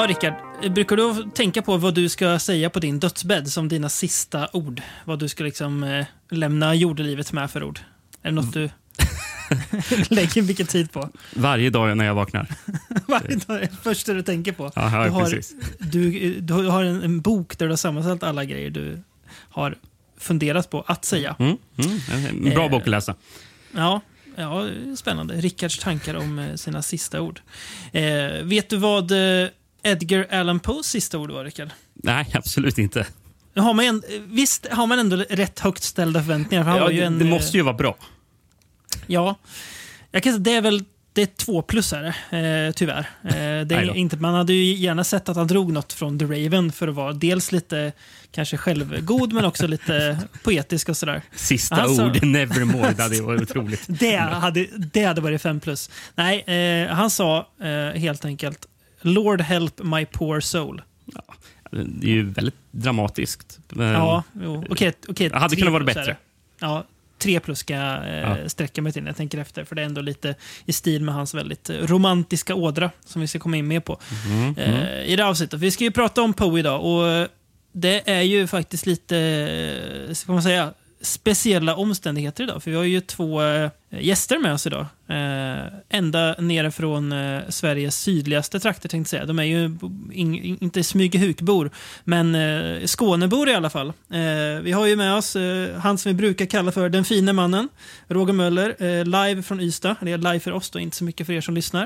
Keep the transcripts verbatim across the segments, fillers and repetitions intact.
Ja, Rickard, brukar du tänka på vad du ska säga på din dödsbädd som dina sista ord? Vad du ska liksom eh, lämna jordelivet med för ord? Är det något du lägger mycket tid på? Varje dag när jag vaknar. Varje dag är det första du tänker på. Aha, du har, precis. Du, du har en, en bok där du har sammanställt alla grejer du har funderat på att säga. Mm, mm, en bra eh, bok att läsa. Ja, ja, spännande. Rickards tankar om eh, sina sista ord. Eh, vet du vad eh, Edgar Allan Poes sista ord var, Rickard? Nej, absolut inte. Har man en, visst har man ändå rätt högt ställda förväntningar. För han ja, var ju det, en, det måste ju vara bra. Ja, jag kan säga det är väl det är två plusare, eh, tyvärr. Eh, det är inte, man hade ju gärna sett att han drog något från The Raven för att vara dels lite kanske självgod men också lite poetisk och sådär. Sista han ord, sa, nevermore, det hade varit otroligt. det, hade, det hade varit fem plus. Nej, eh, han sa eh, helt enkelt Lord help my poor soul. Ja, det är ju väldigt dramatiskt. Ja, okej. Okay, okay, det hade kunnat vara bättre. Ja, tre plus ska jag eh, ja. sträcka mig till när jag tänker efter. För det är ändå lite i stil med hans väldigt romantiska ådra som vi ska komma in med på mm, eh, mm. i det avsnittet. Vi ska ju prata om Poe idag och det är ju faktiskt lite, ska man säga, speciella omständigheter idag. För vi har ju två äh, gäster med oss idag. Äh, ända nere från äh, Sveriges sydligaste trakter, tänkte jag säga. De är ju in, inte Smygehukbor, men äh, Skånebor i alla fall. Äh, vi har ju med oss äh, han som vi brukar kalla för den fina mannen, Roger Möller, äh, live från Ystad. Det är live för oss då, inte så mycket för er som lyssnar.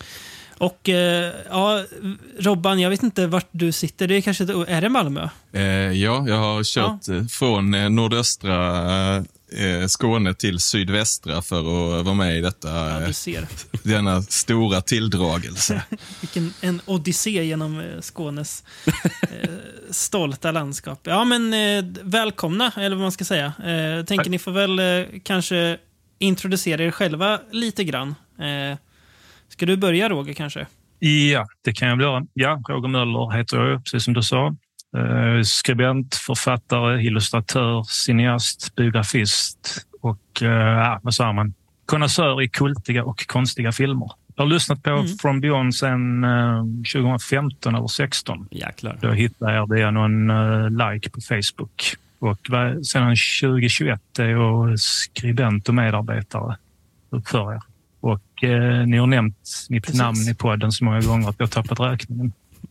Och eh, ja, Robban, jag vet inte vart du sitter. Det är kanske är det Malmö? Eh, ja, jag har kört ja. från eh, nordöstra eh, Skåne till sydvästra för att vara med i detta. Ja, du ser. Eh, denna stora tilldragelse. Vilken en odyssé genom eh, Skånes eh, stolta landskap. Ja, men eh, välkomna, eller vad man ska säga. Eh, tänker Tack. Ni får väl eh, kanske introducera er själva lite grann. Eh, Ska du börja, Roger, kanske? Ja, det kan jag göra. Ja, Roger Möller heter jag, precis som du sa. Eh, skribent, författare, illustratör, cineast, biografist och eh, vad sa man? Konnässör i kultiga och konstiga filmer. Jag har lyssnat på mm. From Beyond sedan eh, tjugohundrafemton eller sexton. Jäklar. Då hittade jag det någon eh, like på Facebook. Och sedan tjugohundratjugoett är jag skribent och medarbetare för er. Och eh, ni har nämnt mitt Precis. namn i podden så många gånger att jag har tappat räkningen.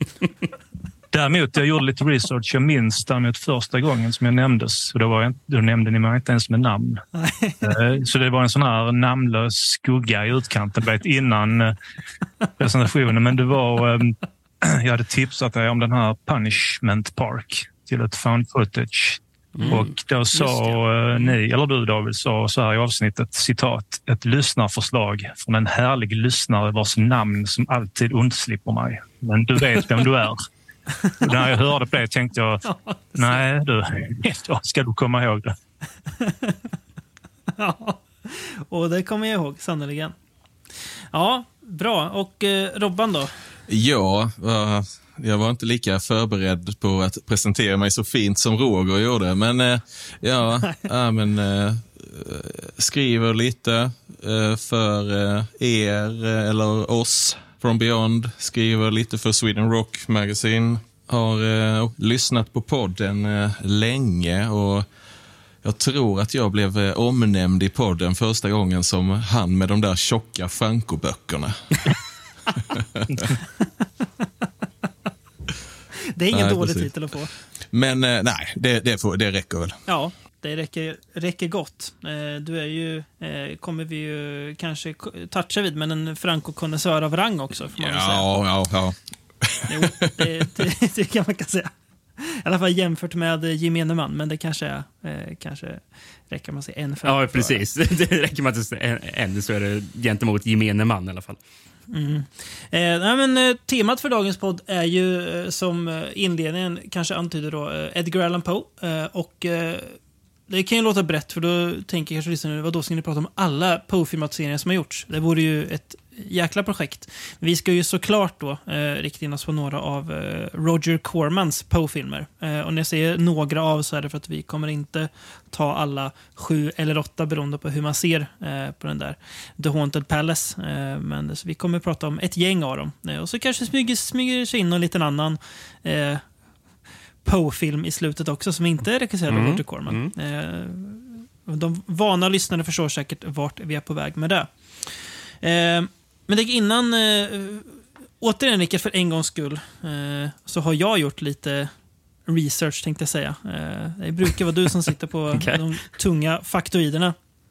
Däremot, jag gjorde lite research. Jag minns däremot första gången som jag nämndes. Och då, var jag, då nämnde ni mig inte ens med namn. eh, så det var en sån här namnlös skugga i utkanten. Vet, innan eh, presentationen. Men det var... Eh, jag hade tipsat dig om den här Punishment Park till ett found footage. Mm. Och då sa uh, ni, eller du David, sa så här i avsnittet, citat, ett lyssnarförslag från en härlig lyssnare vars namn som alltid undslipper mig. Men du vet vem du är. Och när jag hörde på det tänkte jag, nej du, då ska du komma ihåg det. Ja, och det kommer jag ihåg, sannoliken. Ja, bra. Och eh, Robban då? Ja, uh... jag var inte lika förberedd på att presentera mig så fint som Roger gjorde. Men eh, ja, ja men, eh, skriver lite eh, för eh, er eh, eller oss From Beyond. Skriver lite för Sweden Rock Magazine. Har eh, lyssnat på podden eh, länge och jag tror att jag blev eh, omnämnd i podden första gången som han med de där tjocka Franco-böckerna. Det är ingen nej, dålig precis. titel att få. Men eh, nej, det, det, får, det räcker väl. Ja, det räcker, räcker gott. Eh, du är ju, eh, kommer vi ju kanske toucha vid, men en Franco-konnässör av rang också, får man ja, säga. Ja, ja, jo, det, det, det kan man kan säga. I alla fall jämfört med gemene man, men det kanske är, eh, kanske räcker man sig en Franco. Ja, precis. Det räcker man inte en, en så är det gentemot gemene man i alla fall. Mm. Eh, nej, men, eh, temat för dagens podd är ju eh, som inledningen kanske antyder då, eh, Edgar Allan Poe eh, och eh, det kan ju låta brett för då tänker jag kanske lyssna nu, vad då ska ni prata om alla Poe-filmatiseringar som har gjorts? Det vore ju ett jäkla projekt. Vi ska ju såklart då eh, rikta in oss på några av eh, Roger Cormans Poe-filmer. Eh, och när jag säger några av så är det för att vi kommer inte ta alla sju eller åtta beroende på hur man ser eh, på den där The Haunted Palace. Eh, men så vi kommer prata om ett gäng av dem. Eh, och så kanske smyger, smyger sig in en liten annan eh, Poe-film i slutet också som inte är regisserad av mm. Roger Corman. Mm. Eh, de vana lyssnare förstår säkert vart vi är på väg med det. Eh, men det innan eh, återigen Rickard, för en gångs skull eh, så har jag gjort lite research tänkte jag säga. Eh, det brukar vara du som sitter på okay. de tunga faktoiderna.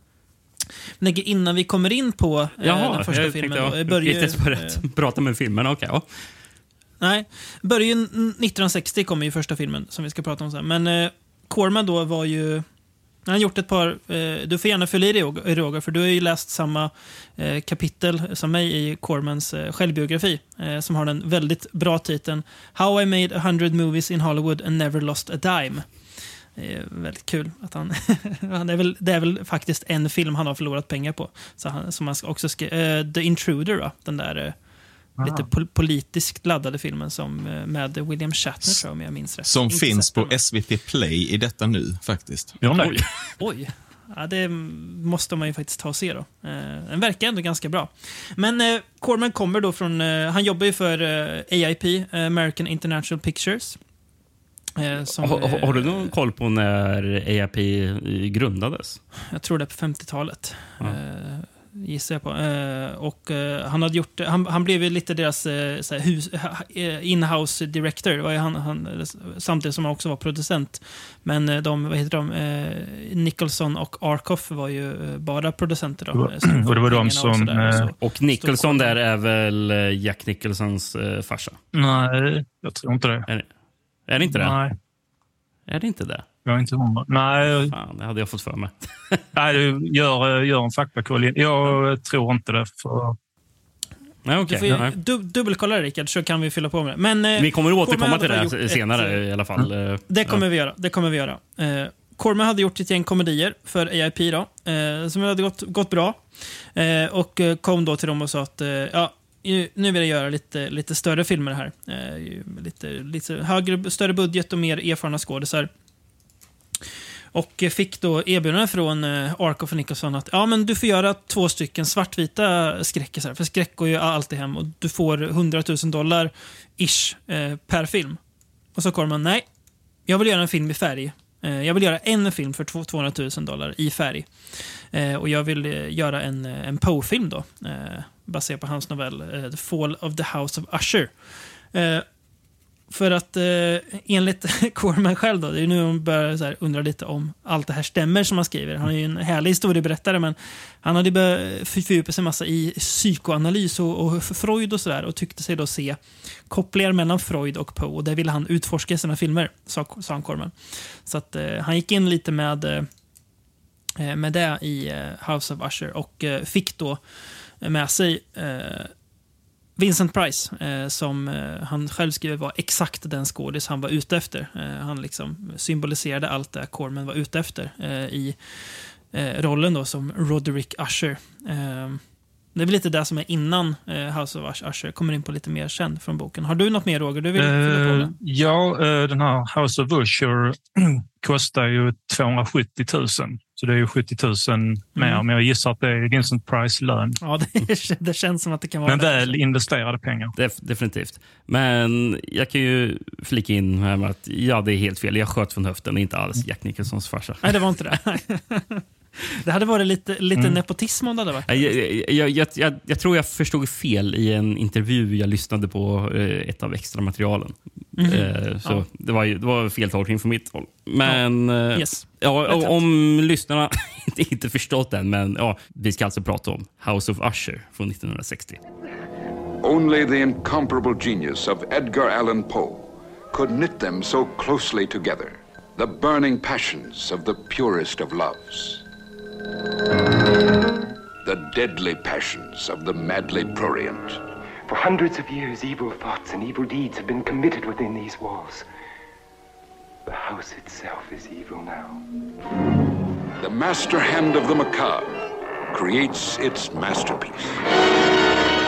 Men innan vi kommer in på eh, Jaha, den första jag filmen jag då, börjar inte börjat eh, prata med filmen, okej. Okay, ja. Nej, börjar nittonhundrasextio kommer ju första filmen som vi ska prata om sen. Men eh, Corman då var ju han har gjort ett par eh, du får gärna fylla i dig Roger, för du har ju läst samma eh, kapitel som mig i Cormans eh, självbiografi eh, som har den väldigt bra titeln How I Made a Hundred Movies in Hollywood and Never Lost a Dime. Det är väldigt kul att han det, är väl, det är väl faktiskt en film han har förlorat pengar på så han, som han också skrev eh, The Intruder då, den där eh, lite pol- politiskt laddade filmen som med William Shatner tror jag, om jag minns rätt. Som Inte finns på den. S V T Play i detta nu faktiskt. Ja, nej. Oj. Oj. Ja, det måste man ju faktiskt ta och se då. Eh, den verkar ändå ganska bra. Men eh, Corman kommer då från, eh, han jobbar ju för eh, A I P, American International Pictures. Eh, som, har, har, har du någon koll på när A I P grundades? Jag tror det är på femtiotalet. Ja. Eh, gissar jag på. Eh, och eh, han hade gjort han, han blev ju lite deras eh, såhär, hus, eh, in-house director. Det var ju han, han, samtidigt som han också var producent. Men eh, de, vad heter de? Eh, Nicholson och Arkoff var ju eh, bara producenter. Då. Och, och det var de som... Och, sådär, och, så. och Nicholson där är väl Jack Nicholsons eh, farsa? Nej, jag tror inte det. Är, är det inte det? Nej. Är det inte det? Jag är inte hundra. Nej. Fan, det hade jag fått för mig. Nej, du gör, gör en faktakoll. Jag mm. tror inte det. För... Nej, okay. Du får du, dubbelkolla Rickard så kan vi fylla på med det. Men, eh, vi kommer att återkomma till det senare ett, i alla fall. Mm. Det kommer ja. vi göra. Det kommer vi göra. Eh, Corman hade gjort ett gäng komedier för A I P då, eh, som hade gått, gått bra. Eh, och kom då till dem och sa att eh, ja, nu vill jag göra lite, lite större filmer här. Eh, lite, lite högre, större budget och mer erfarna skådisar. Och fick då erbjudanden från eh, Arkoff och Nicholson att ja, men du får göra två stycken svartvita skräckisar. För skräck går ju alltid hem och du får hundratusen dollar ish eh, per film. Och så kommer man, nej, jag vill göra en film i färg. Eh, jag vill göra en film för tvåhundratusen dollar i färg. Eh, och jag vill eh, göra en, en Poe-film då. Eh, baserad på hans novell eh, The Fall of the House of Usher. Eh, För att eh, enligt Corman själv då, det är nu hon börjar så här undra lite om allt det här stämmer som han skriver. Han är ju en härlig historieberättare, men han hade börjat fördjupa sig massa i psykoanalys och, och Freud och sådär och tyckte sig då se kopplingar mellan Freud och Poe, och det ville han utforska i sina filmer, sa, sa han Corman. Så att eh, han gick in lite med, eh, med det i eh, House of Usher och eh, fick då med sig eh, Vincent Price, eh, som eh, han själv skriver var exakt den skådis han var ute efter. Eh, han liksom symboliserade allt det Corman var ute efter eh, i eh, rollen då som Roderick Usher. Eh, det är väl lite det som är innan eh, House of Usher. Kommer in på lite mer sen från boken. Har du något mer, Roger? Du vill fylla på det? Ja, uh, den här House of Usher kostar ju tvåhundrasjuttio tusen. Så det är ju sjuttio tusen mm. mer. Men jag gissar att det är Vincent Price lön. Ja, det, det känns som att det kan vara. Men väl investerade pengar. Def, definitivt. Men jag kan ju flika in här med att ja, det är helt fel. Jag sköt från höften, inte alls Jack Nicholsons farsa. Nej, det var inte det. Det hade varit lite, lite mm. nepotism om det hade varit. Jag, jag, jag, jag, jag tror jag förstod fel i en intervju jag lyssnade på eh, ett av extra materialen. Mm. Eh, så ja. det, var, det var fel tolkning från mitt håll. Men ja. Eh, yes. ja, om lyssnarna inte, inte förstått den, men ja, vi ska alltså prata om House of Usher från nittonhundrasextio. Only the incomparable genius of Edgar Allan Poe could knit them so closely together. The burning passions of the purest of loves. The deadly passions of the madly prurient. For hundreds of years, evil thoughts and evil deeds have been committed within these walls. The house itself is evil now. The master hand of the macabre creates its masterpiece.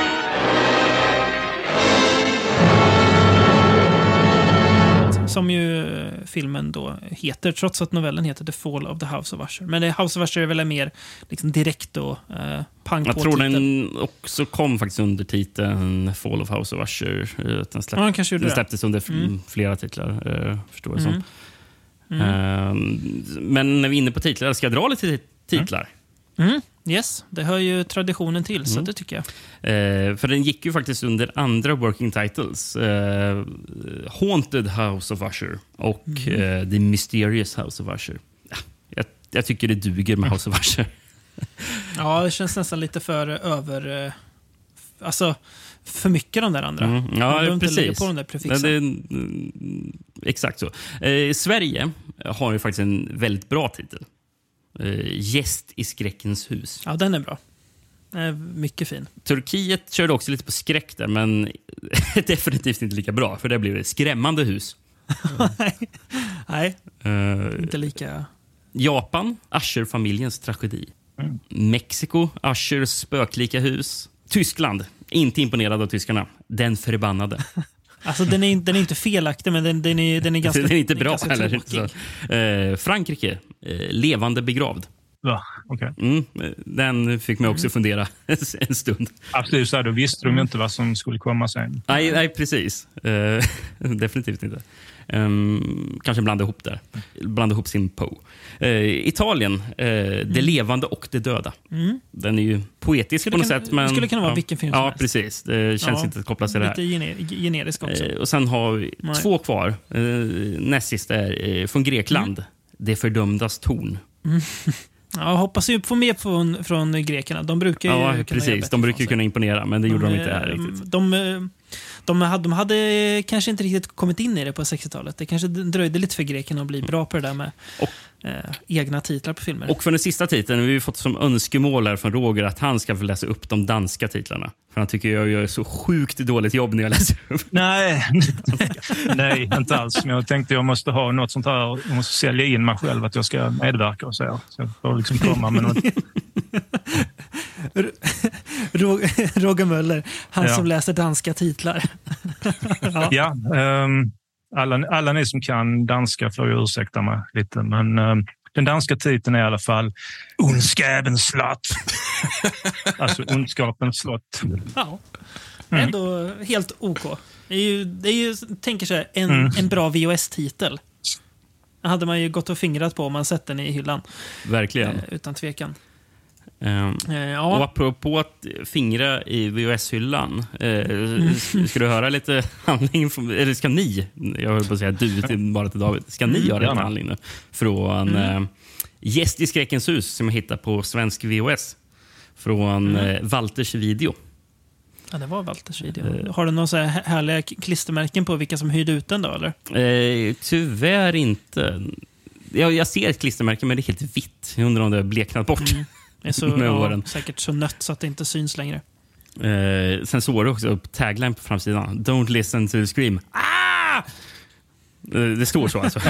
som ju filmen då heter, trots att novellen heter The Fall of the House of Usher. Men det, House of Usher är väl mer liksom direkt då, eh, pang på Jag tror titel. den också kom faktiskt under titeln Fall of House of Usher. Den, släpp, Ja, den kanske gjorde den det. släpptes under Mm. flera titlar, eh, förstår jag Mm. som. Mm. Eh, men när vi är inne på titlar, ska jag dra lite titlar? Mm. Yes, det hör ju traditionen till, så Mm. det tycker jag. Eh, för den gick ju faktiskt under andra working titles. Eh, Haunted House of Usher och Mm. eh, The Mysterious House of Usher. Ja, jag, jag tycker det duger med House of Usher. Ja, det känns nästan lite för över... eh, Alltså, för mycket de där andra. Mm. Man Ja, behöver inte lägga precis. på de där prefixen. Det, det, mm, exakt så. Eh, Sverige har ju faktiskt en väldigt bra titel. Eh, Gäst i skräckens hus. Ja, den är bra. Den är mycket fin. Turkiet körde också lite på skräck där, men definitivt inte lika bra. För det blev det skrämmande hus. Nej, Eh, inte lika... Japan, Usher-familjens tragedi. Mm. Mexiko, Ushers spöklika hus. Tyskland, inte imponerad av tyskarna. Den förbannade. Alltså, den är, den är inte felaktig, men den, den, är, den är ganska Den är inte den är bra ganska heller. tråkig. Så, eh, Frankrike, eh, levande begravd. Ja, okej. Mm, den fick mig också fundera en stund. Absolut, så här, då visste de ju inte vad som skulle komma sen. Nej, nej precis. Eh, definitivt inte. Um, kanske blanda ihop där. Blanda ihop sin Poe. Uh, Italien, uh, Det levande och det döda. Mm. Den är ju poetisk Skulle på något kan- sätt. Men, skulle kunna vara ja, vilken film som Ja, helst. precis. Det känns Ja, inte att koppla sig det här. Lite gener, generisk också. Uh, och sen har vi Nej. två kvar. Uh, näst sista är uh, från Grekland. Mm. Det fördömdas torn. Ja, jag hoppas ju få med från, från grekerna. De brukar ju Ja, kunna göra precis. bättre De ifrån brukar ju sig. kunna imponera, men det gjorde de, inte här eh, riktigt. De, eh, de, hade, de hade kanske inte riktigt kommit in i det på sextiotalet. Det kanske dröjde lite för grekerna att bli bra på det där med Och- eh, egna titlar på filmer. Och för den sista titeln, vi har ju fått som önskemål här från Roger att han ska få läsa upp de danska titlarna. För han tycker jag gör så sjukt dåligt jobb när jag läser upp. Nej, nej, inte alls. Men jag tänkte jag måste ha något sånt här. Jag måste sälja in mig själv att jag ska medverka och så. Här. Så jag får liksom komma med något. Rog- Roger Möller, han Ja. som läser danska titlar. ja. Ja, ehm, alla, alla ni som kan danska får ju ursäkta mig lite. Men ehm, den danska titeln är i alla fall Ondskapens slott. Alltså Ondskapens slott. Ja. Mm. Ändå helt OK. Det är ju, det är ju tänker så här, en, Mm. en bra V H S-titel. Det hade man ju gått och fingrat på om man sett den i hyllan. Verkligen. Eh, utan tvekan. Um, Eh, Och ja. apropå att fingra i V H S-hyllan. Eh, Mm. s- Ska du höra lite handling? Från, eller ska ni? Jag höll på att säga du, till, bara till David. Ska ni Mm, göra lite gärna. handling nu? Från Mm. eh, Gäst i skräckens hus som jag hittade på svensk V H S. Från Mm. eh, Walters video. ja, det var Walters video. Eh. Har du några så här härliga k- klistermärken på vilka som hyrde ut den då, eller? Eh, tyvärr inte. Jag, jag ser ett klistermärke, men det är helt vitt. Jag undrar om det har bleknat bort. Mm. Det är så, Med ja, åren. säkert så nött så att det inte syns längre. Eh, sen såg det också upp tagline på framsidan. Don't listen to the scream. Ah! Eh, det står så alltså.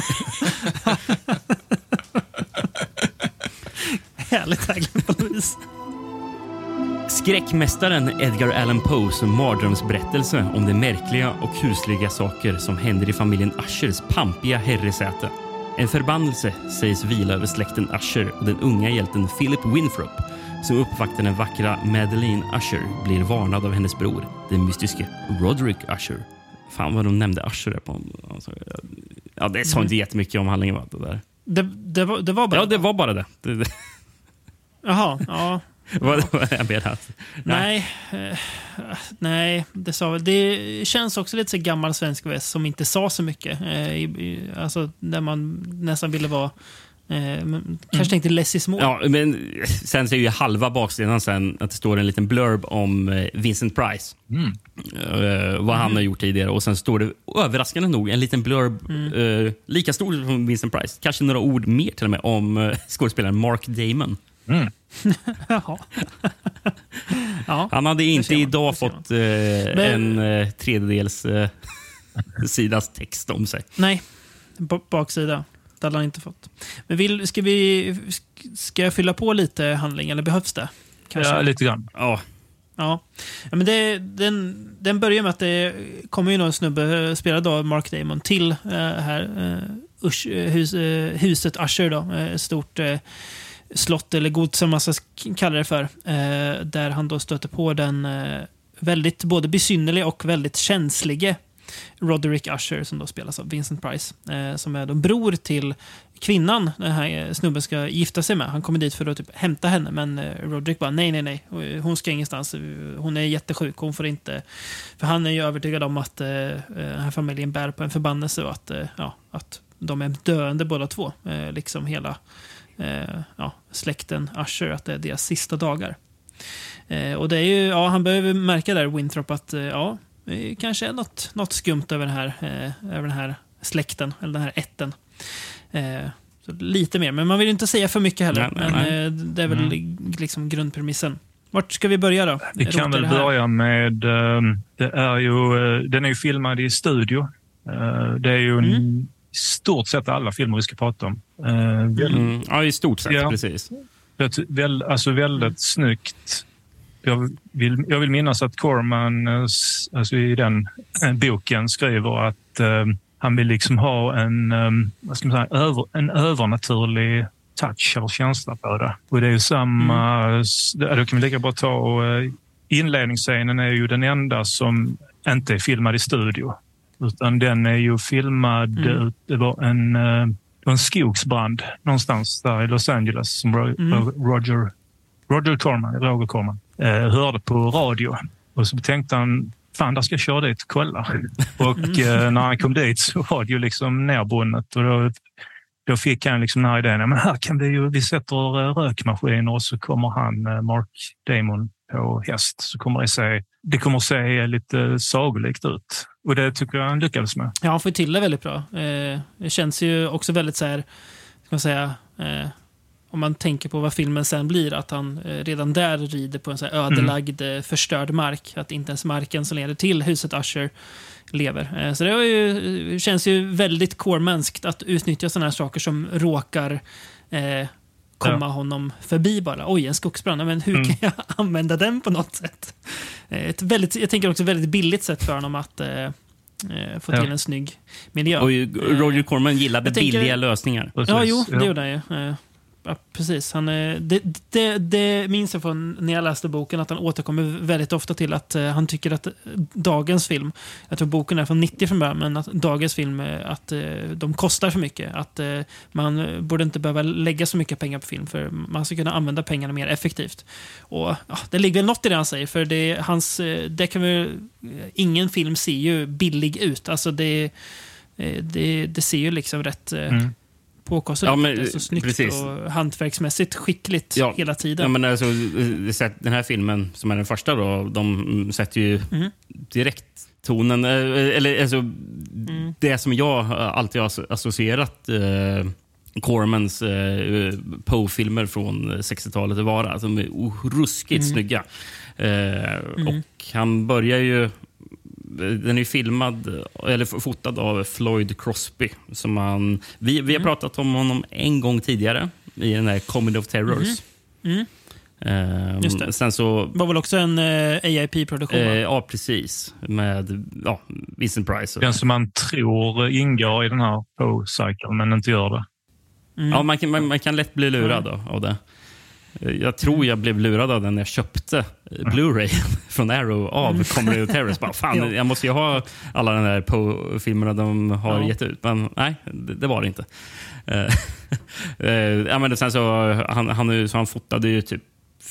Härligt tagline på något vis. Skräckmästaren Edgar Allan Poes mardrömsberättelse om de märkliga och kusliga saker som händer i familjen Ushers pampiga herresäte. En förbannelse sägs vila över släkten Usher och den unga hjälten Philip Winthrop som uppvaktar den vackra Madeleine Usher blir varnad av hennes bror, den mystiske Roderick Usher. Fan vad de nämnde Usher där på. Alltså, ja, det sa inte jättemycket om handlingen. Va, det där. Det, det, var, det var bara... Ja, det var bara det. det, det. Jaha, ja. Vad vad jag ber att... Nej, eh, nej, det sa väl. Det känns också lite så gammal svensk väst som inte sa så mycket. Eh, i, i, alltså där man nästan ville vara eh, men kanske Mm. tänkte less is more. Ja, men sen ser ju halva baksidan sen att det står en liten blurb om eh, Vincent Price. Mm. Eh, vad han har gjort tidigare. Och sen står det överraskande nog en liten blurb eh, lika stor som Vincent Price. Kanske några ord mer till och med om eh, skådespelaren Mark Damon. Mm. Jaha. Ja. Han hade inte ser man, idag det ser fått eh, Men- en eh, tredjedels eh, sidas text om sig. Nej, B- baksida. Det hade han inte fått. Men vill, ska, vi, ska jag fylla på lite handling eller behövs det? Kanske? Ja, lite grann. Ja, Ja, ja men det, den, den börjar med att det kommer ju någon snubbe spelad av Mark Damon till äh, här äh, Ush, hus, äh, huset Usher då, äh, stort äh, slott eller gods som man ska kalla det för, äh, där han då stöter på den äh, väldigt både besynnerliga och väldigt känslige Roderick Usher som då spelas av Vincent Price, eh, som är då bror till kvinnan den här snubben ska gifta sig med. Han kommer dit för att typ hämta henne, men eh, Roderick bara nej, nej, nej. Hon ska ingenstans. Hon är jättesjuk. Hon får inte... För han är ju övertygad om att eh, den här familjen bär på en förbannelse och att, eh, ja, att de är döende båda två. Eh, liksom hela eh, ja, släkten Usher, att det är deras sista dagar. Eh, och det är ju, ja, han behöver märka där, Winthrop, att eh, ja, det kanske är något, något skumt över den här, eh, över den här släkten, eller den här ätten. Eh, så lite mer, men man vill inte säga för mycket heller. Nej, men nej. Eh, det är väl mm. liksom grundpremissen. Vart ska vi börja då? Vi kan väl börja med, uh, det är ju, uh, den är ju filmad i studio. Uh, det är ju en, mm. i stort sett alla filmer vi ska prata om. Uh, väl, mm. Ja, i stort sett, ja, precis. Väl, alltså väldigt mm. snyggt. Jag vill, jag vill minnas att Corman alltså i den boken skriver att uh, han vill liksom ha en, um, vad ska man säga, över, en övernaturlig touch eller känsla på det. Och det är ju samma, mm. då kan vi lika bra ta och uh, inledningsscenen är ju den enda som inte är filmad i studio. Utan den är ju filmad, mm. det var en, uh, en skogsbrand någonstans där i Los Angeles som Ro- mm. Roger, Roger Corman, Roger Corman uh, hörde på radio. Och så tänkte han, fan, där ska jag köra dit och kolla. Och mm. uh, när han kom dit så var det ju liksom nerbundet och då Då fick han liksom den här idén, men här kan vi ju, vi sätter rökmaskiner och så kommer han, Mark Damon, på häst. Så kommer det se, det kommer se lite sagolikt ut. Och det tycker jag han lyckades med. Ja, han får till det väldigt bra. Eh, det känns ju också väldigt så här, ska man säga, eh, om man tänker på vad filmen sen blir, att han eh, redan där rider på en så här ödelagd, mm. förstörd mark. Att inte ens marken som leder till huset Usher lever. Så det var ju, känns ju väldigt Cormanskt att utnyttja sådana här saker som råkar eh, komma ja. honom förbi bara. Oj, en skogsbrand. Men hur mm. kan jag använda den på något sätt? Ett väldigt, jag tänker också väldigt billigt sätt för honom att eh, få till ja. en snygg miljö. Och Roger Corman gillade tänker, billiga lösningar. Ja, jo, det gjorde han ju. Ja, precis. Han, det, det, det minns jag från när jag läste boken att han återkommer väldigt ofta till att uh, han tycker att dagens film, jag tror boken är från nittio från början, men att dagens film, att uh, de kostar för mycket. Att uh, man borde inte behöva lägga så mycket pengar på film för man ska kunna använda pengarna mer effektivt. Och uh, det ligger väl något i det han säger, för det, hans, uh, det kan väl, ingen film ser ju billig ut. Alltså det, uh, det, det ser ju liksom rätt... Uh, mm. påkostat. Ja, men, så snyggt precis. Och hantverksmässigt skickligt ja, hela tiden. Ja, men alltså, den här filmen som är den första då, de sätter ju mm. direkt tonen, eller alltså mm. det som jag alltid har associerat eh, Cormans eh, Poe-filmer från sextiotalet att vara. Alltså, de är ruskigt mm. snygga. Eh, mm. Och han börjar ju, den är filmad eller fotad av Floyd Crosby som han, vi, vi har mm. pratat om honom en gång tidigare i den här Comedy of Terrors. Mm. Mm. Um, Just det. Sen så var väl också en uh, A I P-produktion? Uh, ja, precis. Med ja, Vincent Price. Den som man tror ingår i den här Poe-cykeln men inte gör det. Mm. Ja, man kan, man, man kan lätt bli lurad mm. av det. Jag tror jag blev lurad av den när jag köpte Blu-ray från Arrow av Comedy of Terrors. Bara, fan, ja. Jag måste ju ha alla de där Poe-filmerna de har ja. gett ut. Men nej, det, det var det inte. uh, ja, men sen så han, han, så han fotade ju typ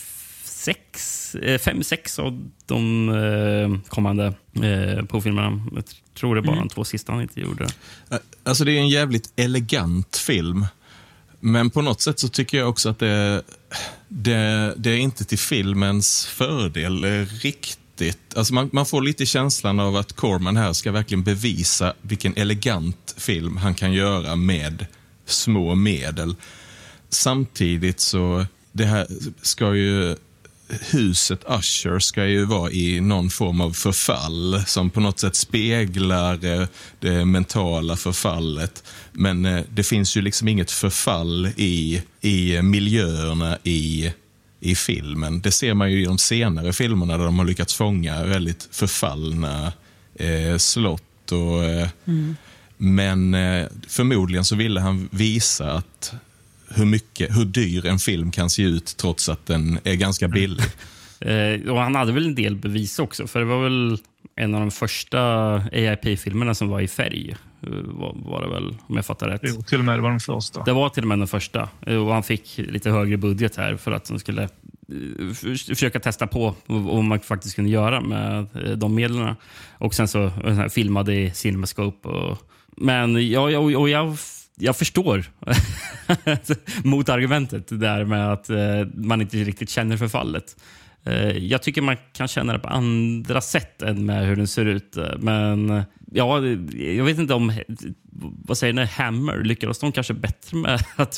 sex, fem, sex av de uh, kommande uh, Poe-filmerna. Jag tror det bara mm. de två sista han inte gjorde. Alltså det är en jävligt elegant film. Men på något sätt så tycker jag också att det, det, det är inte till filmens fördel riktigt. Alltså man, man får lite känslan av att Corman här ska verkligen bevisa vilken elegant film han kan göra med små medel. Samtidigt så det här ska ju, huset Usher ska ju vara i någon form av förfall som på något sätt speglar det mentala förfallet. Men det finns ju liksom inget förfall i, i miljöerna i, i filmen. Det ser man ju i de senare filmerna där de har lyckats fånga väldigt förfallna eh, slott. Och, eh, mm. Men eh, förmodligen så ville han visa att hur, mycket, hur dyr en film kan se ut trots att den är ganska billig. Mm. Eh, och han hade väl en del bevis också, för det var väl en av de första A I P-filmerna som var i färg. Var, var det väl, om jag fattar rätt. Jo, till och med det var den första. Det var till och med den första. Och han fick lite högre budget här för att de skulle försöka testa på vad man faktiskt kunde göra med de medlen. Och sen så filmade i CinemaScope. Och, men ja, och, och jag, jag förstår motargumentet där med att man inte riktigt känner förfallet. Jag tycker man kan känna det på andra sätt än med hur den ser ut. Men ja, jag vet inte om, vad säger ni, Hammer, lyckades de kanske bättre med att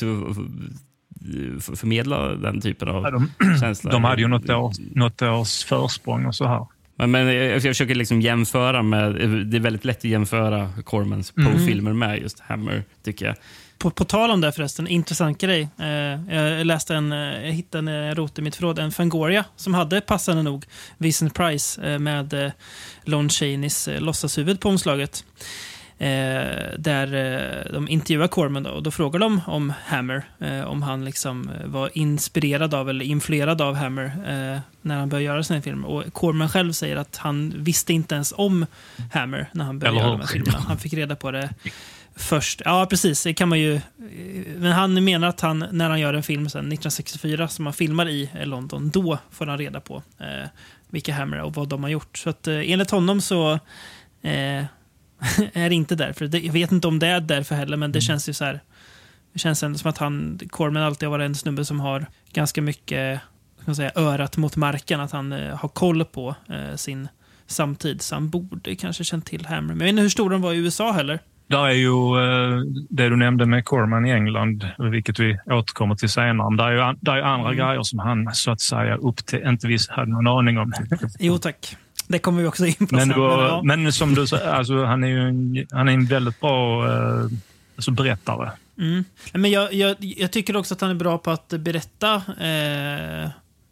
förmedla den typen av ja, de, känsla? De hade ju något, år, något års försprång och så här. Men, men jag försöker liksom jämföra med, det är väldigt lätt att jämföra Cormans Poe-filmer med just Hammer, tycker jag. På, på tal om det förresten, intressant grej. Eh, jag läste en, jag hittade en rot i mitt förråd, en Fangoria som hade passande nog Vincent Price eh, med eh, Lon Chaneys eh, låtsashuvud på omslaget. Eh, där eh, de intervjuar Corman då, och då frågar de om Hammer, eh, om han liksom var inspirerad av eller influerad av Hammer eh, när han började göra sina filmer. Och Corman själv säger att han visste inte ens om Hammer när han började eller göra de här filmerna. Han fick reda på det först. Ja, precis. Det kan man ju. Men han menar att han, när han gör en film sen nittonhundrasextiofyra som han filmar i London, då får han reda på eh, vilka Hammer och vad de har gjort. Så att eh, enligt honom så eh, är det inte därför. Det, jag vet inte om det är därför heller, men det mm. känns ju så här. Det känns ändå som att han, Corman, alltid har varit en snubbe som har ganska mycket, ska man säga, örat mot marken, att han eh, har koll på eh, sin samtid. Så han borde kanske känt till Hammer. Men jag vet inte hur stor de var i U S A heller. Där är ju uh, det du nämnde med Corman i England, vilket vi återkommer till senare. Men där är ju där är andra mm. grejer som han så att säga upp till, inte vi hade någon aning om. Jo tack, det kommer vi också in på men, sen. Då, men, ja. men som du säger, alltså, han är ju en, han är en väldigt bra uh, alltså berättare. Mm. Men jag, jag, jag tycker också att han är bra på att berätta eh,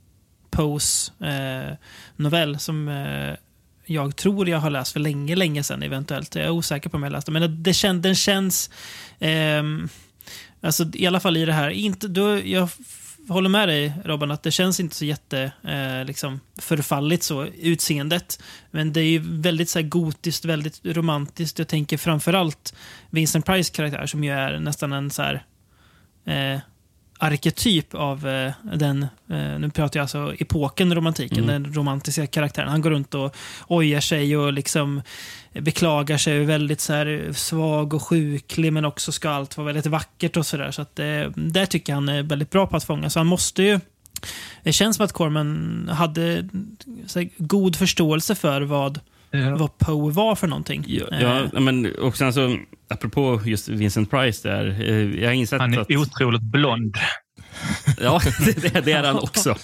Poes eh, novell som eh, jag tror jag har läst för länge, länge sedan eventuellt. Jag är osäker på om jag läste. Men det kän, den känns eh, alltså i alla fall i det här inte, då, jag f- håller med dig Robin att det känns inte så jätte eh, liksom förfalligt så utseendet. Men det är ju väldigt så här gotiskt, väldigt romantiskt. Jag tänker framförallt Vincent Price karaktär som ju är nästan en så här eh, arketyp av eh, den, eh, nu pratar jag alltså epoken romantiken, mm. den romantiska karaktären. Han går runt och ojar sig och liksom beklagar sig, väldigt så här svag och sjuklig, men också ska allt vara väldigt vackert och sådär. Så att eh, där tycker jag han är väldigt bra på att fånga. Så han måste ju, det känns som att Corman hade så här, god förståelse för vad Ja. vad Poe var för någonting. Ja, ja, men och sen så apropå just Vincent Price där, jag har insett han är att otroligt blond. Ja, det, det är han också.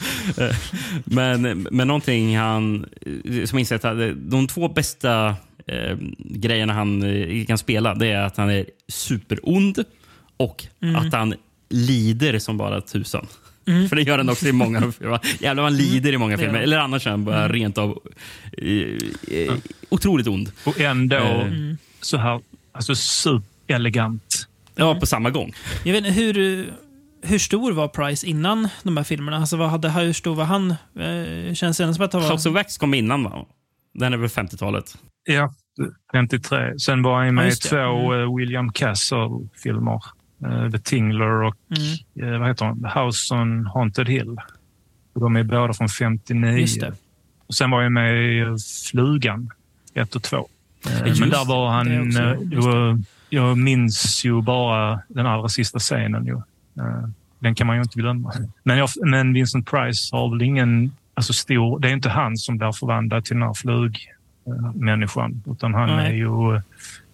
Men, men någonting han som insett att de två bästa eh, grejerna han kan spela, det är att han är superond och mm. att han lider som bara tusan. Mm. För det gör han också i många filmer. Jävlar, han lider i många filmer. Eller annars är han bara mm. rent av eh, eh, otroligt ond. Och ändå mm. så här, alltså superelegant. Ja, på samma gång. Jag vet inte, hur, hur stor var Price innan de här filmerna? Alltså, vad hade, hur stor var han? Eh, känns det som att han var... House of Wax kom innan, va? Den är väl femtiotalet? Ja, femtiotre. Sen var han med ja, två mm. William Castle-filmer. Uh, The Tingler och mm. uh, vad heter de? House on Haunted Hill. De är båda från femtionio. Just det. Och sen var jag med i Flugan ett och två. Uh, men där var han... Uh, jag, jag minns ju bara den allra sista scenen. Ju. Uh, den kan man ju inte glömma. Men, jag, men Vincent Price har väl ingen... Alltså stor, det är inte han som blir förvandlad till den här flugmänniskan. Uh, utan han mm. är ju... Jag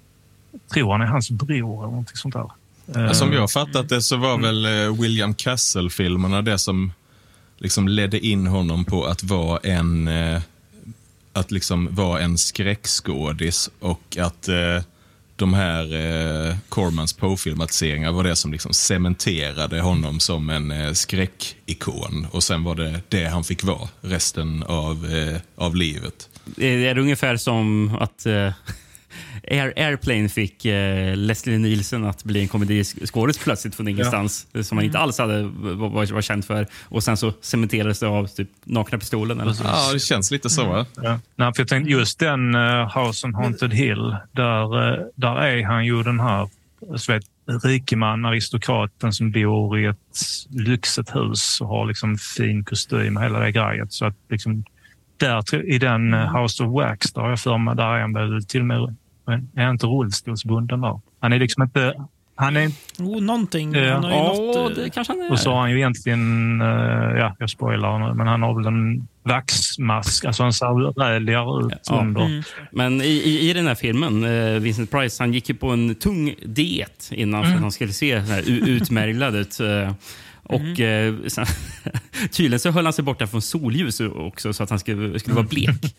tror han är hans bror eller något sånt där. Ja, som jag har fattat det så var väl William Castle-filmerna det som liksom ledde in honom på att vara en att liksom vara en skräckskådis och att de här eh, Cormans Poe-filmatiseringar var det som liksom cementerade honom som en eh, skräckikon. Och sen var det det han fick vara resten av, eh, av livet. Är det ungefär som att eh, Air, Airplane fick eh, Leslie Nielsen att bli en komediskådis plötsligt från ingenstans, ja. Som han inte alls hade var, var, var känd för. Och sen så cementerades det av typ Nakna pistolen. Eller? Ja, det känns lite så. Mm. Ja. Nej, för jag tänkte just den uh, House on Haunted Hill, där, uh, där är han ju den här så vet, rikeman, aristokraten som bor i ett lyxigt hus och har liksom fin kostym och hela det grejet. Så att liksom där i den uh, House of Wax, där jag för mig, där är han väl till och med är inte rullstolsbunden där. Han är liksom inte... Han är... Oh, någonting. Uh, han har ju oh, något, det kanske han är. Och så har han ju egentligen... Uh, ja, jag spoilar, men han har väl en vaxmask. Alltså han ser räligare ut ja. under. Mm. Men i, i, i den här filmen, uh, Vincent Price, han gick ju på en tung diet innan mm. för att han skulle se så här, utmärglad ut. Uh, och mm. uh, sen, tydligen så höll han sig borta från solljus också så att han skulle, skulle vara blek.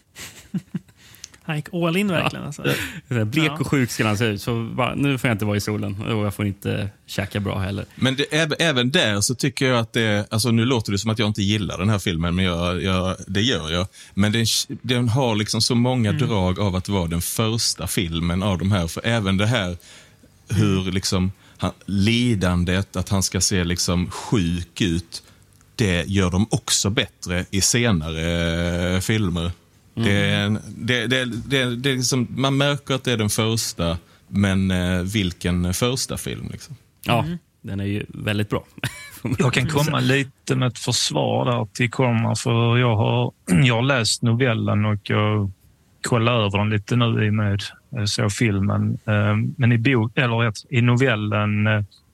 Han gick all in verkligen. Ja. Alltså. Blek ja. och sjuk skulle han se ut. Så bara, nu får jag inte vara i solen. Och jag får inte käka bra heller. Men det, även, även där så tycker jag att det... Alltså nu låter det som att jag inte gillar den här filmen. Men jag, jag, det gör jag. Men den, den har liksom så många mm. drag av att vara den första filmen av de här. För även det här hur liksom... Han, lidandet, att han ska se liksom sjuk ut. Det gör de också bättre i senare eh, filmer. Mm. Det är, det, det, det, det är liksom, man märker att det är den första, men eh, vilken första film liksom. Ja, mm. den är ju väldigt bra. Jag kan komma lite med ett försvar där till Corman, för jag har, jag har läst novellen och jag kollar över den lite nu i med så filmen. Men i, bok, eller i novellen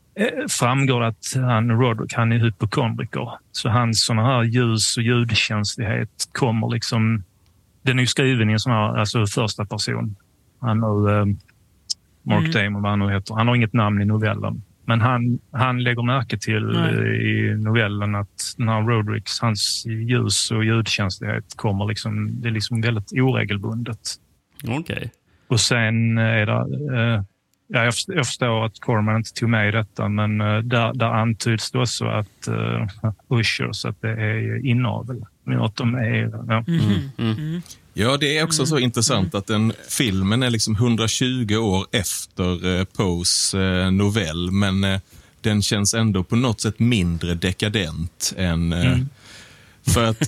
framgår att han, Roderick, han är hypokondriker. Så hans såna här ljus- och ljudkänslighet kommer liksom... Den är ju skriven i en sån här, alltså första person. Han har eh, Mark mm. Damon, vad han nu heter. Han har inget namn i novellen. Men han, han lägger märke till eh, i novellen att den här Rodericks, hans ljus- och ljudkänslighet kommer liksom, det är liksom väldigt oregelbundet. Okej. Okay. Och sen är det, eh, ja, jag, förstår, jag förstår att Corman inte tog med i detta, men eh, där, där antyds det också att eh, Ushers, att det är inavel. Att de är, ja. Mm. Mm. Ja, det är också mm. så intressant att den filmen är liksom hundratjugo år efter eh, Poes eh, novell, men eh, den känns ändå på något sätt mindre dekadent än eh, mm. för att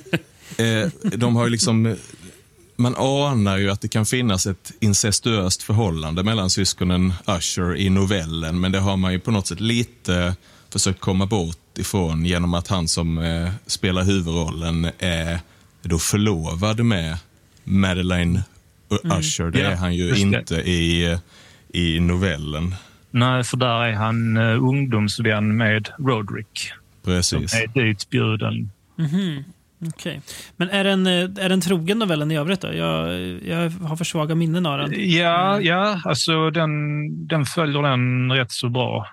eh, de har ju liksom, man anar ju att det kan finnas ett incestuöst förhållande mellan syskonen Usher i novellen, men det har man ju på något sätt lite försökt komma bort ifrån genom att han som eh, spelar huvudrollen är då förlovad med Madeleine mm. Usher. Det ja, är han ju inte i, i novellen. Nej, för där är han uh, ungdomsvän med Roderick. Precis. Som är ditbjuden. Mm-hmm. Okej. Okay. Men är den, är den trogen novellen i övrigt då? Jag, jag har för svaga minnen av den. Ja, ja alltså den, den följer den rätt så bra.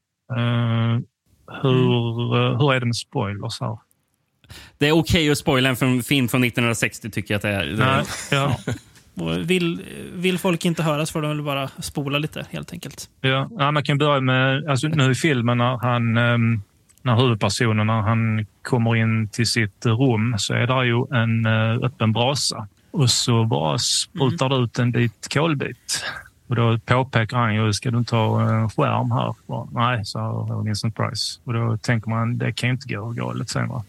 Uh, hur, mm. uh, hur är det med spoilers här? Det är okej okay att spoila en från, film från nittonhundrasextio, tycker jag att det är. Det är Nej, ja. Ja. Vill, vill folk inte höras för de vill bara spola lite, helt enkelt. Ja, ja, man kan börja med, alltså nu i filmen när han, um, när huvudpersonen, när han kommer in till sitt rum, så är det ju en uh, öppen brasa. Och så bara sprutar det mm. ut en bit kolbit. Och då påpekar han ju, ska du inte ha en skärm här? Och, nej, så Vincent Price. Och då tänker man, det kan ju inte gå galet sen, va?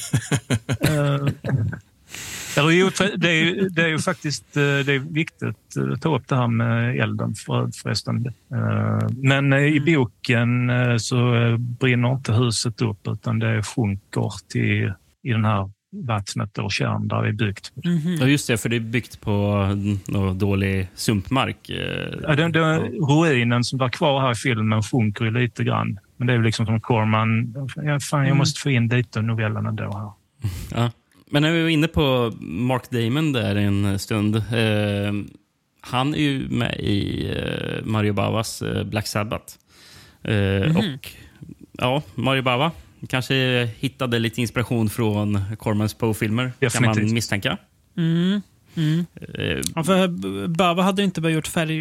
uh, det, är ju, det, är, det är ju faktiskt det är viktigt att ta upp det här med elden för, förresten. Uh, men i boken uh, så brinner inte huset upp, utan det sjunker till i den här vattnet och kärn där det är byggt. Mm-hmm. Ja, just det, för det är byggt på någon dålig sumpmark. Ja, den, den ruinen som var kvar här i filmen sjunker ju lite grann. Men det är ju liksom som Corman, ja, fan, jag måste få in lite novellen ändå här. Ja. Men när vi var inne på Mark Damon där en stund. Eh, han är ju med i eh, Mario Bavas eh, Black Sabbath. Eh, mm-hmm. Och ja, Mario Bava kanske hittade lite inspiration från Cormans Poe-filmer, kan man misstänka. Mm. Mm. Eh, ja, för Bava hade inte bara gjort färg,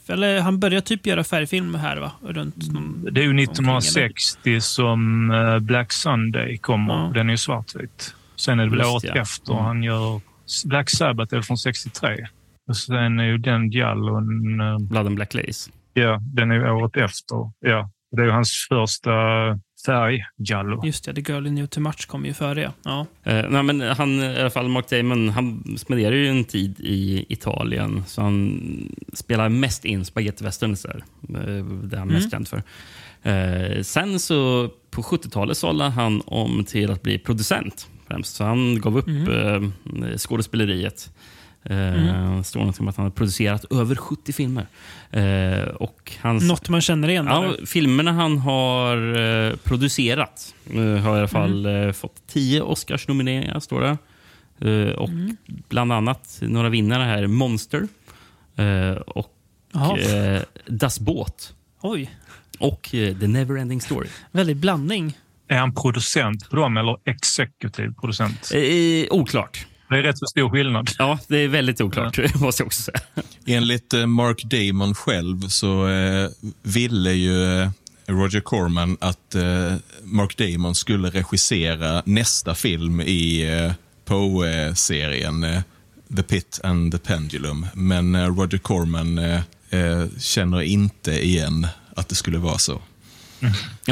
eller han började typ göra färgfilm här va? Runt någon, det är ju nittonhundrasextio som Black Sunday kommer. Ja. Den är ju svartvit. Sen är det väl året ja. efter mm. han gör Black Sabbath är från sextiotre. Och sen är ju den Giallon... Blood and Black Lace. Ja, den är ju året efter. Ja, det är ju hans första färg, Giallo. Just det, The Girl in New Too Much kom ju före, ja. ja. Uh, nej, men han, i alla fall Mark Damon, han spenderar ju en tid i Italien. Så han spelar mest in spaghetti-westerns där. Uh, det är han mest känd för. Uh, sen så på sjuttiotalet sålde han om till att bli producent. Främst. Så han gav upp mm. uh, skådespeleriet. Mm. Uh, står något om att han har producerat över sjuttio filmer. Uh, och hans, något man känner igen? Ja, eller? Filmerna han har uh, producerat uh, har i alla fall mm. uh, fått tio Oscars-nomineringar, står det. Uh, och mm. bland annat några vinnare här, Monster uh, och uh, Das Boot. Oj. Och uh, The Neverending Story. Väldigt blandning. Är han producent på dem eller exekutiv producent? Uh, oklart. Det är rätt så stor skillnad. Ja, det är väldigt oklart, ja. Måste jag också säga. Enligt eh, Mark Damon själv så eh, ville ju eh, Roger Corman att eh, Mark Damon skulle regissera nästa film i eh, Poe-serien eh, The Pit and the Pendulum. Men eh, Roger Corman eh, eh, känner inte igen att det skulle vara så. Mm.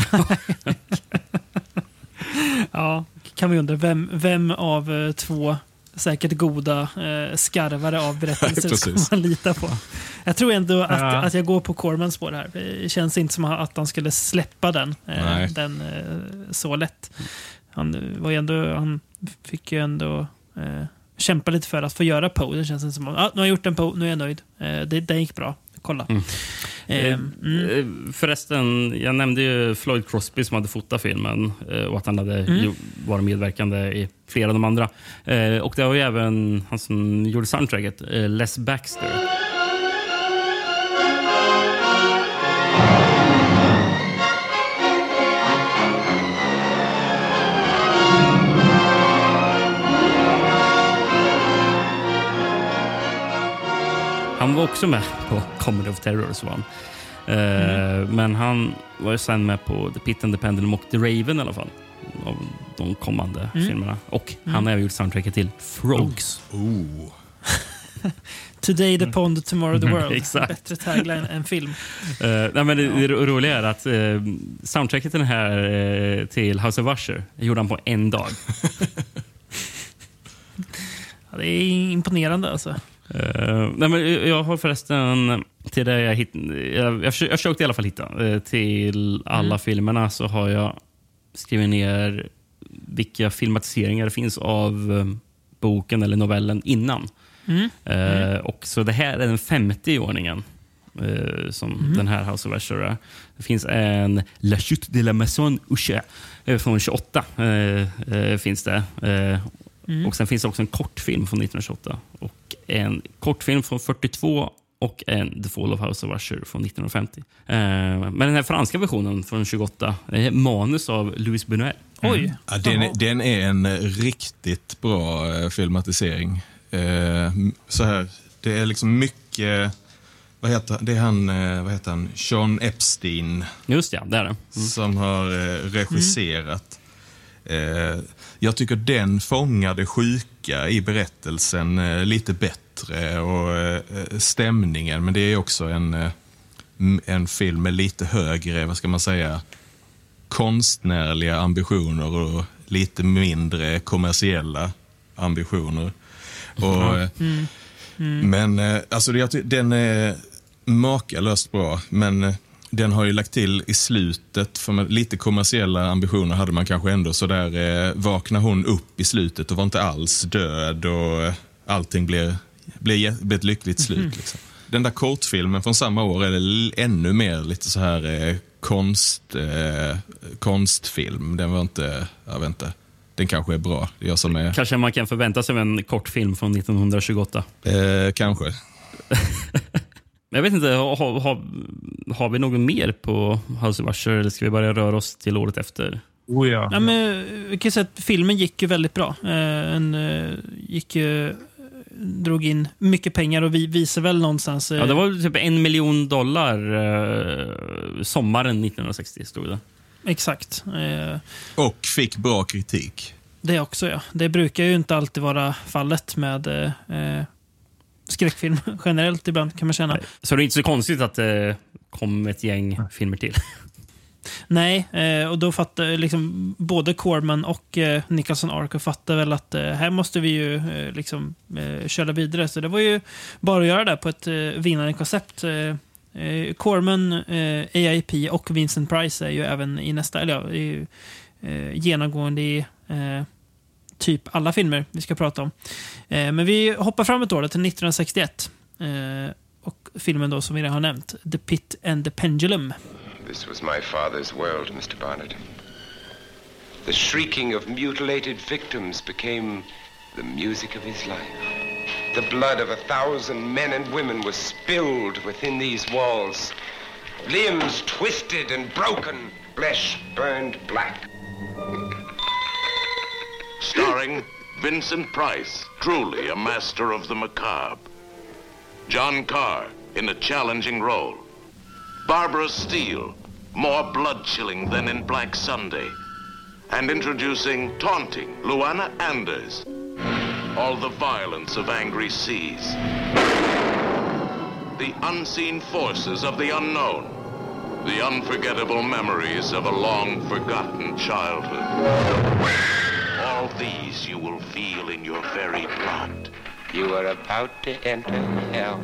Ja, kan vi undra vem, vem av eh, två säkert goda eh, skarvare av berättelser som man litar på. Jag tror ändå att, ja. att jag går på Cormans på det här. Det känns inte som att han skulle släppa den, eh, den eh, så lätt. Han var ju ändå, han fick ju ändå eh, kämpa lite för att få göra Poe. Det känns som att ah, nu har jag gjort en Poe, nu är jag nöjd. Eh, det, det gick bra. Kolla. Mm. Eh, mm. Förresten, jag nämnde ju Floyd Crosby som hade fotat filmen och att han hade mm. varit medverkande i flera av de andra. Och det var ju även han som gjorde soundtracket, Les Baxter. Han var också med på Comedy of Terror, så han. Mm. Men han var ju sen med på The Pit and the Pendulum och The Raven i alla fall. Av de kommande mm. filmerna. Och mm. han har även gjort soundtracket till Frogs. Oh. Oh. Today the Pond, Tomorrow the World. Exakt. Bättre tagline än film. Uh, nej, men det, det roliga är att uh, soundtracket den här uh, till House of Usher gjorde han på en dag. Ja, det är imponerande alltså. Uh, nej, men jag har förresten till det jag, hitt, jag, jag, jag försökte i alla fall hitta uh, till alla mm. filmerna, så har jag skrivit ner vilka filmatiseringar det finns av uh, boken eller novellen innan. Mm. Uh, mm. Och så det här är den femte i ordningen uh, som mm. den här House of Usher är. Det finns en La Chute de la Maison Usher uh, från tjugoåtta uh, uh, finns det. Uh, mm. Och sen finns det också en kortfilm från nittonhundratjugoåtta och en kortfilm från fyrtiotvå och en The Fall of House of Usher från nittonhundrafemtio. Uh, men den här franska versionen från tjugoåtta är manus av Louis Buñuel. Mm. Oj. Ja, den, är, den är en riktigt bra uh, filmatisering. Uh, så här, det är liksom mycket, vad heter det är han uh, vad heter han Sean Epstein. Just det, det är det. Mm. Som har uh, regisserat. Mm. Uh, jag tycker den fångar det sjuka i berättelsen uh, lite bättre och uh, stämningen, men det är också en uh, en film med lite högre, vad ska man säga, konstnärliga ambitioner och lite mindre kommersiella ambitioner. Och, mm. Mm. Men alltså den är makalöst bra, men den har ju lagt till i slutet, för lite kommersiella ambitioner hade man kanske ändå, så där eh, vaknar hon upp i slutet och var inte alls död och allting blev, blev, blev ett lyckligt slut. Mm. Liksom. Den där kortfilmen från samma år är det ännu mer lite så här eh, konst, eh, konstfilm. Den var inte, jag vet inte. Den kanske är bra. Det är jag som är... Kanske man kan förvänta sig en kortfilm från nittonhundratjugoåtta. Eh, kanske. Jag vet inte, har, har, har vi något mer på House of Usher, eller ska vi bara röra oss till året efter? Oh ja. Ja, men, vi kan säga att filmen gick ju väldigt bra. Eh, en, eh, gick ju drog in mycket pengar och vi visar väl någonstans... Eh, ja, det var typ en miljon dollar eh, sommaren nittonhundrasextio stod det. Exakt. Eh, och fick bra kritik. Det också, ja. Det brukar ju inte alltid vara fallet med eh, skräckfilm generellt ibland, kan man känna. Så det är inte så konstigt att det kom ett gäng filmer till. Nej, eh, och då fattar liksom både Corman och eh, Nicholson Arco fattar väl att eh, här måste vi ju eh, liksom eh, köra vidare. Så det var ju bara att göra det på ett eh, vinnande koncept. Eh, eh, Corman, eh, A I P och Vincent Price är ju även i nästa, eller ja, är ju, eh, genomgående i eh, typ alla filmer vi ska prata om. Eh, men vi hoppar fram ett år till nittonhundrasextioett. Eh, och filmen då som vi redan har nämnt, The Pit and the Pendulum. This was my father's world, Mister Barnard. The shrieking of mutilated victims became the music of his life. The blood of a thousand men and women was spilled within these walls. Limbs twisted and broken, flesh burned black. Starring Vincent Price, truly a master of the macabre. John Carr in a challenging role. Barbara Steele, more blood-chilling than in Black Sunday. And introducing taunting Luana Anders. All the violence of angry seas. The unseen forces of the unknown. The unforgettable memories of a long-forgotten childhood. All these you will feel in your very blood. You are about to enter hell.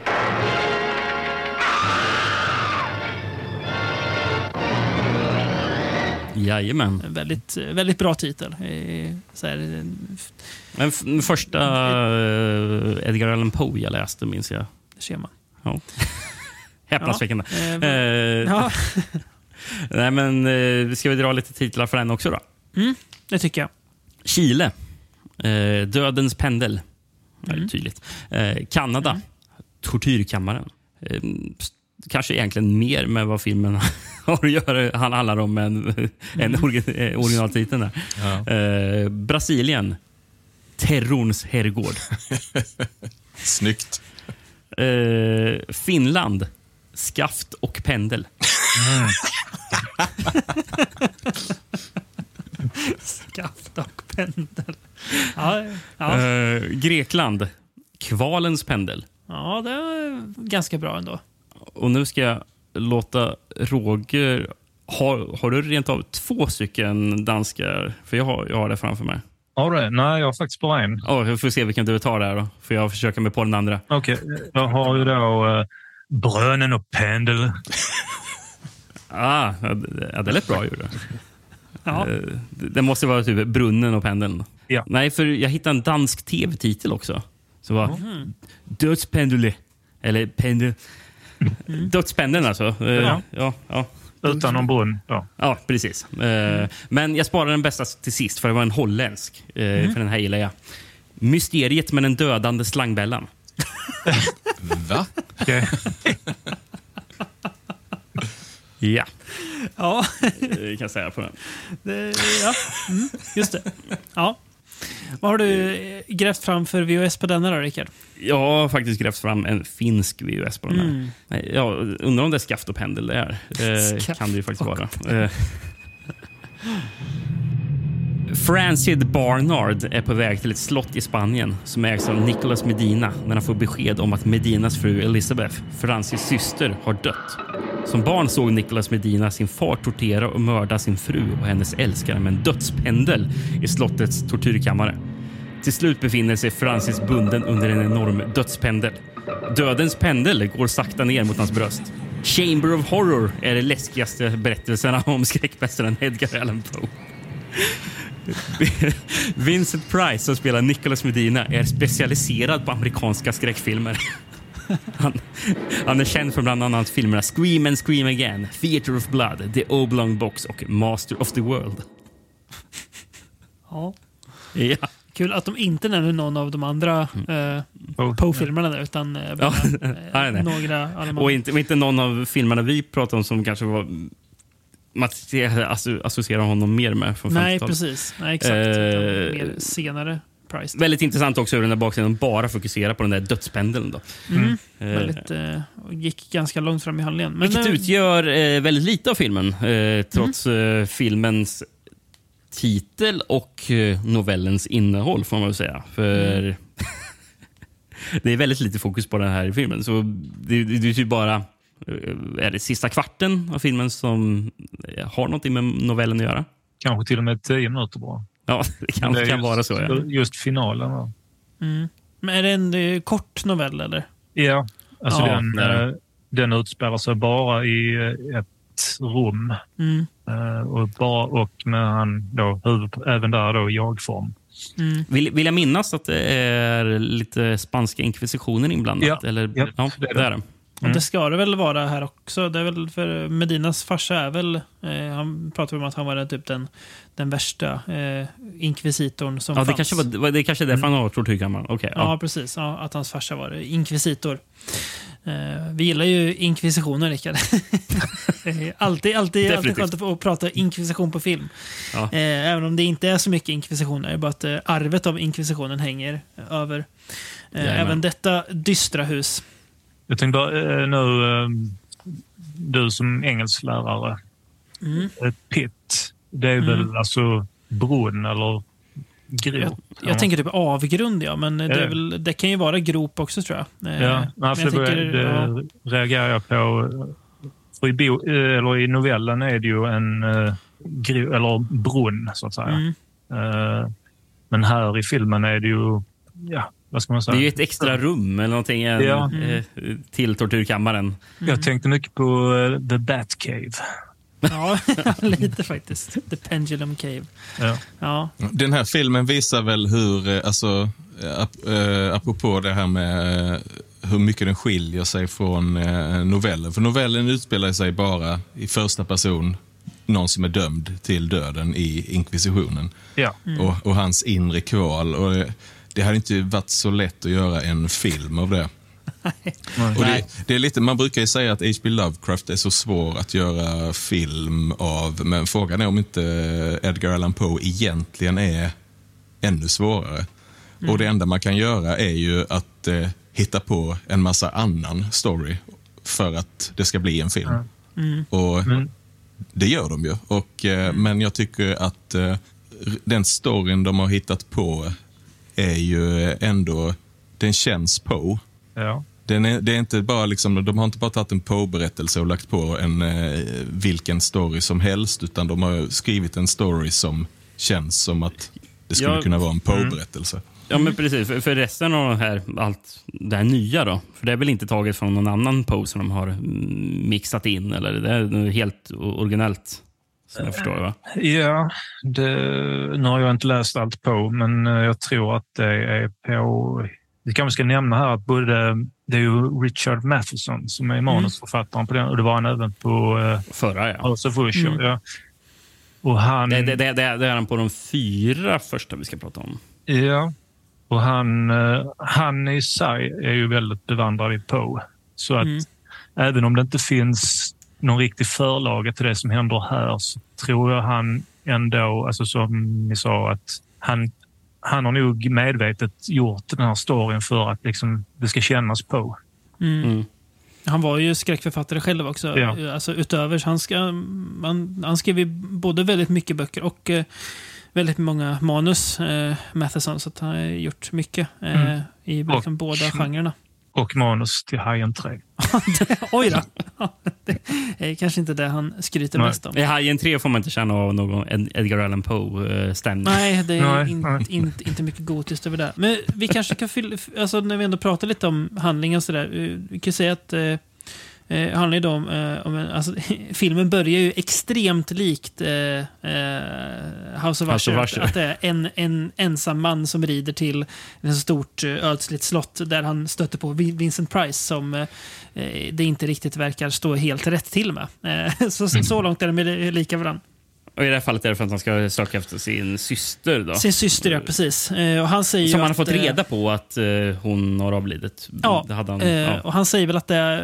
Jajamän. Väldigt, väldigt bra titel. Så här, Men f- första uh, Edgar Allan Poe jag läste, minns jag. Det ser man. Ja. Häpnadsväckande. Ja, eh, uh, ja. Nej, men uh, ska vi dra lite titlar för den också då? Mm, det tycker jag. Chile. Uh, Dödens pendel. Mm. Det är tydligt. Uh, Kanada. Mm. Tortyrkammaren. Uh, kanske egentligen mer med vad filmen har att göra. Han handlar om en, en orgi- originaltiteln där. Ja. Uh, Brasilien. Terrorns herrgård. Snyggt. Uh, Finland. Skaft och pendel. Mm. Skaft och pendel. Ja, ja. Uh, Grekland. Kvalens pendel. Ja, det är ganska bra ändå. Och nu ska jag låta Roger... Har, har du rent av två stycken danskar? För jag har, jag har det framför mig. Har du det? Nej, jag har faktiskt bara en. Oh, jag får se vilken du tar där då. För jag försöker mig på den andra. Okej, okay. Jag har ju då uh, Brönnen och pendel. Ah, ja, det lät bra gjorde. Ja. Uh, det måste vara typ Brunnen och pendeln. Ja. Nej, för jag hittade en dansk tv-titel också. Så var mm. Dödspendule. Eller pendel... Mm. Dödspendeln alltså. Uh, ja. Ja, ja. Utan någon brunn. Ja, ja precis. Mm. Uh, men jag sparade den bästa till sist för det var en holländsk. Uh, mm. För den här gillar jag. Mysteriet med den dödande slangbällan. Va? Okay. Ja. Ja. Det kan jag säga på den. Det, ja, mm, just det. Ja. Vad har du grävt fram för V H S på denna då, Rickard? Jag har faktiskt grävt fram en finsk V H S på den här. Mm. Jag undrar om det är skaft och pendel det är. Det kan det ju faktiskt vara. Francis Barnard är på väg till ett slott i Spanien som ägs av Nicolas Medina när han får besked om att Medinas fru Elizabeth, Francis syster, har dött. Som barn såg Nicolas Medina sin far tortera och mörda sin fru och hennes älskare med en dödspendel i slottets tortyrkammare. Till slut befinner sig Francis bunden under en enorm dödspendel. Dödens pendel går sakta ner mot hans bröst. Chamber of Horror är de läskigaste berättelserna om skräckmästaren Edgar Allan Poe. Vincent Price som spelar Nicolas Medina är specialiserad på amerikanska skräckfilmer. Han, han är känd för bland annat filmerna Scream and Scream Again, Theater of Blood, The Oblong Box och Master of the World. Ja. Ja. Kul att de inte nämner någon av de andra mm. eh, Poe-filmerna där, utan eh, bara, ja. eh, nej, nej. några. Och inte, inte någon av filmerna vi pratade om som kanske var... Man associerar honom mer med från Nej, precis. Nej, exakt. Uh, mer senare Price. Väldigt intressant också hur den där baksidan bara fokuserar på den där dödspendeln. Då. Mm. Mm. Väldigt, eh, gick ganska långt fram i handlingen. Men, Vilket eh, utgör eh, väldigt lite av filmen, eh, trots mm. eh, filmens titel och eh, novellens innehåll, får man väl säga. För mm. det är väldigt lite fokus på den här filmen. Så det, det, det är typ bara är det sista kvarten av filmen som har något med novellen att göra. Kanske till och med tio minuter bara. Ja, det kan, det kan just, vara så. Ja. Just finalen. Ja. Mm. Men är det en det kort novell, eller? Ja, alltså ja, den, äh, den utspelar sig bara i ett rum. Mm. Uh, och, bara, och med han då, huvud, även där då i jag-form. Mm. Vill, vill jag minnas att det är lite spanska inkvisitionen inblandat? Ja, eller? ja, ja det är det. Mm. Och det ska det väl vara här också. Det är väl för Medinas farsa är väl eh, han pratar om att han var typ den, den värsta eh, inkvisitorn som ja, det fanns. Kanske var, det är kanske därför han har tortyrkammaren. Okay, ja. ja, precis. Ja, att hans farsa var inkvisitor. Eh, vi gillar ju inkvisitionen, Rickard. alltid, alltid, alltid skönt att få prata inkvisition på film. Ja. Eh, även om det inte är så mycket inkvisitioner. Det är bara att eh, arvet av inkvisitionen hänger över eh, även detta dystra hus. Jag tänkte bara, nu, du som engelsklärare, mm. pit, det är mm. väl alltså brunn eller grop? Jag, jag tänker typ avgrund, ja, men det, är väl, det kan ju vara grop också, tror jag. Ja, men för tänker, det, det ja. reagerar jag på. För i, bo, eller i novellen är det ju en gro, eller brunn, så att säga. Mm. Men här i filmen är det ju... Ja, vad ska man säga? Det är ju ett extra rum eller någonting en, ja. eh, till tortyrkammaren. Mm. Jag tänkte mycket på uh, The Batcave. Ja, lite faktiskt. The Pendulum Cave. Ja. Ja. Den här filmen visar väl hur, alltså, ap- äh, apropå det här med äh, hur mycket den skiljer sig från äh, novellen. För novellen utspelar sig bara i första person, någon som är dömd till döden i inkvisitionen. Ja. Mm. Och, och hans inre kval. Och det, det hade inte varit så lätt att göra en film av det. Och det, det är lite, man brukar ju säga att H P Lovecraft är så svår att göra film av, men frågan är om inte Edgar Allan Poe egentligen är ännu svårare. Mm. Och det enda man kan göra är ju att eh, hitta på en massa annan story för att det ska bli en film. Mm. Och mm. det gör de ju. Och, eh, mm. Men jag tycker att eh, den storyn de har hittat på är ju ändå, den känns Poe. Ja. Den är, det är inte bara liksom, de har inte bara tagit en Poe-berättelse och lagt på en eh, vilken story som helst, utan de har skrivit en story som känns som att det skulle ja. kunna vara en Poe-berättelse. Mm. Ja, men precis. För, för resten av det här, allt det här nya då, för det är väl inte taget från någon annan Poe som de har mixat in, eller det är helt originellt som jag förstår det, va? Ja, det, nu har jag inte läst allt Poe, men jag tror att det är på... Vi kanske ska nämna här att både, det är ju Richard Matheson som är manusförfattaren mm. på den, och det var han även på uh, förra, ja. House of Usher, mm. ja. Och han... Det, det, det, det är han på de fyra första vi ska prata om. Ja, och han, uh, han i sig är ju väldigt bevandrad i Poe. Så att mm. även om det inte finns någon riktig förlaga till det som händer här, så tror jag han ändå, alltså som ni sa, att han Han har nog medvetet gjort den här storyn för att liksom, det ska kännas på. Mm. Mm. Han var ju skräckförfattare själv också. Ja. Alltså, utöver han, ska, han, han skrev både väldigt mycket böcker och eh, väldigt många manus, eh, Matheson, så att han har gjort mycket eh, mm. i liksom, och, båda genrerna. Och manus till Hajen tre. Oj då. Det är kanske inte det han skryter nej. mest om. I Hajen tre får man inte känna av någon Edgar Allan Poe-stämning. Nej, det är nej. Inte, inte, inte mycket gotiskt över det. Men vi kanske kan fylla, alltså när vi ändå pratar lite om handlingen och sådär, vi kan säga att eh, Eh, handlar ju om, eh, om alltså, filmen börjar ju extremt likt eh, eh, House of Usher, att, att det är en, en ensam man som rider till ett stort ödsligt slott där han stöter på Vincent Price som eh, det inte riktigt verkar stå helt rätt till med. Eh, så, så, så långt är de lika varandra. Och i det här fallet är det för att han ska söka efter sin syster då. Sin syster, ja, precis. Eh, och han säger som ju han att, har fått reda på att eh, hon har avlidit. Ja, det hade han, eh, ja, och han säger väl att det är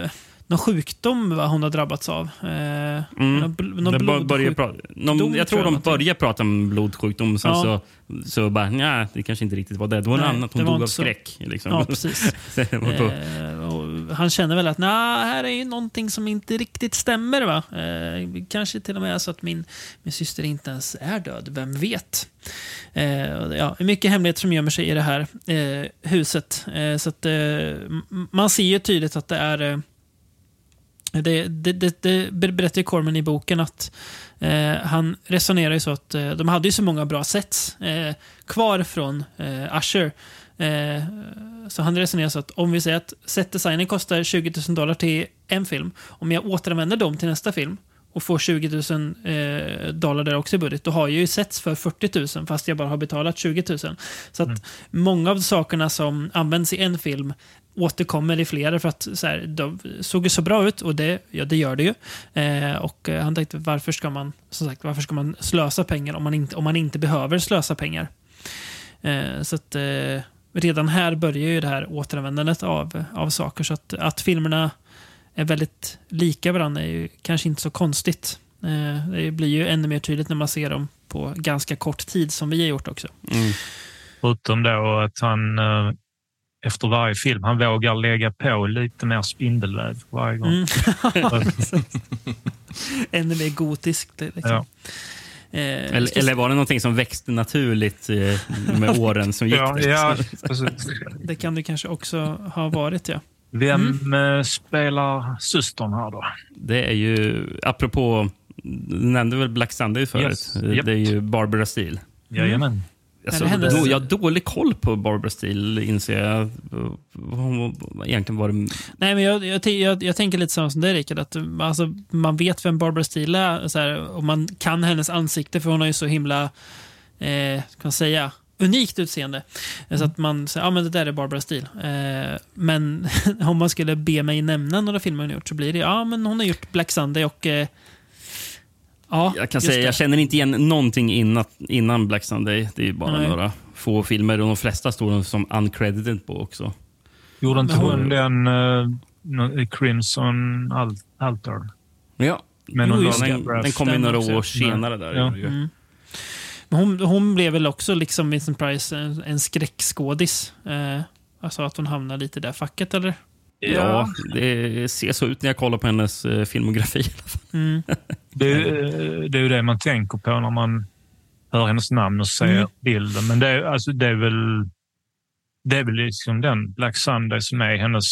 någon sjukdom va, hon har drabbats av. Eh, Mm. någon, någon de börjar pra- någon, jag tror de börjar prata om blodsjukdom, sen ja. så, så bara, nej, det kanske inte riktigt var det. Det var något annat, hon dog av skräck. Liksom. Ja, precis. eh, och han känner väl att nej, här är ju någonting som inte riktigt stämmer. Va? Eh, kanske till och med så att min, min syster inte ens är död, vem vet. Eh, ja, mycket hemligheter som gömmer sig i det här eh, huset. Eh, så att, eh, man ser ju tydligt att det är eh, det, det, det, det berättar Corman i boken att eh, han resonerar ju så att eh, de hade ju så många bra sets eh, kvar från eh, Usher. Eh, så han resonerar så att om vi säger att setdesignen kostar tjugo tusen dollar till en film, om jag återanvänder dem till nästa film och får tjugo tusen eh, dollar där också i budget, då har jag ju sets för fyrtio tusen fast jag bara har betalat tjugo tusen. Så att mm. många av sakerna som används i en film återkommer i flera för att så här, de såg ju så bra ut och det, ja, det gör det ju. Eh, och eh, han tänkte, varför ska man som sagt, varför ska man slösa pengar om man inte, om man inte behöver slösa pengar? Eh, så att eh, redan här börjar ju det här återanvändandet av, av saker, så att, att filmerna är väldigt lika varandra är ju kanske inte så konstigt. Eh, det blir ju ännu mer tydligt när man ser dem på ganska kort tid som vi har gjort också. Mm. Förutom då att han eh, efter varje film, han vågar lägga på lite mer spindelväv varje gång. Mm. ännu mer gotiskt. Liksom. Ja. Eh, eller, eller var det någonting som växte naturligt eh, med åren som gick? ja, ja, det kan det kanske också ha varit, ja. Vem mm. spelar systern här då? Det är ju, apropå, du nämnde väl Black Sunday förut. Yes. Det Yep. är ju Barbara Steele. Jajamän. Alltså, hennes... då, jag har dålig koll på Barbara Steele, inser jag. Hon, egentligen var det... Nej, men jag, jag, jag, jag tänker lite samma som det, Rickard. Att, alltså, man vet vem Barbara Steele är så här, och man kan hennes ansikte, för hon har ju så himla eh, kan man säga, unikt utseende. Mm. Så att man säger, ja men det där är Barbara Steele. Eh, men om man skulle be mig nämna några filmer hon har gjort, så blir det, ja men hon har gjort Black Sunday och eh, ja, jag kan säga, det. Jag känner inte igen någonting innan, innan Black Sunday. Det är ju bara Nej. några få filmer och de flesta står de som uncredited på också. Gjorde inte hon den uh, Crimson Altar? Ja, men jo, hon den, den kom ju några också. år senare där. Ja. Mm. Men hon, hon blev väl också liksom Vincent Price en, en skräckskådis. Eh, alltså att hon hamnar lite där facket, eller? Ja, det ser så ut när jag kollar på hennes eh, filmografi. Mm. det, det är ju det man tänker på när man hör hennes namn och ser mm. bilden. Men det är, alltså, det är väl det är väl liksom den Black Sunday som är hennes,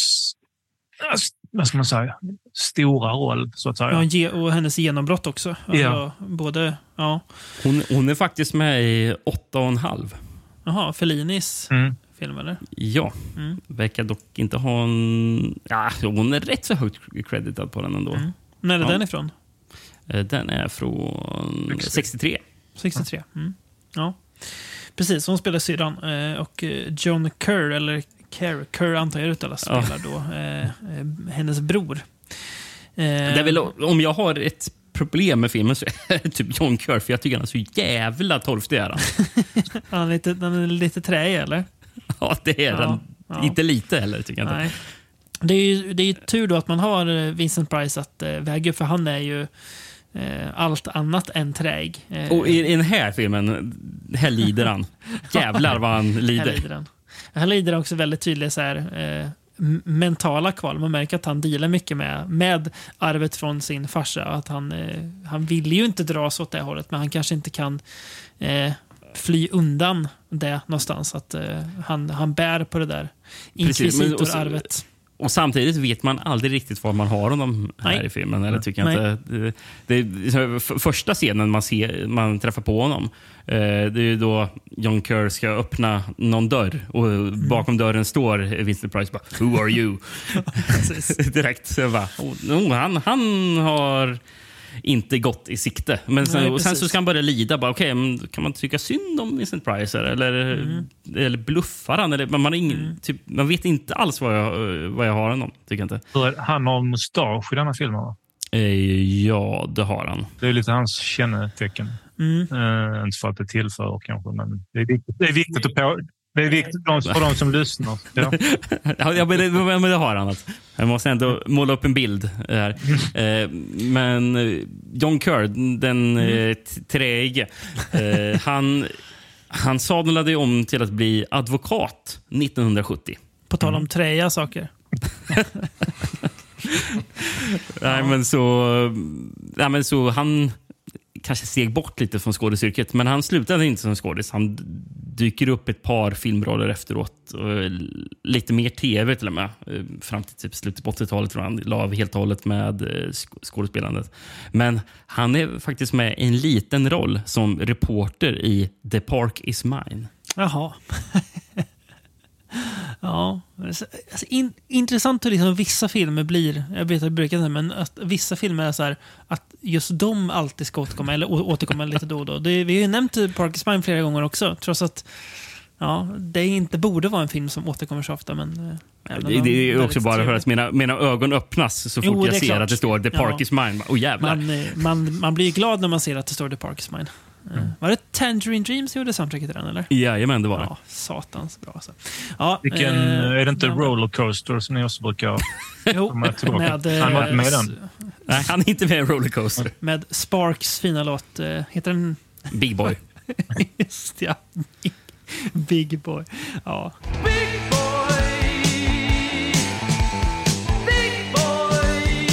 vad ska man säga, stora roll, så att säga. Ja, och hennes genombrott också. Alltså, ja. Både, ja. Hon, hon är faktiskt med i åtta och en halv. Jaha, Fellinis mm. film, eller? Ja, mm. verkar dock inte ha en... Ja, hon är rätt så högt creditad på den ändå. Mm. När är ja. den ifrån? Den är från sextiotre. sextiotre, mm. Ja. Precis, hon spelar syrran. Och John Kerr, eller Kerr, Kerr antar jag uttalas, spelar ja. då eh, hennes bror. Eh, det är väl, om jag har ett problem med filmen så är det typ John Kerr, för jag tycker han är så jävla torftig är han. han, är lite, han är lite träig, eller? Ja, det är han. Ja, ja. Inte lite heller, tycker jag inte. Det är ju det är ju tur då att man har Vincent Price att eh, väga upp, för han är ju eh, allt annat än träig. Eh, Och i, i den här filmen, här lider han. Jävlar vad han lider. Här lider han. Här lider han också väldigt tydligt så här, eh, mentala kval. Man märker att han dealar mycket med, med arvet från sin farsa. Att han, eh, han vill ju inte dras åt det hållet, men han kanske inte kan eh, fly undan det någonstans. Att eh, han, han bär på det där inkvisitorarvet. Och samtidigt vet man aldrig riktigt vad man har honom här Nej. i filmen. Eller tycker jag inte. Det, det, det, första scenen man, ser, man träffar på honom, eh, det är ju då John Kerr ska öppna någon dörr. Och mm. bakom dörren står Vincent Price bara, who are you? Direkt. Så bara, oh, han, han har inte gått i sikte. Men sen, Nej, och sen så ska han börja lida. Bara, okay, kan man tycka synd om Vincent Price? Eller, mm. eller bluffar han? Eller, man, har ingen, mm. typ, man vet inte alls vad jag, vad jag har honom. Tycker jag inte. Han har mustasch i denna filmen, va? Eh, ja, det har han. Det är lite hans kännetecken. Mm. Uh, inte för att det tillför kanske, men det är viktigt, det är viktigt, att, på, Det är viktigt för de som lyssnar. Ja. Ja, men, det, men det har han. Jag måste ändå måla upp en bild här. Eh, men John Kerr, den eh, träige, eh, han, han sadlade om till att bli advokat nittonhundrasjuttio. På tal om träiga saker. Nej, men så, nej, men så han kanske steg bort lite från skådesyrket, men han slutade inte som skådis. Han dyker upp ett par filmroller efteråt och lite mer tv till och med. Fram till typ slutet på åttiotalet tror jag han la av helt och hållet med skådespelandet. Men han är faktiskt med i en liten roll som reporter i The Park Is Mine. Jaha. Ja, alltså, in, intressant hur liksom vissa filmer blir, jag vet att jag brukar säga, men att vissa filmer är så här att just de alltid ska återkomma eller å, återkomma lite då och då. Det, vi har ju nämnt Park Is Mine flera gånger också, trots att ja, det inte borde vara en film som återkommer så ofta, men ja, det, det är också bara för att mina, mina ögon öppnas så fort jo, jag ser klart. Att det står The Park ja. Is Mine. Oh, jävlar. Man, man, man blir ju glad när man ser att det står The Park Is Mine. Mm. Var det Tangerine Dreams som gjorde soundtracket till den, eller? Jajamän, det var det. Ja, satans bra. Alltså. Ja, Vilken, eh, är det inte ja. Rollercoaster som ni också brukar jo, med, han var inte med i den. Nej, han är inte med i Rollercoaster. Med Sparks fina låt, heter den? Big Boy. Just ja, Big Boy. Ja. Big Boy! Big Boy!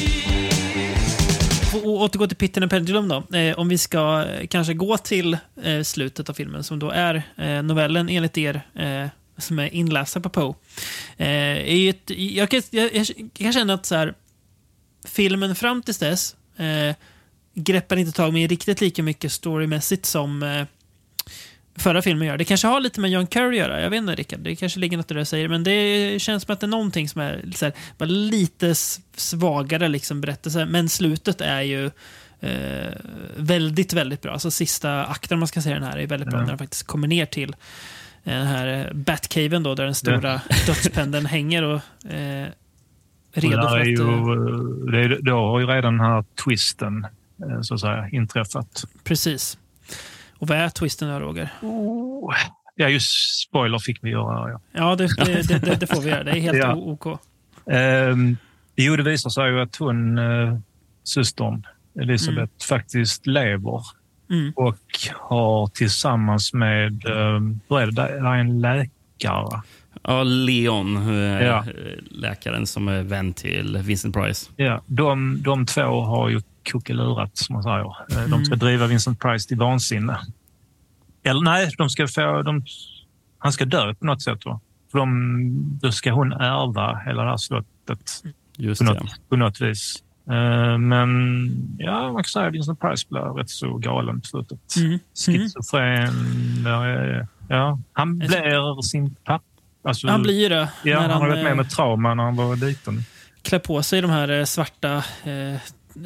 Och återgå till Pitten and Pendulum då. Eh, om vi ska eh, kanske gå till eh, slutet av filmen som då är eh, novellen enligt er eh, som är inlästa på Poe. Eh, är ett, jag, kan, jag, jag kan känna att så här, filmen fram tills dess eh, greppar inte tag med riktigt lika mycket storymässigt som eh, förra filmen gör. Det kanske har lite med John Kerr att göra. Jag vet inte, Rickard. Det kanske ligger något i det jag säger. Men det känns som att det är någonting som är så här, bara lite svagare liksom, berättelse. Men slutet är ju eh, väldigt, väldigt bra. Alltså sista akten man ska säga den här är väldigt bra. Ja. När den faktiskt kommer ner till den här Batcaven då, där den stora ja. dödspendeln hänger och eh, redo för att... Ju, det, då har ju redan den här twisten så att säga inträffat. Precis. Och vad är twisten då, Roger? Oh, ja, just spoiler fick vi göra. Ja, ja det, det, det, det får vi göra. Det är helt ja. OK. Um, jo, det visar sig ju att hon, uh, systern Elisabeth, mm. faktiskt lever. Mm. Och har tillsammans med um, vad är det? Det är en läkare. Ja, Leon, ja. läkaren som är vän till Vincent Price. Ja, de, de två har ju kuckelurat, som man säger. Mm. De ska driva Vincent Price till vansinne. Eller nej, de ska få, de, han ska dö på något sätt. Va? För de, då ska hon ärva hela det här slottet. Just på, det. Något, på något vis. Uh, men ja, man kan säga att Vincent Price blir rätt så galen på slutet. Mm. Schizofren. Mm. Ja, han blir sin pappa. Alltså, han blir det. Ja, han, han har varit med med trauma när han var liten. Klär på sig de här svarta eh,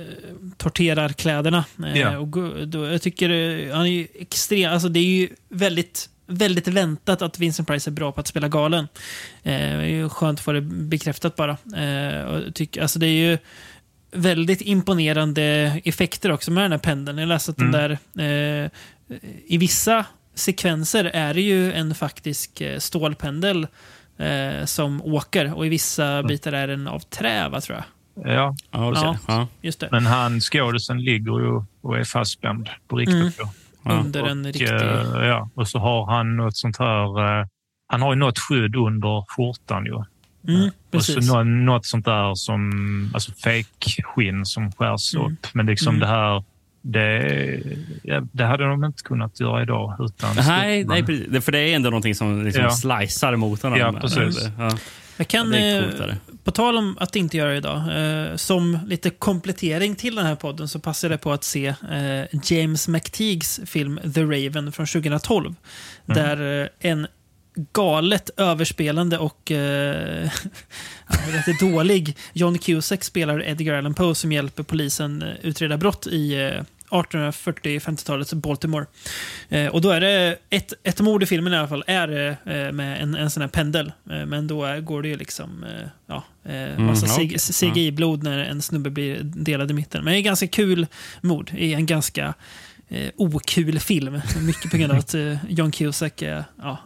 torterarkläderna. Eh, ja. och då, jag tycker han är ju extrem. Alltså det är ju väldigt, väldigt väntat att Vincent Price är bra på att spela galen. Eh, det är ju skönt att få det bekräftat bara. Eh, och tyck, alltså det är ju väldigt imponerande effekter också med den här pendeln. Jag läste att mm. den där eh, i vissa sekvenser är det ju en faktisk stålpendel eh, som åker, och i vissa mm. bitar är den av trä, va, tror jag. Ja, ja, ja, just det. Men han, skådisen, ligger ju och är fastspänd på riktigt. Mm. Ja. Under och, en riktig... Ja, och så har han något sånt här... Eh, han har ju något skydd under skjortan ju. Mm, och så något, något sånt där som... Alltså fake skinn som skärs mm. upp. Men liksom mm. det här... Det, ja, det hade de inte kunnat göra idag utan... Nej, nej, för det är ändå någonting som liksom ja. slicear mot honom. Ja, precis. Ja. Jag kan, eh, på tal om att inte göra det idag, eh, som lite komplettering till den här podden så passar det på att se eh, James McTeagues film The Raven från tjugohundratolv. Mm. Där eh, en galet överspelande och eh, rätt dålig John Cusack spelar Edgar Allan Poe som hjälper polisen utreda brott i eh, arton fyrtio-femtiotalets Baltimore. Eh, och då är det ett, ett mord i filmen i alla fall är eh, med en, en sån här pendel. Eh, men då är, går det ju liksom eh, ja, eh, massa mm, okay. C G I-blod när en snubbe blir delad i mitten. Men det är ganska kul mord i en ganska eh, okul film. Mycket på grund av att eh, John Cusack är, ja, han är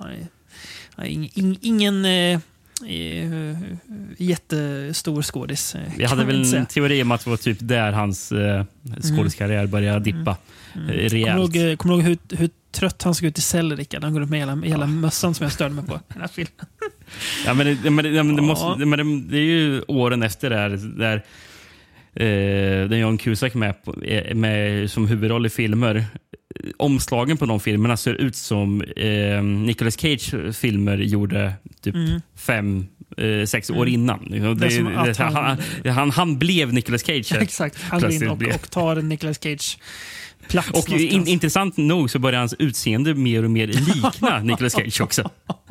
ja, ing, ingen eh, eh, jättestor skådis. Eh, Vi hade väl en teori om att det var typ där hans eh, skådiskarriär började dippa. Mm. Eh, rejält. Kommer du ihåg, kommer du ihåg hur, hur trött han såg ut i cell, Rickard? Han går upp med hela, hela mössan som jag störde mig på i den här filmen. Ja, men det, men det, men det, Ja. måste, men det, det är ju åren efter där, där eh, där John Cusack med, på, är med som huvudroll i filmer. Omslagen på de filmerna ser ut som eh, Nicolas Cage filmer gjorde typ Mm. fem, eh, sex Mm. år innan. Det, Det är som det, att han, han- han, han, han blev Nicolas Cage. Exakt, han går in Plötsligt och, blev- och tar en Nicolas Cage plats Och in, någonstans. intressant nog så börjar hans utseende mer och mer likna Nicolas Cage också.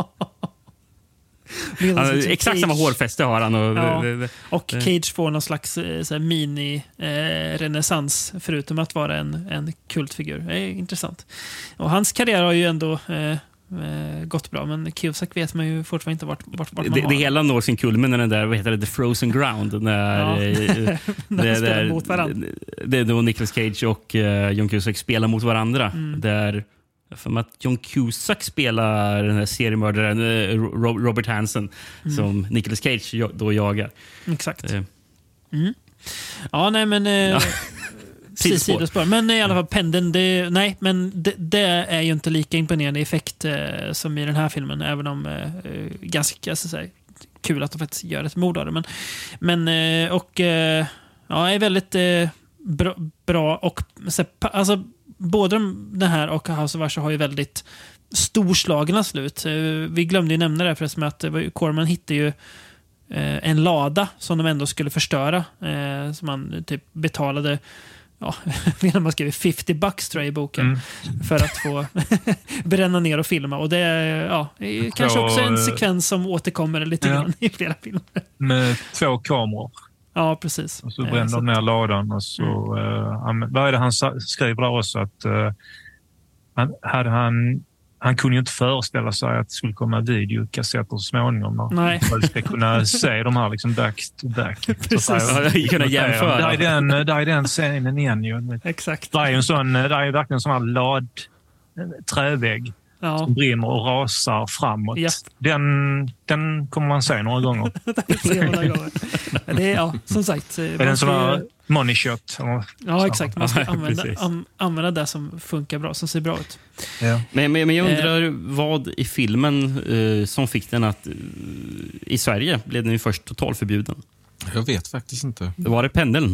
Medan Han, har liksom exakt Cage- samma hårfäste har han. Och, Ja. det, det, Och det- Cage får någon slags eh, så här mini-renässans förutom att vara en, en kultfigur. Det är intressant. Och hans karriär har ju ändå eh, eh, gått bra, men Cusack vet man ju fortfarande inte vart, vart, vart man det, har. det hela når sin kulmen när den där, vad heter det, The Frozen Ground. När, Ja. eh, När de det, spelar där- mot varandra. det är då Nicolas Cage och uh, John Cusack spelar mot varandra. Mm. Där, för att John Cusack spelar den här seriemördaren eh, Ro- Robert Hansen Mm. som Nicolas Cage jo- då jagar. Exakt. Eh, Mm. Ja, nej men... Eh, Ja. Precis, Sidospår. sidospår. Men i alla fall pendeln, det, nej, men det, det är ju inte lika imponerande effekt eh, som i den här filmen, även om eh, eh, ganska så att säga, kul att de faktiskt gör ett mord av det. Men, men eh, och eh, ja, är väldigt eh, bra, bra och så, pa- alltså, både de- den här och House of Usher har ju väldigt storslagna slut. Eh, vi glömde ju nämna det förresten, att eh, Corman hittade ju eh, en lada som de ändå skulle förstöra, eh, som man typ betalade, ja, man skrev femtio bucks tror jag i boken, Mm. för att få bränna ner och filma. Och det är, ja, är ju kanske Ja, också en eh, sekvens som återkommer lite ja. grann i flera filmer. Med två kameror. Ja, precis. Och så Eh, brände så de att- ner ladan. Och så, eh, han, vad är det han sa- skriver där också? Att, eh, han, hade han, han kunde ju inte föreställa sig att det skulle komma videokassetter så småningom. Då. Nej. För att vi ska kunna se de här liksom back to back. Precis. Så att säga. Kunna jämföra. Där är den, där är den scenen igen ju. Exakt. Det är ju en sån, det är ju verkligen en sån här lad trävägg Ja. som brinner och rasar framåt. Ja. Den, den kommer man se några gånger. Se några gånger. Det är, ja, som sagt. eh, Är man den ska sån ju- här money shot? Ja, exakt. Man ska Ja, använda, precis. an, använda det som funkar bra, som ser bra ut. Ja. Men, men, men jag Eh. undrar vad i filmen eh, som fick den att... Eh, I Sverige blev den ju först totalförbjuden. Jag vet faktiskt inte. Var det pendeln?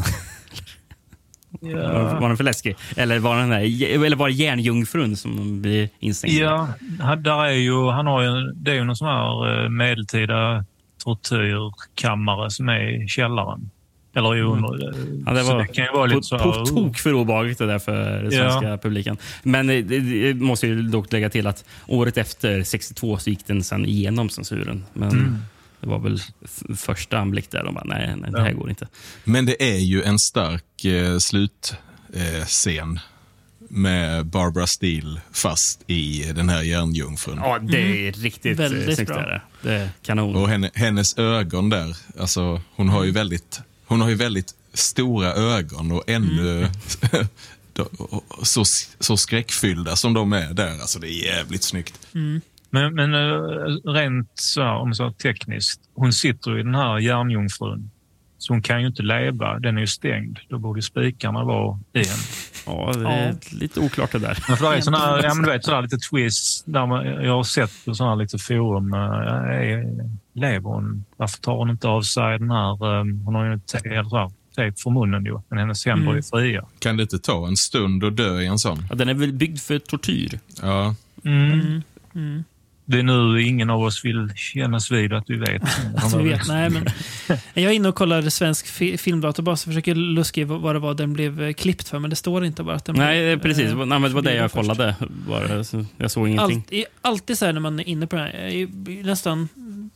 Ja. Var den för läskig? Eller var, den där, eller var det järnjungfrun som blir instängd? Ja, han- där är ju, han har ju, det är ju någon sån här eh, medeltida tortyrkammare som är i källaren. Eller ju under... Ja, det så var det kan ju vara på, lite så här, på tok för obehagligt det där för den Ja. svenska publiken. Men eh, det, det måste ju dock lägga till att året efter, sextiotvå, så gick den sen igenom censuren. Men Mm. det var väl f- första anblick där de bara, nej, nej det här Ja. går inte. Men det är ju en stark eh, slutscen eh, scen med Barbara Steele fast i den här järnjungfrun. Ja, det är riktigt Väldigt Väldigt snyggt. bra. Där. Det är kanon. Och henne, hennes ögon där, alltså hon har ju väldigt, hon har ju väldigt stora ögon och ännu då- så, så skräckfyllda som de är där. Alltså det är jävligt snyggt. Men, men eh, rent så här, om så här, tekniskt, hon sitter ju i den här järnjungfrun. Så hon kan ju inte leva, den är ju stängd. Då borde ju spikarna vara i henne. Ja, det är lite oklart det där. Men för det är såna här, ja, men du vet, sådär lite twist där man, jag har sett på sådana här lite forum. Äh, är, lever hon? Varför tar hon inte av sig den här? Um, hon har ju te- eller så här, tejp för munnen ju, men hennes händer Mm. är fria. Kan det inte ta en stund att dö i en sån? Ja, den är väl byggd för tortyr. Ja. Mm. Mm. Mm. Det är nu ingen av oss vill kännas vid att vi vet. Att vi vet, nej, men jag är inne och kollar svensk fi- filmdatabas och försöker luska i vad vad det var den blev eh, klippt för, men det står inte bara att den Nej, blev, precis. eh, Nej, men det var det jag först. kollade. Bara, så jag såg ingenting. Allt, är alltid så här när man är inne på det här, jag är ju nästan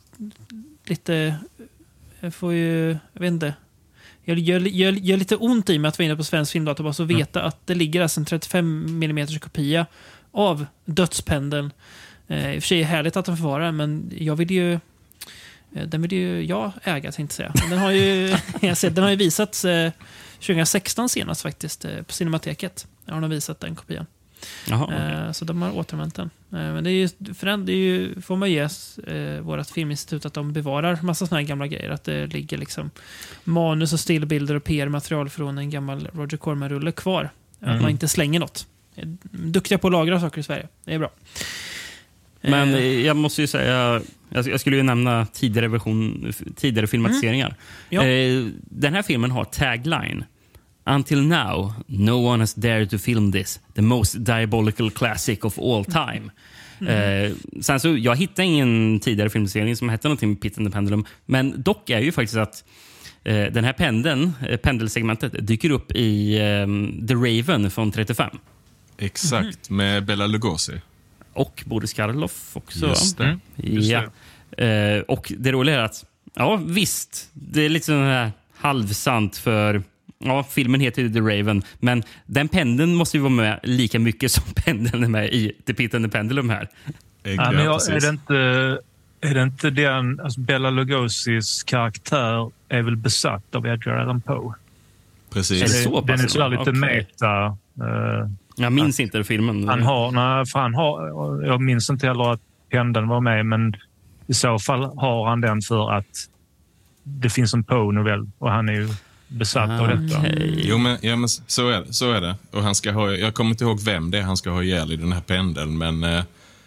lite, jag får ju, jag vet inte, jag gör, gör, gör lite ont i mig att vara inne på svensk filmdatabas och veta att det ligger alltså en trettiofem millimeter kopia av Dödspendeln. Eh, I och för sig är det härligt att de förvarar den, men jag vill ju, eh, den vill ju jag äga, tänkte säga. Men den har ju, jag ser, den har ju visats eh, tjugohundrasexton senast faktiskt, eh, på Cinemateket. Där har de visat den kopian. Jaha, okay. eh, så de har återanvänt den. Eh, men det är ju, för den, det är ju, får man ge eh, vårt filminstitut att de bevarar massa såna här gamla grejer. Att det ligger liksom manus och stillbilder och P R-material från en gammal Roger Corman-rulle kvar. Mm. Att man inte slänger något. Duktiga på att lagra saker i Sverige. Det är bra. Men eh. jag måste ju säga, jag skulle ju nämna tidigare version, tidigare filmatiseringar. Mm. Ja. Eh, den här filmen har tagline: Until now, no one has dared to film this, the most diabolical classic of all time. Mm. Eh, sen så, jag hittade ingen tidigare filmserie som hette någonting med Pit and the Pendulum, men dock är ju faktiskt att eh, den här pendeln, eh, pendelsegmentet dyker upp i eh, The Raven från trettiofem. Exakt, mm. med Bela Lugosi. Och Boris Karloff också. Just det. Mm. Just ja. det. Eh, och det roliga är att, ja visst, det är lite sån här halvsant för... Ja, filmen heter ju The Raven, men den pendeln måste ju vara med lika mycket som pendeln är med i The Pit and the Pendulum här. Ja, men jag, är det inte, är det inte den, alltså Bela Lugosis karaktär är väl besatt av Edgar Allan Poe? Precis. Är det, så den är så lite okay. meta. Uh, jag minns inte filmen. Han har, nej, för han har, jag minns inte heller att pendeln var med, men i så fall har han den för att det finns en Poe-novell och han är ju besatt ah, av detta. Okay. Jo, men, ja, men så, är det, så är det. Och han ska ha, jag kommer inte ihåg vem det är han ska ha ihjäl i den här pendeln, men eh,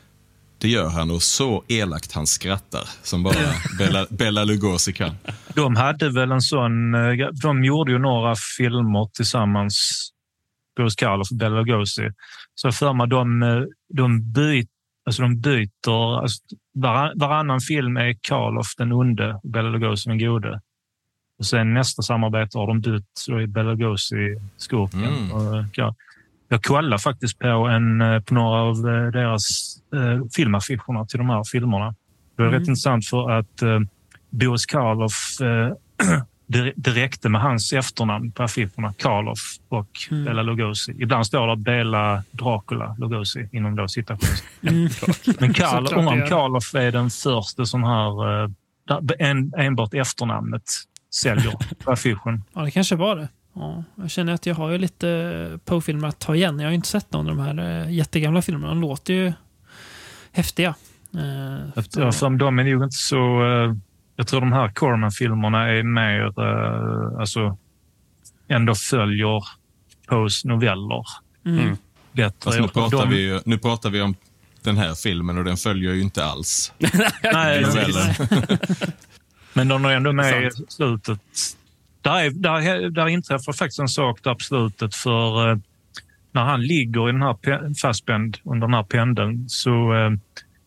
det gör han och så elakt han skrattar som bara Bela, Bela Lugosi kan. De hade väl en sån, de gjorde ju några filmer tillsammans, Boris Karloff och Bela Lugosi. Så för mig, de, de, byt, alltså de byter, alltså var, varannan film är Karloff den onde och Bela Lugosi den gode. Och sen nästa samarbete har de bytt, så är Bela Lugosi skurken. Mm. Och, ja, jag kollade faktiskt på, en, på några av deras eh, filmaffischerna till de här filmerna. Det är mm. rätt intressant för att eh, Boris Karloff, eh, det, det räckte med hans efternamn på affischerna, Karloff och mm. Bela Lugosi. Ibland står det Bela Dracula Lugosi inom då citationstecken. Mm. Men Karl, om Karloff är den första sån här, eh, en, enbart efternamnet säljer på affischen. Ja, det kanske var det. Ja, jag känner att jag har ju lite Poe-filmer att ta igen. Jag har ju inte sett någon av de här äh, jättegamla filmerna. De låter ju häftiga. Äh, ja, för de är nog inte så... Äh, jag tror de här Corman-filmerna är mer... Äh, alltså, ändå följer Poes noveller. Mm. Bättre. Alltså, nu, pratar de... vi ju, nu pratar vi om den här filmen och den följer ju inte alls. Nej, men de är ändå med i slutet. Där, är, där, där inträffar faktiskt en sak där på slutet, för eh, när han ligger i den här pe- fastspänd under den här pendeln, så eh,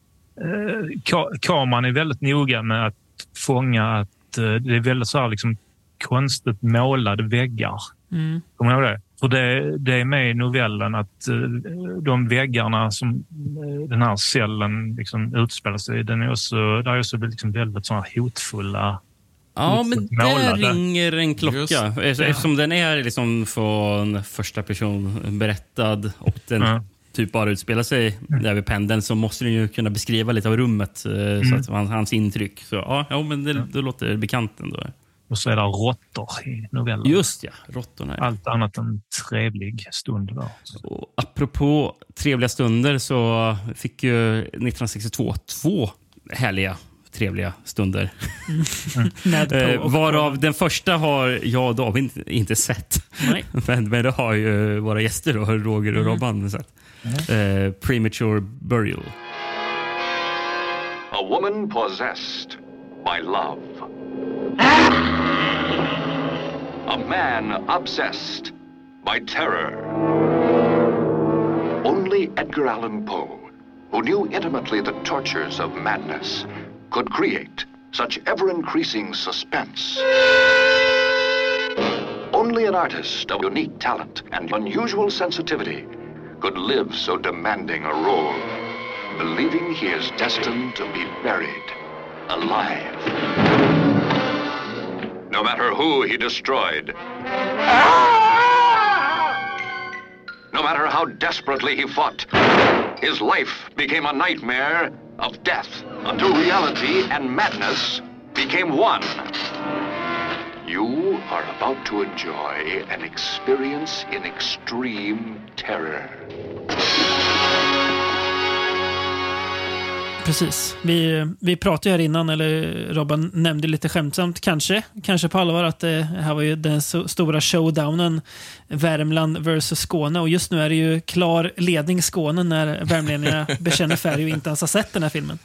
ka- kameran är väldigt noga med att fånga att eh, det är väldigt så här liksom konstigt målade väggar. Mm. Kommer du ihåg det? För det, det är med i novellen att eh, de väggarna som eh, den här cellen liksom utspelar sig i, den är också, där är också liksom väldigt så här hotfulla. Ja, men där ringer en klocka. Just, eftersom ja. den är liksom från första person berättad och den ja. typ bara utspelar sig mm. där vid pendeln, så måste den ju kunna beskriva lite av rummet mm. så att man, hans intryck. Så ja, ja men det, det låter bekant ändå. Och så är det råttor i novellen. Just ja, råttorna. Allt annat än trevlig stund då. Och apropå trevliga stunder så fick ju nittonhundrasextiotvå två härliga trevliga stunder. Mm. eh, varav den första har jag och David inte sett. Nej. men, men det har ju våra gäster då, Roger och mm. Robban sett. Mm. Eh, Premature Burial. A woman possessed by love. A man obsessed by terror. Only Edgar Allan Poe, who knew intimately the tortures of madness, could create such ever-increasing suspense. Only an artist of unique talent and unusual sensitivity could live so demanding a role, believing he is destined to be buried alive. No matter who he destroyed, no matter how desperately he fought, his life became a nightmare of death, until reality and madness became one. You are about to enjoy an experience in extreme terror. Precis. Vi, vi pratade här innan, eller Robban nämnde lite skämtsamt, kanske, kanske på allvar, att det här var ju den so- stora showdownen, Värmland versus Skåne. Och just nu är det ju klar ledning Skåne när värmlänningarna bekänner färg och inte ens har sett den här filmen.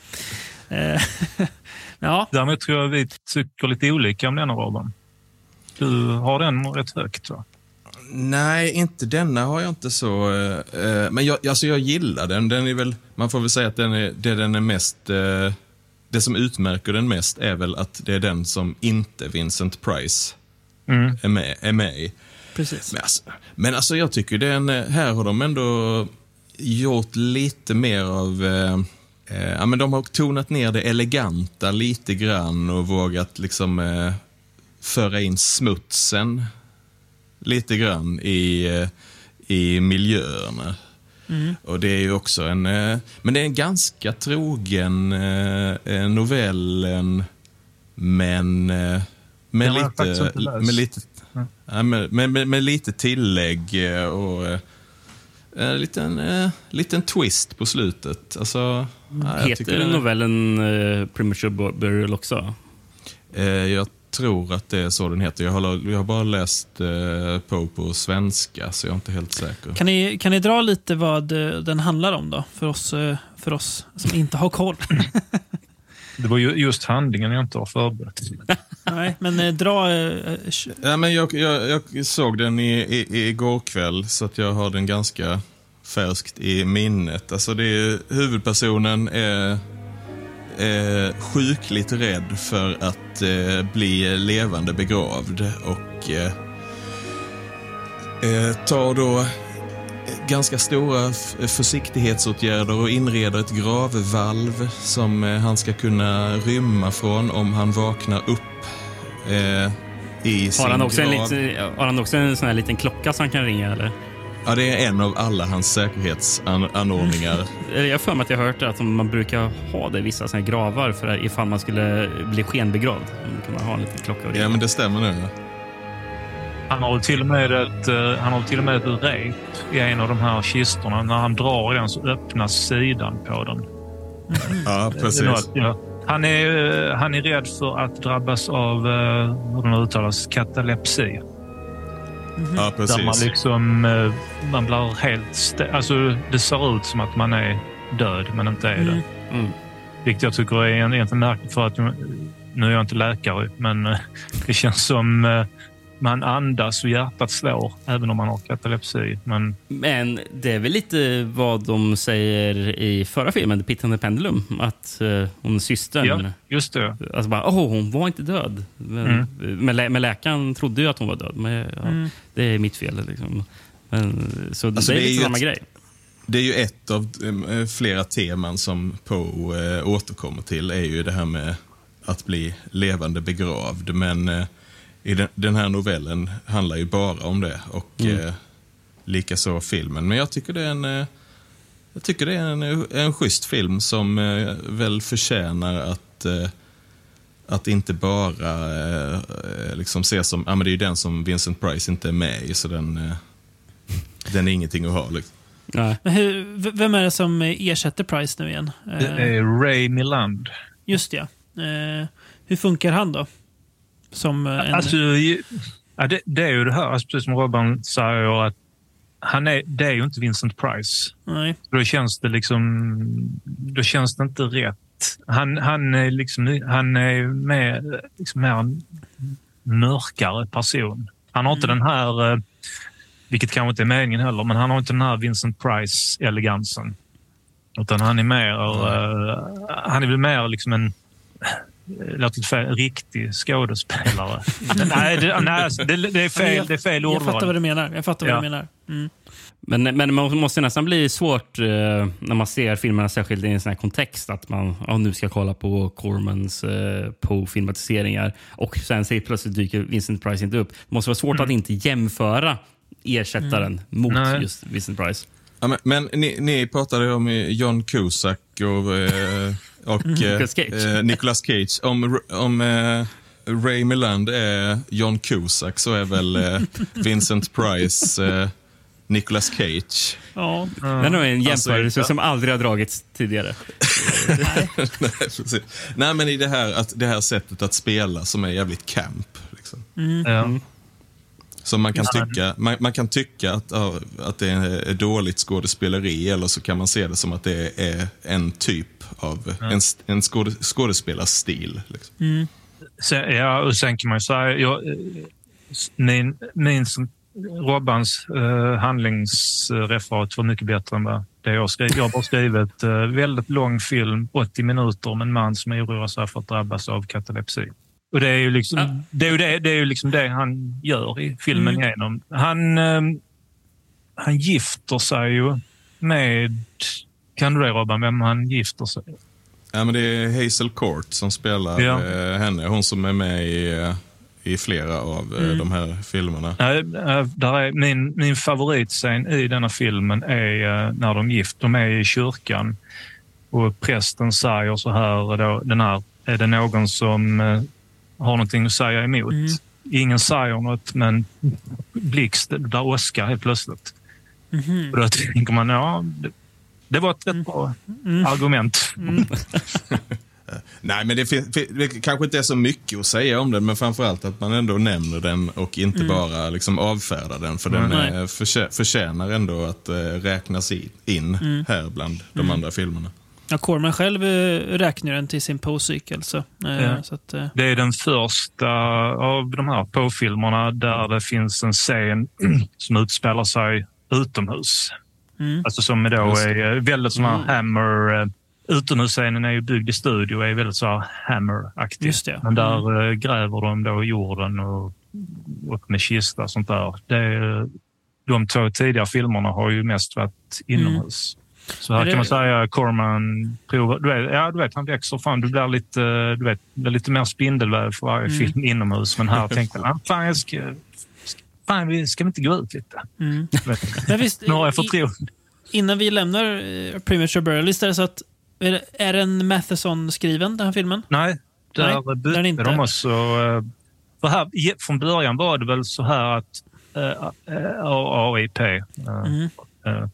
Ja. Därmed tror jag vi tycker lite olika om denna, Robban. Du har den rätt högt, va? Nej, inte denna har jag inte så... Eh, men jag, alltså jag gillar den. Den är väl, man får väl säga att den är, det den är mest... Eh, det som utmärker den mest är väl att det är den som inte Vincent Price mm. är, med, är med i. Precis. Men alltså, men alltså jag tycker den... Här har de ändå gjort lite mer av... Eh, eh, ja, men de har tonat ner det eleganta lite grann och vågat liksom eh, föra in smutsen lite grann i, i miljöerna. Mm. Och det är ju också en... Men det är en ganska trogen novellen, men med lite... Med lite, mm. ja, med, med, med lite tillägg och en liten, en liten twist på slutet. Alltså, ja, heter den novellen uh, Premature Burial också? Uh, jag tror att det är så den heter. Jag har, jag har bara läst eh, på på svenska, så jag är inte helt säker. Kan ni, kan ni dra lite vad eh, den handlar om då? För oss, eh, för oss som inte har koll. Det var ju just handlingen jag inte har förberett. Nej, men eh, dra... Eh, ja, men jag, jag, jag såg den i, i, igår kväll, så att jag har den ganska färskt i minnet. Alltså det är, huvudpersonen är... Eh, sjukligt rädd för att eh, bli levande begravd och eh, eh, tar då ganska stora f- försiktighetsåtgärder och inreder ett gravvalv som eh, han ska kunna rymma från om han vaknar upp eh, i sin har han också grav. En liten, har han också en sån här liten klocka som han kan ringa, eller? Ja, det är en av alla hans säkerhetsanordningar. Jag får mig att jag har hört att man brukar ha det i vissa såna här gravar för ifall man skulle bli skenbegravd. Då kan man ha en liten klocka och ringa. Ja, men det stämmer nu. Han har till och med ett, han har till och med ett rep i en av de här kistorna. När han drar i den så öppnas sidan på den. Ja, precis. Ja. Han är, han är rädd för att drabbas av, hur det uttalas, katalepsi. Mm-hmm. Ja, precis. Där man liksom, man blir helt... St- alltså, det ser ut som att man är död, men inte är det. Mm. Vilket jag tycker är egentligen märkligt, för att nu är jag inte läkare, men det känns som man andas och hjärtat slår även om man har katalepsi. Men, men det är väl lite vad de säger i förra filmen, The Pit and the Pendulum, att uh, hon systern... Ja, just det. Alltså bara, åh, oh, hon var inte död. Men, mm. men, lä- men läkaren trodde ju att hon var död. Men ja, mm. det är mitt fel. Liksom. Men, så alltså, det är lite samma ett, grej. Det är ju ett av eh, flera teman som Poe eh, återkommer till, är ju det här med att bli levande begravd. Men... Eh, I den, den här novellen handlar ju bara om det, och mm. eh, likaså filmen. Men jag tycker det är en, eh, jag tycker det är en, en schysst film som eh, väl förtjänar att, eh, att inte bara eh, liksom ses som, ja, men det är ju den som Vincent Price inte är med i, så den, eh, den är ingenting att ha. Liksom. Nej. Men hur, vem är det som ersätter Price nu igen? Det är Ray Milland. Just det. Eh, hur funkar han då? Som en... Alltså, ja, det, det är ju det här, alltså, precis som Robban säger, att han är, det är ju inte Vincent Price. Nej. Då känns det liksom, då känns det inte rätt. Han, han är liksom, han är mer, liksom mer en mörkare person. Han har inte mm. den här, vilket kanske inte är meningen heller, men han har inte den här Vincent Price-elegansen. Utan han är mer, mm. uh, han är väl mer liksom en... låter fel, riktig skådespelare. nej, det, nej det, det är fel, det är fel ordval. Jag fattar vad du menar. Jag fattar ja. vad du menar. Mm. Men, men man måste nästan bli svårt eh, när man ser filmerna, särskilt i en sån här kontext, att man ja, nu ska kolla på Cormans eh, Poe-filmatiseringar och sen säger plötsligt dyker Vincent Price inte upp. Det måste vara svårt mm. att inte jämföra ersättaren mm. mot nej. just Vincent Price. Ja, men men ni, ni pratade om John Cusack och... Eh, och Nicolas Cage. Eh, Nicolas Cage. Om, om eh, Ray Milland är John Cusack, så är väl eh, Vincent Price eh, Nicolas Cage. Ja. Mm. Det är nog en jämförelse alltså, som aldrig har dragits tidigare. Nej. Nej, precis. Nej, men i det här, att, det här sättet att spela som är jävligt camp. Liksom. Mm. Ja. Så man kan tycka, man, man kan tycka att, att det är dåligt skådespeleri, eller så kan man se det som att det är en typ av ja. en, en skåde, skådespelarstil. Liksom. Mm. Sen, ja, och sen kan man ju säga, jag, min, min Robbans uh, handlingsreferat var mycket bättre än vad det jag skrev. Jag har bara skrivit uh, väldigt lång film, åttio minuter, om en man som oroar sig för att drabbas av katalepsi. Och det är ju liksom, ja. det, är ju det, det, är ju liksom det han gör i filmen mm. genom. Han, um, han gifter sig ju med... Kan du det, Robban, vem han gifter sig? Ja, men det är Hazel Court som spelar ja. eh, henne. Hon som är med i, i flera av eh, mm. de här filmerna. Ja, där är min, min favoritscen i denna filmen är eh, när de gift. De är i kyrkan och prästen säger så här, då, den här, är det någon som eh, har någonting att säga emot? Mm. Ingen säger något, men blixt, där åskar helt plötsligt. Mm. Och då tänker man, ja... Det, Det var ett rätt bra mm. argument. Mm. Nej, men det, det kanske inte är så mycket att säga om den, men framförallt att man ändå nämner den och inte mm. bara liksom avfärdar den, för mm. den är, förtjä, förtjänar ändå att äh, räknas in mm. här bland de mm. andra filmerna. Ja, Corman själv äh, räknar den till sin Poe-cykel. Så, äh, ja. så att, äh. Det är den första av de här Poe-filmerna där det finns en scen som utspelar sig utomhus. Mm. Alltså som då är väldigt sån här mm. Hammer... Utomhusscenen är ju byggd i studio och är väldigt så här Hammer-aktig. Just det. Men där mm. gräver de då jorden och, och med kista och sånt där. Det är, de två tidigare filmerna har ju mest varit inomhus. Mm. Så här det... kan man säga Corman provar... Du vet, ja, du vet, han växer fan. Du blir lite, du vet, det är lite mer spindelväv för varje mm. film inomhus. Men här tänkte jag, fan jag ska... Fan, vi ska inte gå ut lite. Mm. Men visst, några förtroende. Innan vi lämnar uh, Premature Burial, är det så att är, det, är den Matheson-skriven, den här filmen? Nej, där bytte inte. De också. Uh, för här, från början var det väl så här att uh, A I P uh, mm. uh,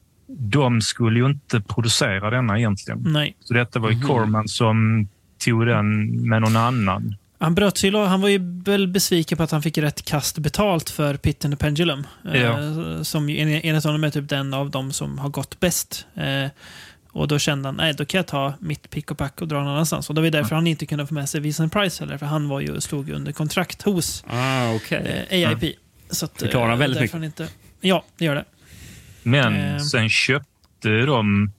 de skulle ju inte producera denna egentligen. Nej. Så detta var ju mm. Corman som tog den med någon annan. Han bröt sig, han var ju väl besviken på att han fick rätt kast betalt för Pit and the Pendulum. Ja. Eh, som enligt honom är typ den av dem som har gått bäst. Eh, och då kände han, nej, då kan jag ta mitt pick och pack och dra någon annanstans. Och det var därför han inte kunde få med sig Vincent Price heller, för han var ju, stod under kontrakt hos ah, okay. eh, A I P. Mm. Så att, det klarar han väldigt mycket. Han inte, ja, det gör det. Men eh. sen köpte de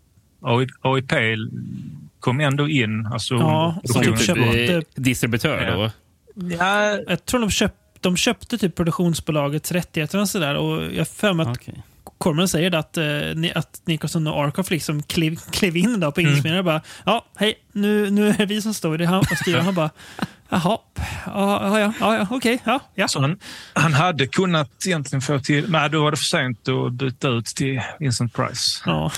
A I P kom ändå in. Alltså, ja, som de köpte distributör ja. då? Ja, jag tror de köpte, de köpte typ produktionsbolagets rättigheter och sådär. Och jag för mig att okay. Corman säger att, uh, att Nicholson och Arkoff liksom klev, klev in då på inspelningen mm. och bara, ja, hej, nu, nu är det vi som står i det. Och styren han bara, jaha, ja, ja, ja, okej, okay, ja, ja. Så han, han hade kunnat egentligen få till, men då var det för sent att byta ut till Vincent Price. Ja.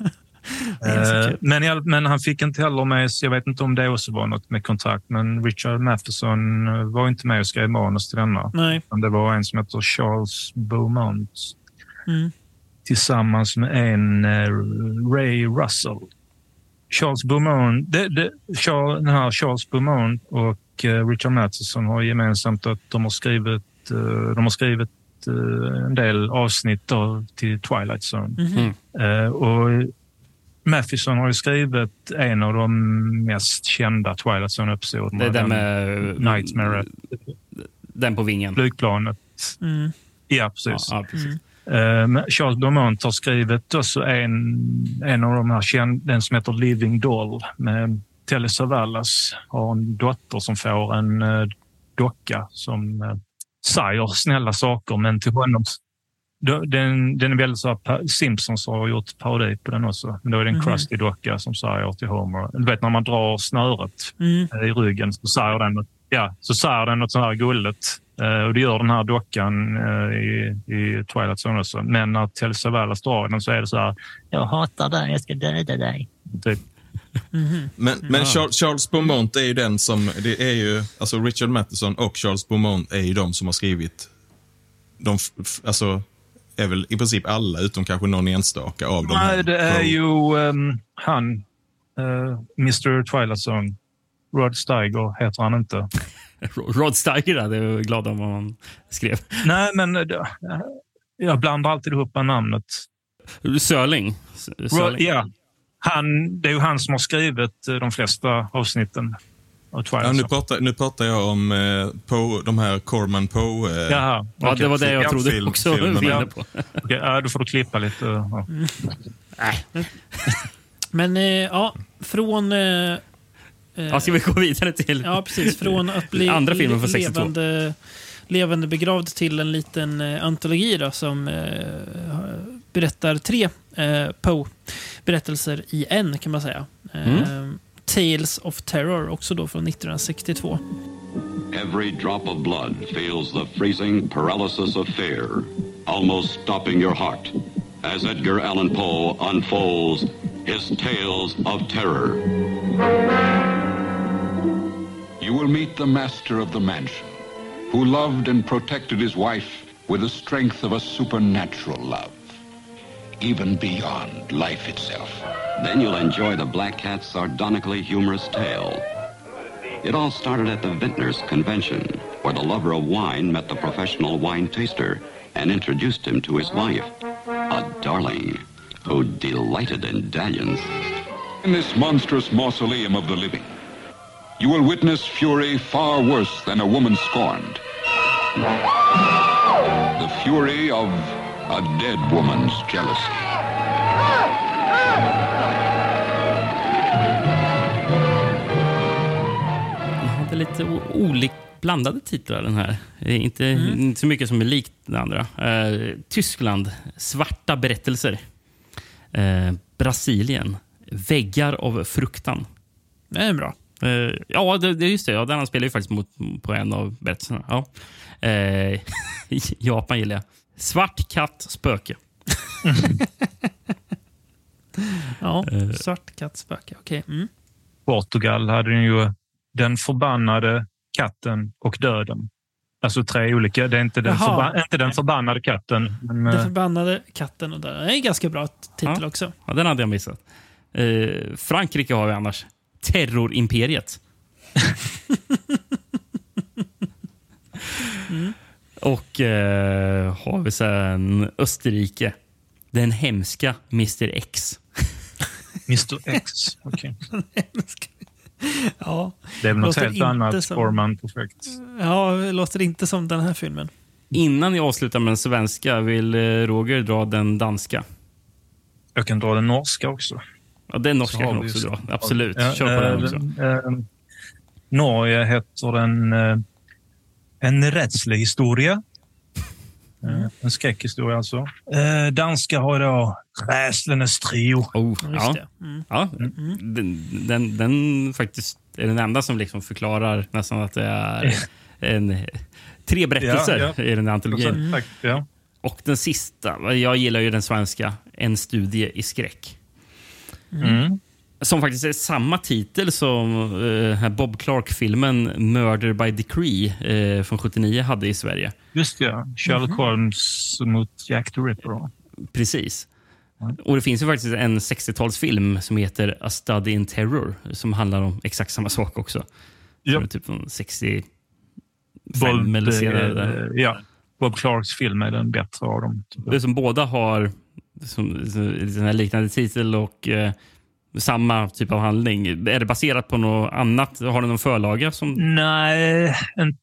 Uh, men, men han fick inte heller med, jag vet inte om det också var något med kontakt, men Richard Matheson var inte med och skrev manus till denna. Nej. Det var en som heter Charles Beaumont mm. tillsammans med en uh, Ray Russell. Charles Beaumont, det, det, Charles, den här Charles Beaumont och uh, Richard Matheson har gemensamt att de har skrivit, uh, de har skrivit uh, en del avsnitt av, till Twilight Zone. Mm-hmm. Uh, och Matheson har ju skrivit en av de mest kända Twilight Zone-episoderna. Det är den med Nightmare. Den på vingen. Flygplanet. Mm. Ja, precis. Ja, ja, precis. Mm. Uh, Charles Beaumont har skrivit också en, en av de här känd, den som heter Living Doll med Telly Savalas. Har en dotter som får en uh, docka som uh, säger snälla saker, men till honom... Den, den är väldigt så här, Simpsons har gjort parodi på den också. Men då är det en mm-hmm. Krusty-docka som säger till Homer. Du vet när man drar snöret mm. i ryggen så säger den, ja, så säger den något så här gulligt. Uh, och det gör den här dockan uh, i, i Twilight Zone också. Men när Telly Savalas drar den så är det så här, jag hatar dig, jag ska döda dig. Typ. Mm-hmm. Men, men ja. Charles Beaumont är ju den som, det är ju, alltså Richard Matheson och Charles Beaumont är ju de som har skrivit de, alltså är väl i princip alla utom kanske någon enstaka av dem. Nej, det är ju um, han uh, mister Twilight Zone. Rod Steiger heter han inte. Rod Steiger, det är jag glad om vad han skrev. Nej, men uh, jag blandar alltid ihop med namnet. Sörling. Rod, Sörling. ja. Han, det är ju han som har skrivit uh, de flesta avsnitten av Twilight Ja, nu, Zone. pratar, nu pratar jag om eh, Poe, de här Corman Poe. Eh, Jaha, Ja, okej. det var det jag Ja, trodde film- också. filmerna. vi var på. Okej, ja, då får du klippa lite. Ja. Men eh, ja, från... Eh, eh, Ja, ska vi gå vidare till ja, precis. Från att bli andra filmen från le- sextiotvå? levande, levande begravd till en liten eh, antologi då, som eh, berättar tre eh, Poe-berättelser i en, kan man säga. Eh, Mm. Tales of Terror, också då från nittonhundrasextiotvå. Every drop of blood feels the freezing paralysis of fear, almost stopping your heart, as Edgar Allan Poe unfolds his tales of terror. You will meet the master of the mansion, who loved and protected his wife with the strength of a supernatural love, even beyond life itself. Then you'll enjoy the Black Cat's sardonically humorous tale. It all started at the Vintners Convention, where the lover of wine met the professional wine taster and introduced him to his wife, a darling who delighted in dalliance. In this monstrous mausoleum of the living, you will witness fury far worse than a woman scorned. The fury of a dead woman's jealousy. Den hade lite o- olik blandade titlar, den här. Det är inte, Mm. inte så mycket som är likt det andra. Eh, Tyskland, Svarta berättelser. Eh, Brasilien, Väggar av fruktan. Det är bra. Eh, ja, det, det är just det. Ja, den spelar ju faktiskt mot, på en av berättelserna. Ja. Eh, Japan gillar jag. Svart katt, spöke. Ja, Eh. svart katt, spöke. Okej. Mm. Portugal hade ju Den förbannade katten och döden. Alltså tre olika. Det är inte den, Jaha. förba- inte den förbannade katten. Men, Den eh, förbannade katten och där. Det är en ganska bra titel Ja. också. Ja, den hade jag missat. Eh, Frankrike har vi annars. Terrorimperiet. Mm. Och eh, har vi sen Österrike. Den hemska mister X. mister X. Okej. Ja, Det är väl något låter helt inte annat som- Corman-projekt. ja, det låter inte som den här filmen. Innan jag avslutar med den svenska vill eh, Roger dra den danska. Jag kan dra den norska också. Ja, den norska Så har kan vi också så- dra. Absolut. Ja, Kör på eh, den också. eh, Norge heter den eh, En rättslig historia. Eh, En skräckhistoria alltså. Eh, danska har då Räslenes trio. Oh, Just ja. det. Mm. Ja, den, den, den faktiskt är den enda som liksom förklarar nästan att det är en, tre berättelser Ja, ja. i den här antologin. Mm. Tack, ja. Och den sista, jag gillar ju den svenska, En studie i skräck. Mm. Som faktiskt är samma titel som eh, här Bob Clark-filmen Murder by Decree eh, från sjuttionio hade i Sverige. Just ja. Sherlock Holmes mot Jack the Ripper. Precis. Och det finns ju faktiskt en sextiotalsfilm som heter A Study in Terror som handlar om exakt samma sak också. Ja. Som är typ från sextiofem Bob, eller senare. eh, ja. Bob Clarks film är den bättre av dem. Det som båda har som, som, den här liknande titel och eh, samma typ av handling. Är det baserat på något annat? Har du någon förlaga som... Nej, inte,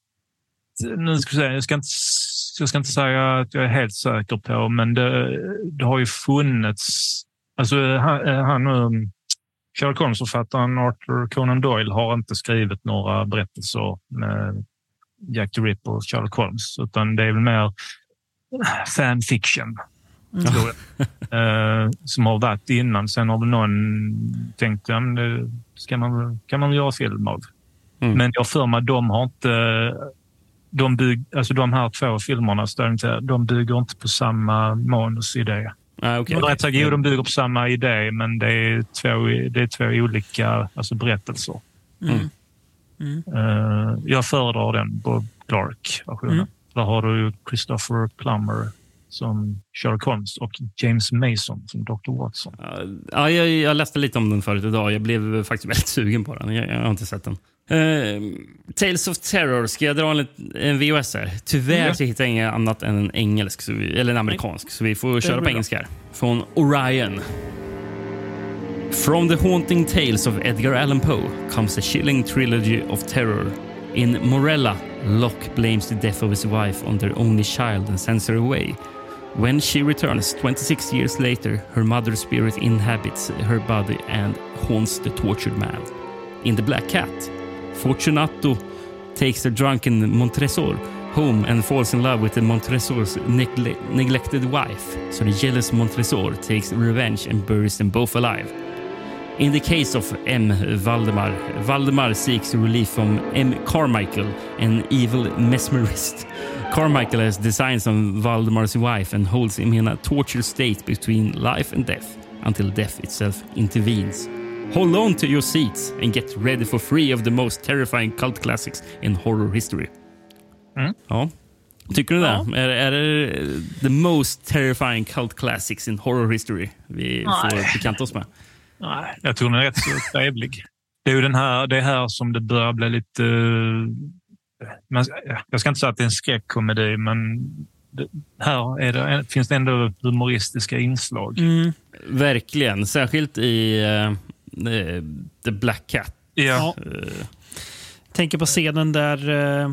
nu ska jag, säga, jag, ska inte, jag ska inte säga att jag är helt säker på, men det, det har ju funnits... Alltså han, han um, Sherlock Holmes-författaren Arthur Conan Doyle har inte skrivit några berättelser med Jack the Ripper och Sherlock Holmes, utan det är väl mer fanfiction. Mm. Tror jag. eh, som har varit innan. Sen har väl någon tänkt ja, men det ska man, kan man väl göra film av. Mm. Men jag för mig de har inte... De, bygg, alltså de här två filmerna de bygger inte på samma manusidé. Ah, okay, okay. okay. Jo, de bygger på samma idé, men det är två, det är två olika alltså berättelser. Mm. Mm. Uh, jag föredrar den Bob Clark-versionen. Mm. Där har du Christopher Plummer som Sherlock Holmes och James Mason som doktor Watson. Ja, jag, jag läste lite om den förut idag. Jag blev faktiskt väldigt sugen på den. Jag, jag har inte sett den. Uh, Tales of Terror. Ska jag dra en, en V H S här? Tyvärr mm. så hittar jag inget annat än en engelsk så vi, eller en amerikansk. Så vi får köra på engelska här. Från Orion. From the haunting tales of Edgar Allan Poe comes a chilling trilogy of terror. In Morella, Locke blames the death of his wife on their only child and sends her away. When she returns twenty-six years later, her mother's spirit inhabits her body and haunts the tortured man. In The Black Cat, Fortunato takes a drunken Montresor home and falls in love with the Montresor's negle- neglected wife. So the jealous Montresor takes revenge and buries them both alive. In the case of M. Valdemar, Valdemar seeks relief from M. Carmichael, an evil mesmerist. Carmichael has designs on Valdemar's wife and holds him in a tortured state between life and death until death itself intervenes. Hold on to your seats and get ready for three of the most terrifying cult classics in horror history. Mm. Ja. Tycker du ja. det? Är, är det the most terrifying cult classics in horror history vi Nej. får bekanta oss med? Nej, jag tror den är rätt så trevlig. Det är ju den här, det här som det börjar bli lite... Man, jag ska inte säga att det är en skräckkomedi, men det, här är det, finns det ändå humoristiska inslag. Mm. Verkligen, särskilt i uh, The Black Cat. Ja. Uh. Tänker på scenen där uh,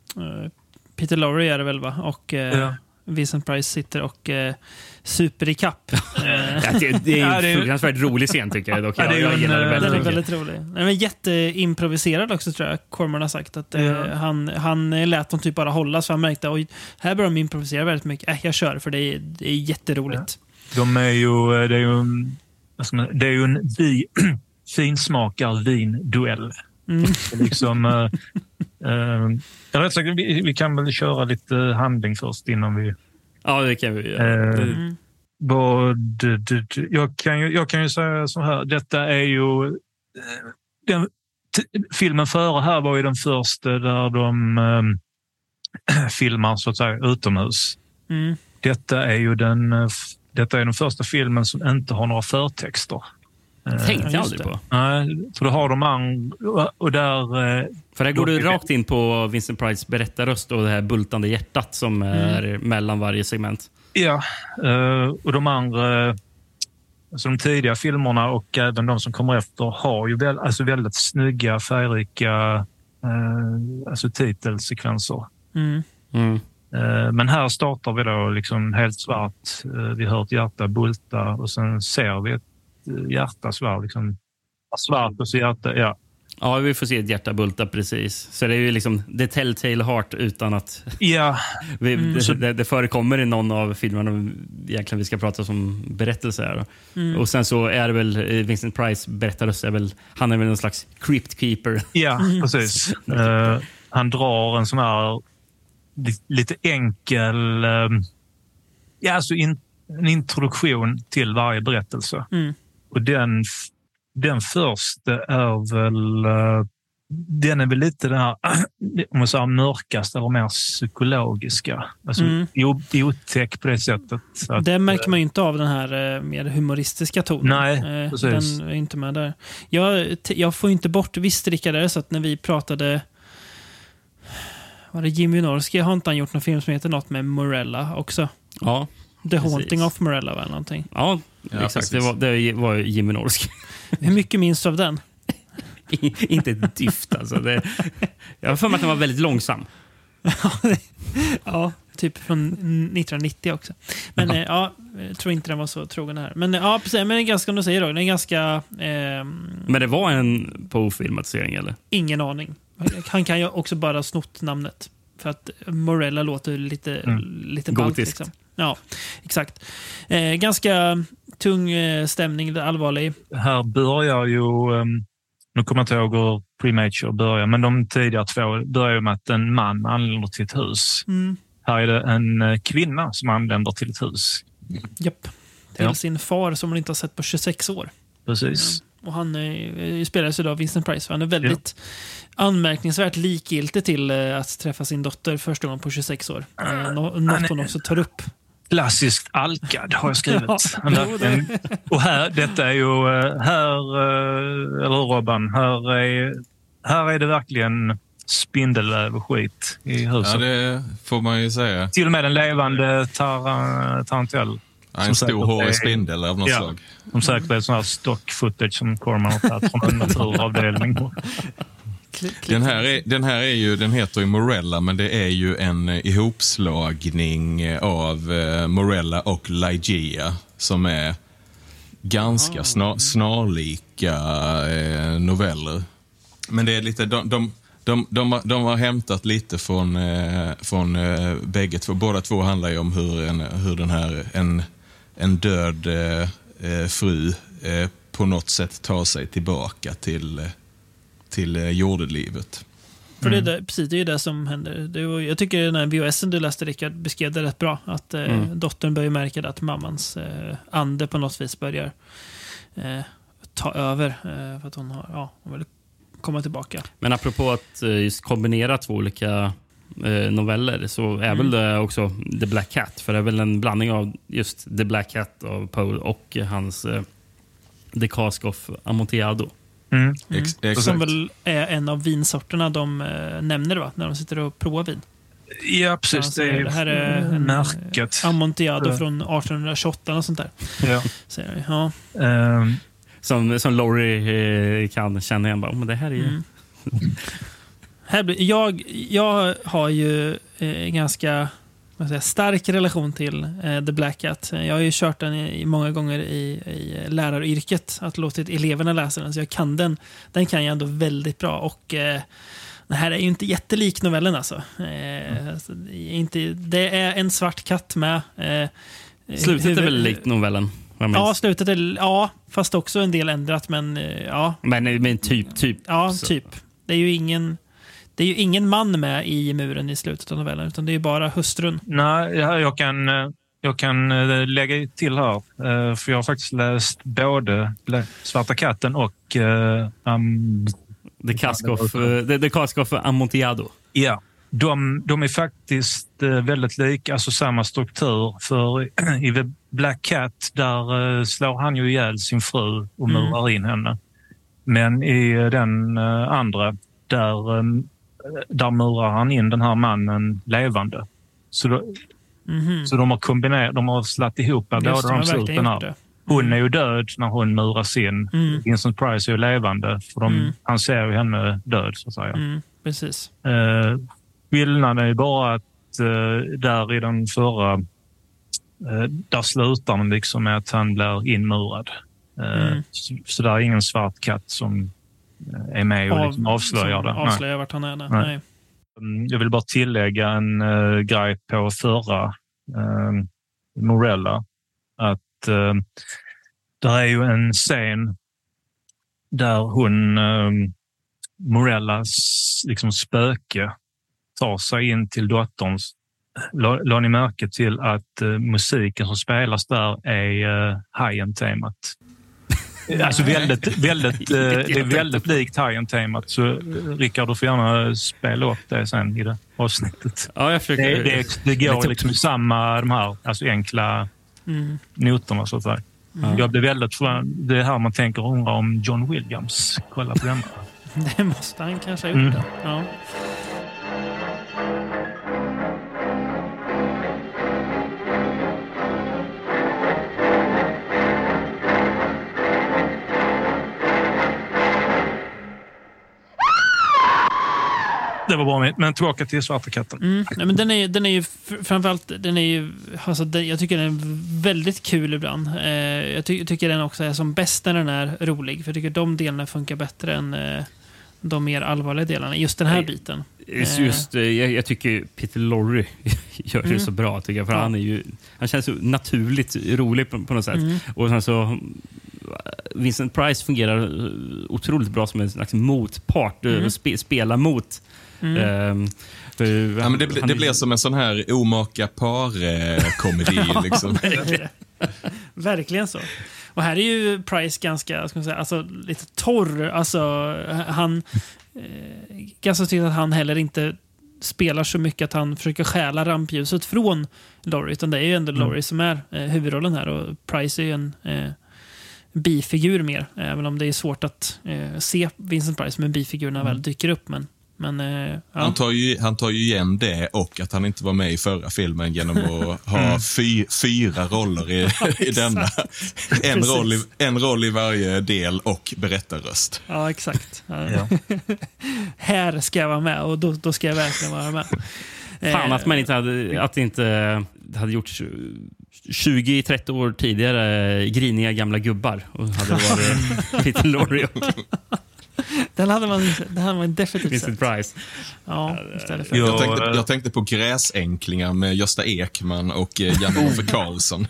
Peter Lorre är det väl, va? Och uh, ja. Vincent Price sitter och uh, super i kapp. ja, det, det är en fruktansvärt rolig scen tycker jag dock. Jag, ja, jag gillar det väldigt Den är väldigt rolig. Den är jätteimproviserad också tror jag. Corman har sagt att ja. uh, han, han lät dem typ bara hålla så han märkte att här börjar de improvisera väldigt mycket. Äh, jag kör för det är, det är jätteroligt. Ja. De är ju det är ju, det är ju en vi, finsmakar vin-duell. Mm. Liksom, uh, uh, jag rätt sagt, vi, vi kan väl köra lite handling först innan vi... Ja, det kan vi göra. Uh, mm. Vad, jag, kan ju, jag kan ju säga så här, detta är ju... Uh, den, t- filmen före här var ju den första där de um, filmar så att säga utomhus. Mm. Detta är ju den, uh, detta är den första filmen som inte har några förtexter. Tänkte jag aldrig på. Nej, för då har de andra och där... För där går du rakt in på Vincent Price berättarröst och det här bultande hjärtat som mm. är mellan varje segment. Ja, och de andra, alltså de tidiga filmerna och även de som kommer efter har ju väl, alltså väldigt snygga, färgrika alltså titelsekvenser. Mm. Mm. Men här startar vi då liksom helt svart. Vi hör ett hjärta bulta och sen ser vi ett hjärta svart, liksom svart och så hjärta, ja. Ja, vi får se ett hjärta bulta precis. Så det är ju liksom The Telltale Heart utan att ja. vi, mm. det, det, det förekommer i någon av filmerna egentligen vi ska prata som berättelse här. Mm. Och sen så är det väl Vincent Price berättarröst är väl, han är väl någon slags crypt keeper. Ja, precis. uh, han drar en sån här lite enkel uh, ja, alltså in, en introduktion till varje berättelse. Mm. Och den, den första är väl den är väl lite den här om man säger mörkaste eller mer psykologiska. Alltså mm. otäck på det sättet. Så att, det märker man ju inte av den här mer humoristiska tonen. Nej, precis. Den är inte med där. Jag, jag får inte bort visst Rickard där så att när vi pratade var det Jimmy Norski, har inte han gjort någon film som heter något med Morella också? Ja. The Haunting Precis. of Morella eller någonting. Ja, ja exakt. Det var, det var Jimmy Norsk. Hur mycket minns du av den? Inte ett dyft alltså. Det, jag har för mig att den var väldigt långsam. Ja, typ från nittonhundranittio också. Men ja, ja jag tror inte den var så trogen här. Men ja, precis. Men det är ganska, om du säger då, det är ganska... Eh, men det var en Poe-filmatisering eller? Ingen aning. Han kan ju också bara snott namnet. För att Morella låter lite, mm. lite ballt liksom. Ja, exakt. Eh, ganska tung eh, stämning, allvarlig. Här börjar ju, um, nu kommer jag inte ihåg hur Premature börjar, men de tidigare två börjar med att en man anländer till ett hus. Mm. Här är det en uh, kvinna som anländer till ett hus. Japp, till ja. sin far som hon inte har sett på tjugosex år. Precis. Ja. Och han eh, spelades ju då av Vincent Price. Han är väldigt ja. anmärkningsvärt likgiltig till eh, att träffa sin dotter första gången på tjugosex år. Eh, no- något hon också tar upp. klassiskt alkad har jag skrivit. Ja, och här, detta är ju här, eller Robban, här är, här är det verkligen spindelväv och skit i huset. Ja, det får man ju säga. Till och med en levande tar, tarantell. Ja, en stor hårig spindel av något ja, slag. Som säkert är sån här stock footage som Corman har tagit från en naturavdelning. Den här, är, den här är ju, den heter ju Morella, men det är ju en ihopslagning av eh, Morella och Ligeia som är ganska ah. snar, snarlika eh, noveller. Men det är lite, de, de, de, de, de har hämtat lite från, eh, från eh, bägge två. Båda två handlar ju om hur, en, hur den här, en, en död eh, fru eh, på något sätt tar sig tillbaka till eh, till eh, jordelivet. För det är det, precis, det är ju det som händer. Det var, jag tycker den här V H S-en du läste, Rickard, beskrev det rätt bra. Att eh, mm. dottern börjar märka att mammans eh, ande på något vis börjar eh, ta över. Eh, för att hon har, ja, hon vill komma tillbaka. Men apropå att eh, just kombinera två olika eh, noveller, så är mm. väl det också The Black Cat. För det är väl en blandning av just The Black Cat av Poe och hans eh, The Cask of Amontillado. Mm. Mm. Som väl är en av vinsorterna de äh, nämner, va? När de sitter och provar vin. Ja, precis. Det, är, det här är en märket. Amontillado ja. från arton tjugoåtta och sånt där. Ja. Så, ja. Um, som, som Laurie eh, kan känna igen. Bara, oh, men det här är ju... Mm. här blir, jag, jag har ju eh, ganska... Säga, stark relation till eh, The Black Cat. Jag har ju kört den i, i många gånger i, i läraryrket, att låtit eleverna läsa den, så jag kan den. Den kan jag ändå väldigt bra, och eh, den här är ju inte jättelik novellen alltså. Eh, mm. alltså inte, det är en svart katt med. Eh, slutet huvud, är väl likt novellen? Ja, slutet är, ja, fast också en del ändrat, men eh, ja. Men, men typ, typ. Ja, så. typ. Det är ju ingen... Det är ju ingen man med i muren i slutet av novellen, utan det är ju bara hustrun. Nej, jag kan, jag kan lägga till här. För jag har faktiskt läst både Svarta katten och um, The Cask of, the, the Cask of Amontillado. Ja, de, de är faktiskt väldigt lika, alltså samma struktur. För i The Black Cat, där slår han ju ihjäl sin fru och murar mm. in henne. Men i den andra, där... där murar han in den här mannen levande. Så, då, mm-hmm. så de har kombinerat, de har slatt ihop båda de sluten här. Mm. Hon är ju död när hon muras in. Mm. Vincent Price är ju levande, för de, mm. han ser ju henne död, så att säga. Mm, precis. Eh, skillnaden är ju bara att eh, där i den förra eh, där slutar man liksom med att han blir inmurad. Eh, mm. så, så där är ingen svart katt som är med och liksom avslöjar det. Avslöjar vart han är. Nej. Nej. Jag vill bara tillägga en uh, grej på förra uh, Morella. Att uh, där är ju en scen där hon, uh, Morellas liksom spöke, tar sig in till dotterns. La ni märke till att uh, musiken som spelas där är uh, Hajen-temat. Alltså väldigt, väldigt, det är väldigt likt Hajen-temat, så Rickard, du får gärna spela upp det sen i det avsnittet. Ja, jag försöker. Det, det, det går liksom i samma, de här alltså enkla mm. noterna, så att säga. Mm. Jag blir väldigt förvånad. Det är här man tänker undra om John Williams kollar på den. Det måste han kanske ha gjort. Mm. Ja. Det var bra, men tillbaka till Svarta katten. Mm. Nej, men den är, den är ju framförallt, den är ju, alltså, den, jag tycker den är väldigt kul ibland. Eh, jag, ty, jag tycker den också är som bäst när den är rolig. För jag tycker de delarna funkar bättre än eh, de mer allvarliga delarna. Just den här Nej, biten. Just, eh, jag, jag tycker Peter Lorre gör det mm. så bra, tycker jag. För ja. han är ju, han känns så naturligt rolig på, på något sätt. Mm. Och sen så Vincent Price fungerar otroligt bra som en slags motpart. Mm. Spe, spelar mot Mm. Um, för, ja, men det, det blir som en sån här omaka par-komedi. ja, liksom. verkligen. verkligen så. Och här är ju Price ganska, ska man säga, alltså, lite torr. Alltså, han eh, ganska tydligt att han heller inte spelar så mycket att han försöker stjäla rampljuset från Laurie, utan det är ju ändå Laurie som är eh, huvudrollen här, och Price är ju en eh, bifigur mer, även om det är svårt att eh, se Vincent Price som en bifigur när han Mm. väl dyker upp, men Men, eh, ja. han, tar ju, han tar ju igen det, och att han inte var med i förra filmen genom att ha Mm. fy, fyra roller i, i denna. En roll i, en roll i varje del och berättarröst. Ja, exakt. Ja. Här ska jag vara med, och då, då ska jag verkligen vara med. Fan att man inte hade, att det inte hade gjorts tjugo till trettio år tidigare griniga gamla gubbar och hade varit Peter Lorre och Den hade man, den hade man definitivt Vincent sett. Price. Ja, istället för. Jag tänkte, jag tänkte på Gräsänklingar med Gösta Ekman och eh, Janne Karlsson.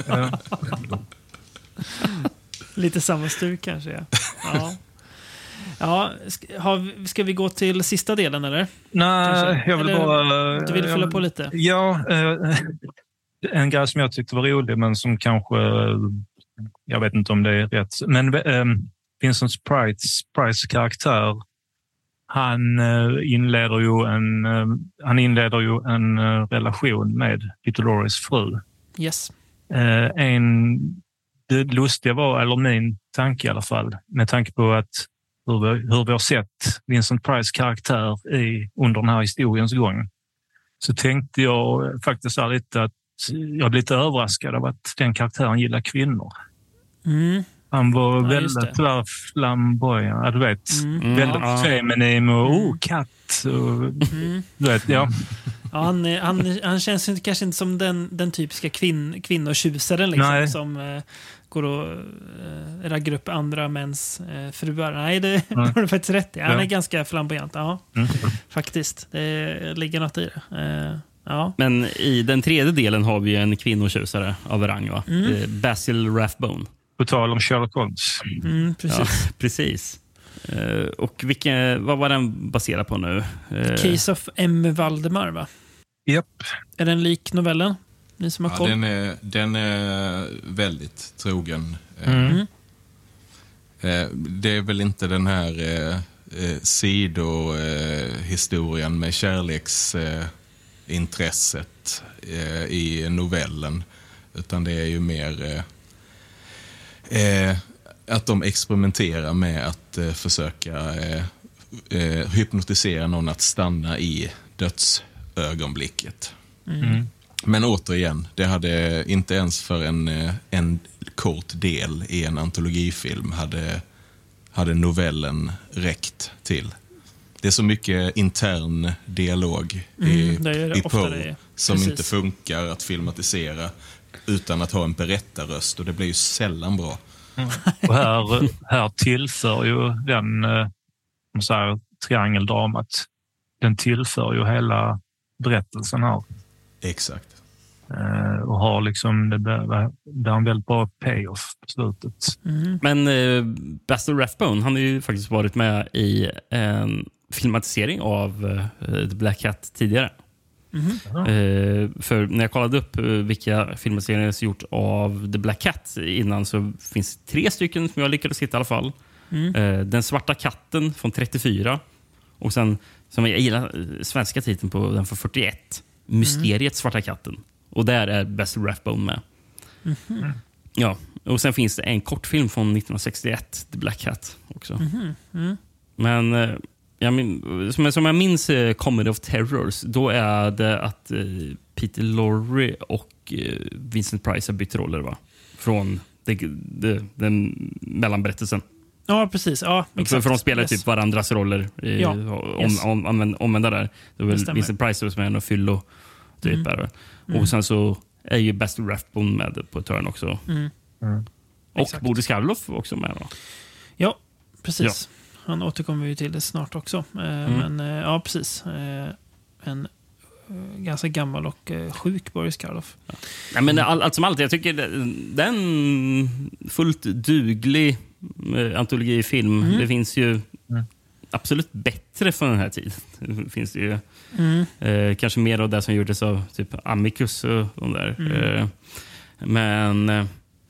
Lite samma stuk kanske, ja. Ja, ja ska, har, ska vi gå till sista delen, eller? Nej, Kanske? jag vill Eller, bara... Du vill fylla på lite? Ja, eh, en grej som jag tyckte var rolig, men som kanske... Jag vet inte om det är rätt. Men eh, Vincent Price, Price karaktär, han eh, inleder ju en, eh, han inleder ju en eh, relation med Peter Lorres fru. Yes. Eh, en, det lustiga var, eller min tanke i alla fall, med tanke på att hur vi, hur vi har sett Vincent Price karaktär i, under den här historiens gång, så tänkte jag faktiskt lite att jag blev lite överraskad av att den karaktären gillar kvinnor. Mm. Han var Ja, väldigt där flamboyant, ja, du vet, Mm. väldigt Ja. feminin och oh, katt och, Mm. du vet, ja. Ja, han, är- han, han känns ju kanske inte som den, den typiska kvinn, kvinnotjusaren liksom, Nej. som eh, går och eh, raggar upp andra mäns eh, fruar. Nej, det Nej. har du faktiskt rätt i. Han Ja. är ganska flamboyant, ja. Mm. Faktiskt. Det ligger något i det. Eh, ja. Men i den tredje delen har vi en kvinnotjusare av rang, va? Mm. Eh, Basil Rathbone. På tal om Sherlock Holmes. Mm, precis. Ja, precis. Eh, och vilken, vad var den baserad på nu? Eh, Case of M. Valdemar, va? Japp. Är den lik novellen? Ni som har Ja, koll? den, är, den är väldigt trogen. Eh, Mm. eh, Det är väl inte den här eh, eh, sidohistorien eh, med kärleksintresset eh, intresset, eh, i novellen, utan det är ju mer eh, eh, att de experimenterar med att eh, försöka eh, eh, hypnotisera någon att stanna i dödsögonblicket. Mm. Men återigen, det hade inte ens för en, eh, en kort del i en antologifilm hade, hade novellen räckt till. Det är så mycket intern dialog i, Mm, det är det i ofta Poe det är. som Precis. inte funkar att filmatisera utan att ha en berättarröst, och det blir ju sällan bra. Och här, här tillför ju den eh, om så här, triangeldramat, den tillför ju hela berättelsen här. Exakt. Eh, och har liksom, det blir det är en väldigt bra payoff på slutet. Mm. Men eh, Basil Rathbone, han har ju faktiskt varit med i en filmatisering av eh, The Black Cat tidigare. Mhm. Eh, för när jag kollade upp eh, vilka filmatiseringar som gjort av The Black Cat innan, så finns tre stycken som jag lyckades hitta i alla fall. Mm. Eh, Den svarta katten från trettiofyra, och sen, som jag gillar, eh, svenska titeln på den från fyrtioett, Mysteriet svarta katten. Och där är Basil Rathbone med. Mhm. Ja, och sen finns det en kortfilm från nittonhundrasextioett, The Black Cat också. Mhm. Mm. Men eh, jag min, som, jag- som jag minns eh, Comedy of Terrors, då är det att eh, Peter Lorre och eh, Vincent Price har bytt roller, va? Från det, det, den mellanberättelsen. Ja, precis. Ja, För, exakt. för de spelar Yes. typ varandras roller. Eh, Ja, om, yes. om, om, omvända där. Det var Det väl stämmer. Vincent Price som är en och fyllo. Typ, Mm. där. Mm. Och sen så är ju Basil Rathbone med på ett hörn också. Mm. Och Exakt. Boris Karloff också med, va? Ja, precis. Han återkommer ju till det snart också. Eh, Mm. Men eh, ja, precis. Eh, en eh, ganska gammal och eh, sjuk Boris Karloff. Nej, men all, allt som allt, jag tycker det- den fullt duglig eh, antologifilm. Mm. Det finns ju absolut bättre från den här tiden. Det finns ju Mm. eh, kanske mer av det som gjordes av typ Amicus och de där. Mm. Eh, men eh,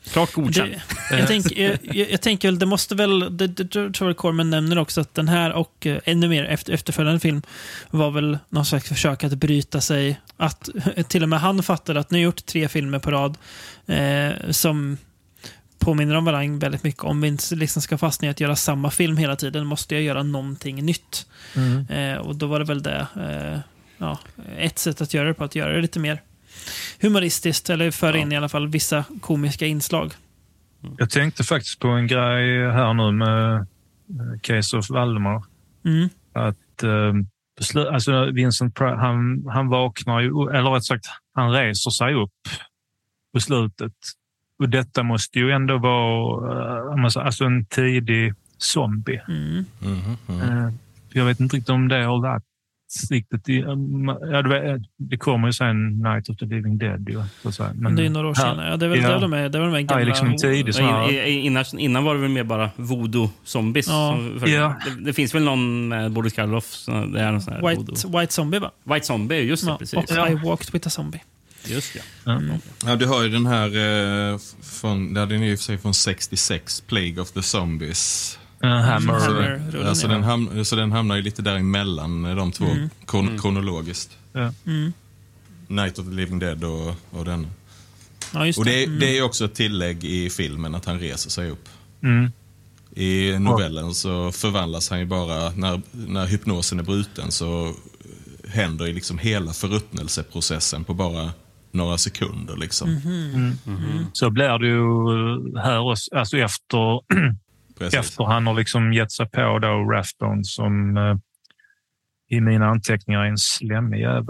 Klart godkänt. Det, jag, tänk, jag, jag, jag tänker väl, det måste väl, det, det tror jag Corman nämner också, att den här och eh, ännu mer efter, efterföljande film var väl någon slags försök att bryta sig. Att till och med han fattade att nu har jag gjort tre filmer på rad eh, som påminner om varandra väldigt mycket. Om vi inte liksom ska fastna i att göra samma film hela tiden, måste jag göra någonting nytt. Mm. Eh, och då var det väl det eh, ja, ett sätt att göra det på, att göra det lite mer humoristiskt, eller föra in ja. i alla fall vissa komiska inslag. Jag tänkte faktiskt på en grej här nu med Case of Valdemar. Mm. Att eh, alltså Vincent Price, han, han vaknar ju, eller rätt sagt, han reser sig upp på slutet. Och detta måste ju ändå vara alltså en tidig zombie. Mm. Mm, mm. Eh, jag vet inte riktigt om det är all that. Riktigt, ja, det, det kommer ju sen Night of the Living Dead ju, så att säga. Men det är några år senare. Ja, det är väl ja, det de är, det var de är gamla. Ja, liksom tidigt, ja, innan, innan var det väl mer bara voodoo-zombies. Ja. Ja. Det, det finns väl någon med Boris Karloff. Det är någon sån här White, White Zombie, va? White Zombie, just det, ja, precis. Och ja. I Walked with a Zombie. Just det. Ja. Ja, du har ju den här eh, från, där den är ju för sig från sextiosex, Plague of the Zombies. Uh, Hammer. Så, Hammer den, alltså den, ham, så den hamnar ju lite däremellan de två, Mm. kron, Mm. kronologiskt. Ja. Mm. Night of the Living Dead och, och den. Ja, just och det, mm. det är ju också ett tillägg i filmen att han reser sig upp. Mm. I novellen så förvandlas han ju bara, när, när hypnosen är bruten så händer ju liksom hela förruttnelseprocessen på bara några sekunder liksom. Mm-hmm. Mm. Mm. Så blir det ju här också, alltså efter efter han har liksom gett sig på då Rathbone som eh, i mina anteckningar är en slemmig jävel.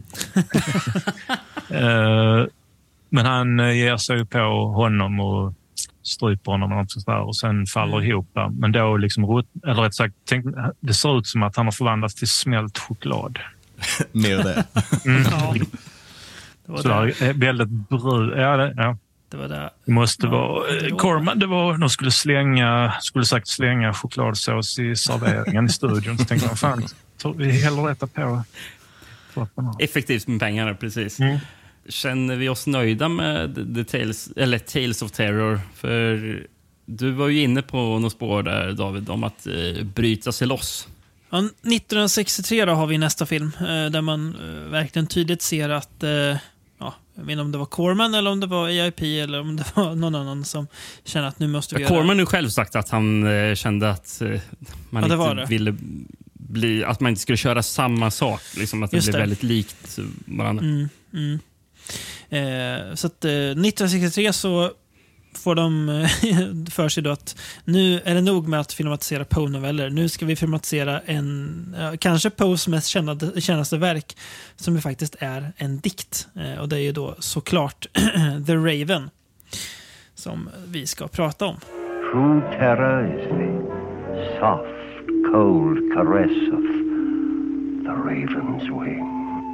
eh, men han eh, ger sig på honom och stryper honom och, sånt där, och sen faller mm. ihop där. Men då liksom, eller rätt sagt, tänk, det ser ut som att han har förvandlats till smält choklad. Mer det. Mm. Ja. Det var så det. det är väldigt brun. Ja, det, ja. Det var det. Det måste ja, vara det var... Corman, det var de skulle slänga skulle sagt slänga chokladsås i serveringen i studion. Så tänkte man, fan, vi häller detta på. Effektivt med pengar, precis. Mm. Känner vi oss nöjda med The Tales, eller Tales of Terror? För du var ju inne på något spår där, David, om att eh, bryta sig loss. Ja, nittonhundrasextiotre då har vi nästa film eh, där man eh, verkligen tydligt ser att eh, ja, jag vet inte om det var Corman eller om det var A I P eller om det var någon annan som kände att nu måste vi ja, göra... Corman har själv sagt att han eh, kände att eh, man ja, det inte var det. ville bli, att man inte skulle köra samma sak, liksom att det Just blev det. väldigt likt varandra. Mm, mm. Eh, så att eh, nittonhundrasextiotre så får de för sig då att nu är det nog med att filmatisera Poe-noveller. Nu ska vi filmatisera en, eh, kanske Poes mest kännade, kändaste verk, som ju faktiskt är en dikt. Eh, och det är ju då såklart The Raven som vi ska prata om. True terror is the soft, cold caress of the raven's wing.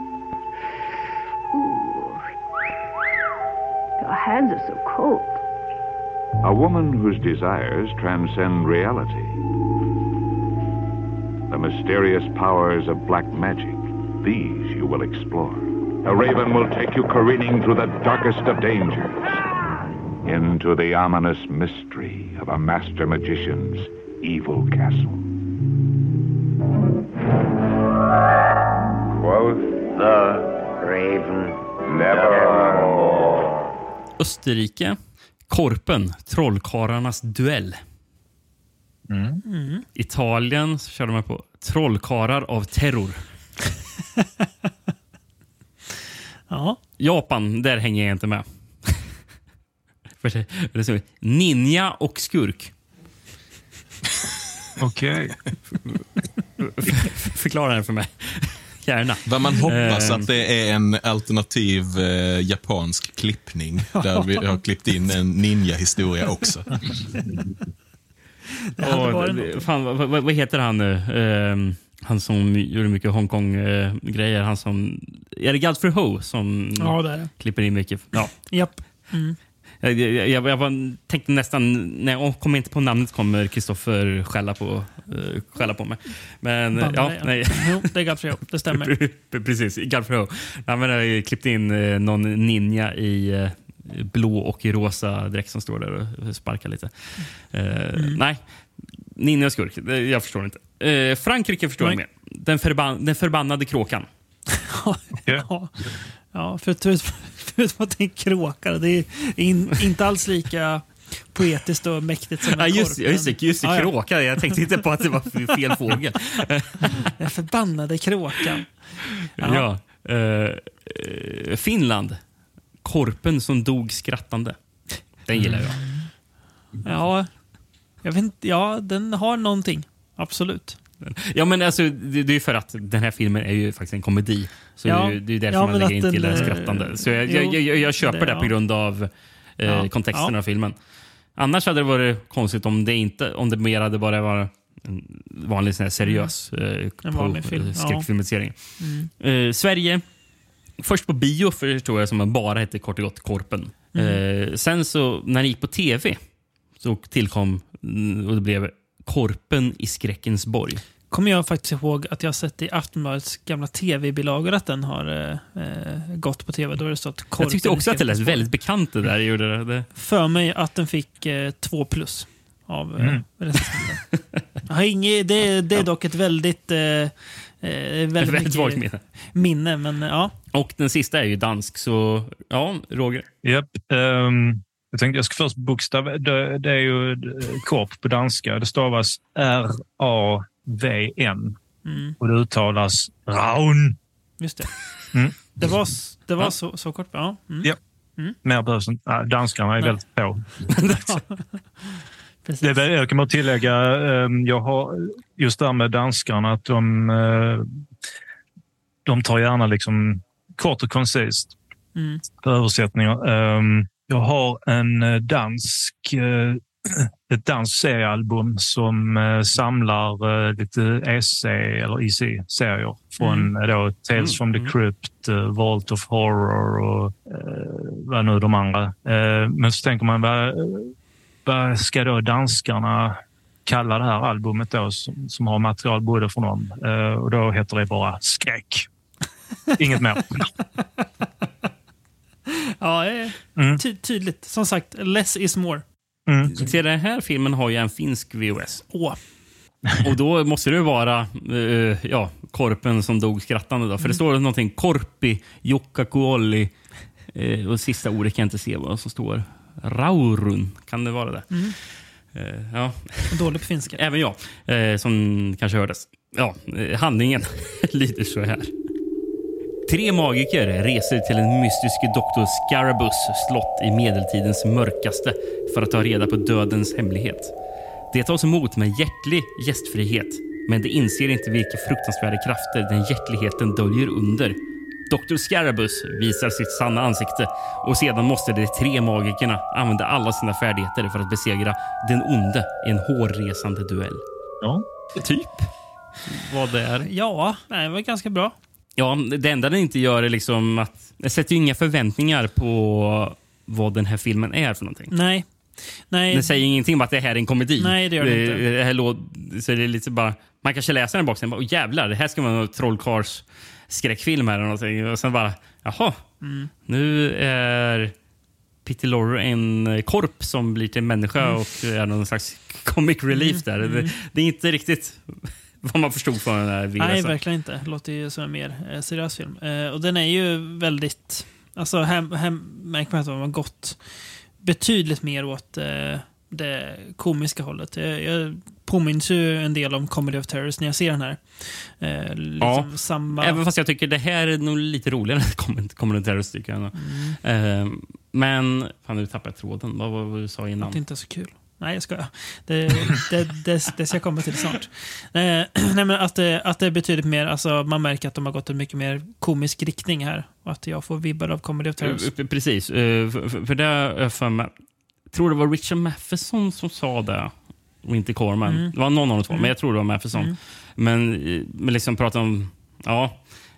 Your hands are so cold. A woman whose desires transcend reality. The mysterious powers of black magic. These you will explore. A raven will take you careening through the darkest of dangers. Into the ominous mystery of a master magician's evil castle. Quoth the raven, nevermore. Österrike, Korpen, trollkarlarnas duell. Mm. Mm. Italien så kör de här på trollkarlar av terror. Ja. Japan, där hänger jag inte med. Ninja och skurk. Okej. Okay. Förklara det för mig. Gärna. Vad man hoppas uh, att det är en alternativ eh, japansk klippning där vi har klippt in en ninja-historia också. Och, fan, vad, vad, vad heter han nu? Uh, han som gjorde mycket Hongkong-grejer. Uh, han som... Är det Godfrey Ho som ja, det är det. Klipper in mycket? Ja. Japp. Mm. Jag, jag, jag, jag var, tänkte nästan, när jag kommer inte på namnet kommer Kristoffer skälla på, uh, skälla på mig. Men Bandare, ja, ja. nej. Jo, det är Godfrey Ho, det stämmer. Precis, Godfrey Ho. Ja, men jag har klippt in uh, någon ninja i, uh, blå och rosa dräkt som står där och sparkar lite. Mm. Nej, Ninja och skurk, jag förstår inte. Frankrike förstår jag mer. Den, förban- den förbannade kråkan. Ja, ja förutom för att det är en kråka. Det är in, inte alls lika poetiskt och mäktigt som en ja, just, korpen. Just det, just det, kråka. Jag tänkte inte på att det var fel fågel. Den förbannade kråkan. Ja. ja uh, uh, Finland. Korpen som dog skrattande. Den gillar jag. Ja, jag vet inte, ja, den har någonting. Absolut. Ja, men alltså, det, det är för att den här filmen är ju faktiskt en komedi. Så ja. det, det är därför ja, man lägger in den, till det skrattande. Så jag, jo, jag, jag, jag köper det, det ja. på grund av eh, ja. kontexten ja. av filmen. Annars hade det varit konstigt om det inte om det mer hade bara varit en vanlig sån här seriös mm. eh, vanlig film. skräckfilmatisering. Ja. Mm. Eh, Sverige, först på bio förstår jag som man bara hette kort och gott Korpen. Mm. Eh, sen så när det gick på tv så tillkom och det blev Korpen i skräckens borg. Kommer jag faktiskt ihåg att jag sett i Aftonbladets gamla tv-bilagor att den har eh, gått på tv. Då har det stått Korpen. Jag tyckte också att det lät väldigt bekant det där. Gjorde det. För mig att den fick eh, två plus av mm. eh, jag har inget, det, det är dock ett väldigt, eh, väldigt, väldigt svagt minne. minne. Men, ja. Och den sista är ju dansk, så ja, Roger. Japp. Yep, um... Jag tänkte jag ska först bokstav. Det, det är ju korp på danska. Det stavas R A V N. Mm. Och det uttalas Raun. Just det. Mm. Det var, det var ja. så, så kort. Ja. Mm. Ja. Mm. Mer behövs inte. Ja, danskarna är Nej. väldigt på. det, jag kan bara tillägga, jag har just där med danskarna att de, de tar gärna liksom kort och koncist mm. på översättningar. Jag har en dansk, ett danskt seriealbum som samlar lite E C eller E C-serier från mm. då Tales from the Crypt, Vault of Horror och vad nu de andra. Men så tänker man, vad, vad ska då danskarna kalla det här albumet då som, som har material både från dem? Och då heter det bara Skräck. Inget mer. Ja, mm. ty- tydligt. Som sagt, less is more. Mm. Så den här filmen har ju en finsk V H S. Åh. Och då måste det vara uh, ja, Korpen som dog skrattande. Då. För mm. det står någonting Korpi, Jukkakuolli uh, och sista ordet kan jag inte se vad som står. Raurun, kan det vara det? Mm. Uh, ja. Dålig på finska. Även jag, uh, som kanske hördes. Ja, uh, handlingen lyder så här. Tre magiker reser till en mystisk doktor Scarabus slott i medeltidens mörkaste för att ta reda på dödens hemlighet. Det tas emot med hjärtlig gästfrihet, men de inser inte vilka fruktansvärda krafter den hjärtligheten döljer under. doktor Scarabus visar sitt sanna ansikte och sedan måste de tre magikerna använda alla sina färdigheter för att besegra den onde i en hårresande duell. Ja, typ. Vad det är. Ja, det var ganska bra. Ja, det enda den inte gör är liksom att jag sätter ju inga förväntningar på vad den här filmen är för någonting. Nej. Nej. Det säger ingenting om att det här är en komedi. Nej, det gör det inte. Det här låt, så det är lite bara, man kanske läser den boxen och bara, åh jävlar, det här ska vara en trollkars skräckfilm eller någonting. Och sen bara, jaha, mm. nu är Peter Lorre en korp som blir till människa mm. och är någon slags comic relief där. Mm. Det, det är inte riktigt vad man förstod från den här videon. Nej, verkligen inte. Det låter ju som en mer eh, seriös film. Eh, och den är ju väldigt... Alltså, här, här märker man att man har gått betydligt mer åt eh, det komiska hållet. Jag, jag påminns ju en del om Comedy of Terrors när jag ser den här. Eh, liksom ja, samma... även fast jag tycker det här är nog lite roligare än Comedy of Terrors, tycker jag. Mm. Eh, men, fan, nu tappade jag tråden. Vad var det du sa innan? Det är inte så kul. Nej, jag skojar. Det, det, det, det ska jag komma till snart. Eh, nej, men att, det, att det är betydligt mer, alltså man märker att de har gått en mycket mer komisk riktning här. Och att jag får vibbar av Comedy of Terrors. Precis, uh, för, för det för mig, jag tror det var Richard Matheson som sa det. Och inte Corman. Mm. Det var någon av de två, mm. men jag tror det var Matheson. Mm. Men, men liksom prata om, ja,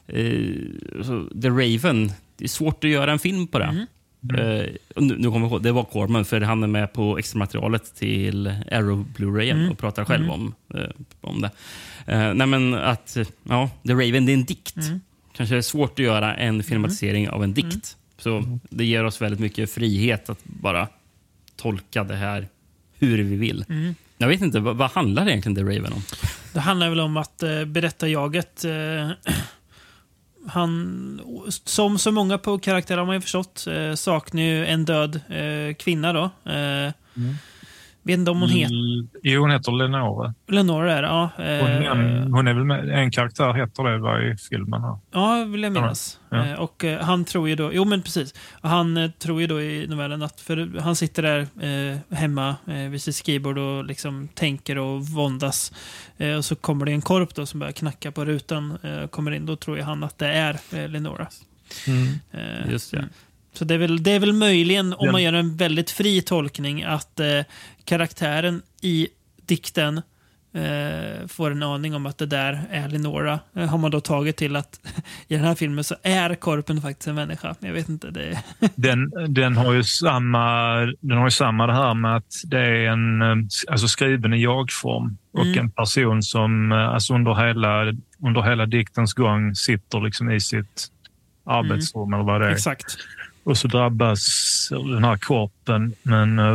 uh, The Raven. Det är svårt att göra en film på det. Mm. Mm. Uh, nu, nu kommer jag ihåg, det var Corman, för han är med på extra materialet till Arrow Blu-ray mm. och pratar själv mm. om, uh, om det. Uh, nej men att, ja, The Raven, det är en dikt. Mm. Kanske är det svårt att göra en filmatisering mm. av en dikt. Mm. Så det ger oss väldigt mycket frihet att bara tolka det här hur vi vill. Mm. Jag vet inte, vad, vad handlar egentligen The Raven om? Det handlar väl om att eh, berättarjaget eh, han, som så många på karaktärer har man ju förstått, eh, saknar ju en död eh, kvinna då. Eh, Mm. Vet inte om hon heter... Jo, hon heter Lenore. Lenore är det, ja. Eh, Hon, en, hon är väl med, en karaktär heter det var i filmen här. Ja, vill jag minnas. Ja. Eh, och eh, han tror ju då... Jo, men precis. Han eh, tror ju då i novellen att... För han sitter där eh, hemma eh, vid sitt skrivbord och liksom tänker och våndas. Eh, och så kommer det en korp då som börjar knacka på rutan. Eh, kommer in. Då tror ju han att det är eh, Lenora. Mm. Eh, Just det. Så det är väl, det är väl möjligen, om Den- man gör en väldigt fri tolkning, att eh, karaktären i dikten eh, får en aning om att det där är Lenora. Eh, har man då tagit till att i den här filmen så är korpen faktiskt en människa. Jag vet inte. Det är... Den, den, har ju samma, den har ju samma det här med att det är en eh, alltså skriven i jag-form och Mm. en person som eh, alltså under, hela, under hela diktens gång sitter liksom i sitt arbetsrum eller vad det är. Exakt. Och så drabbas den här korpen. Men eh,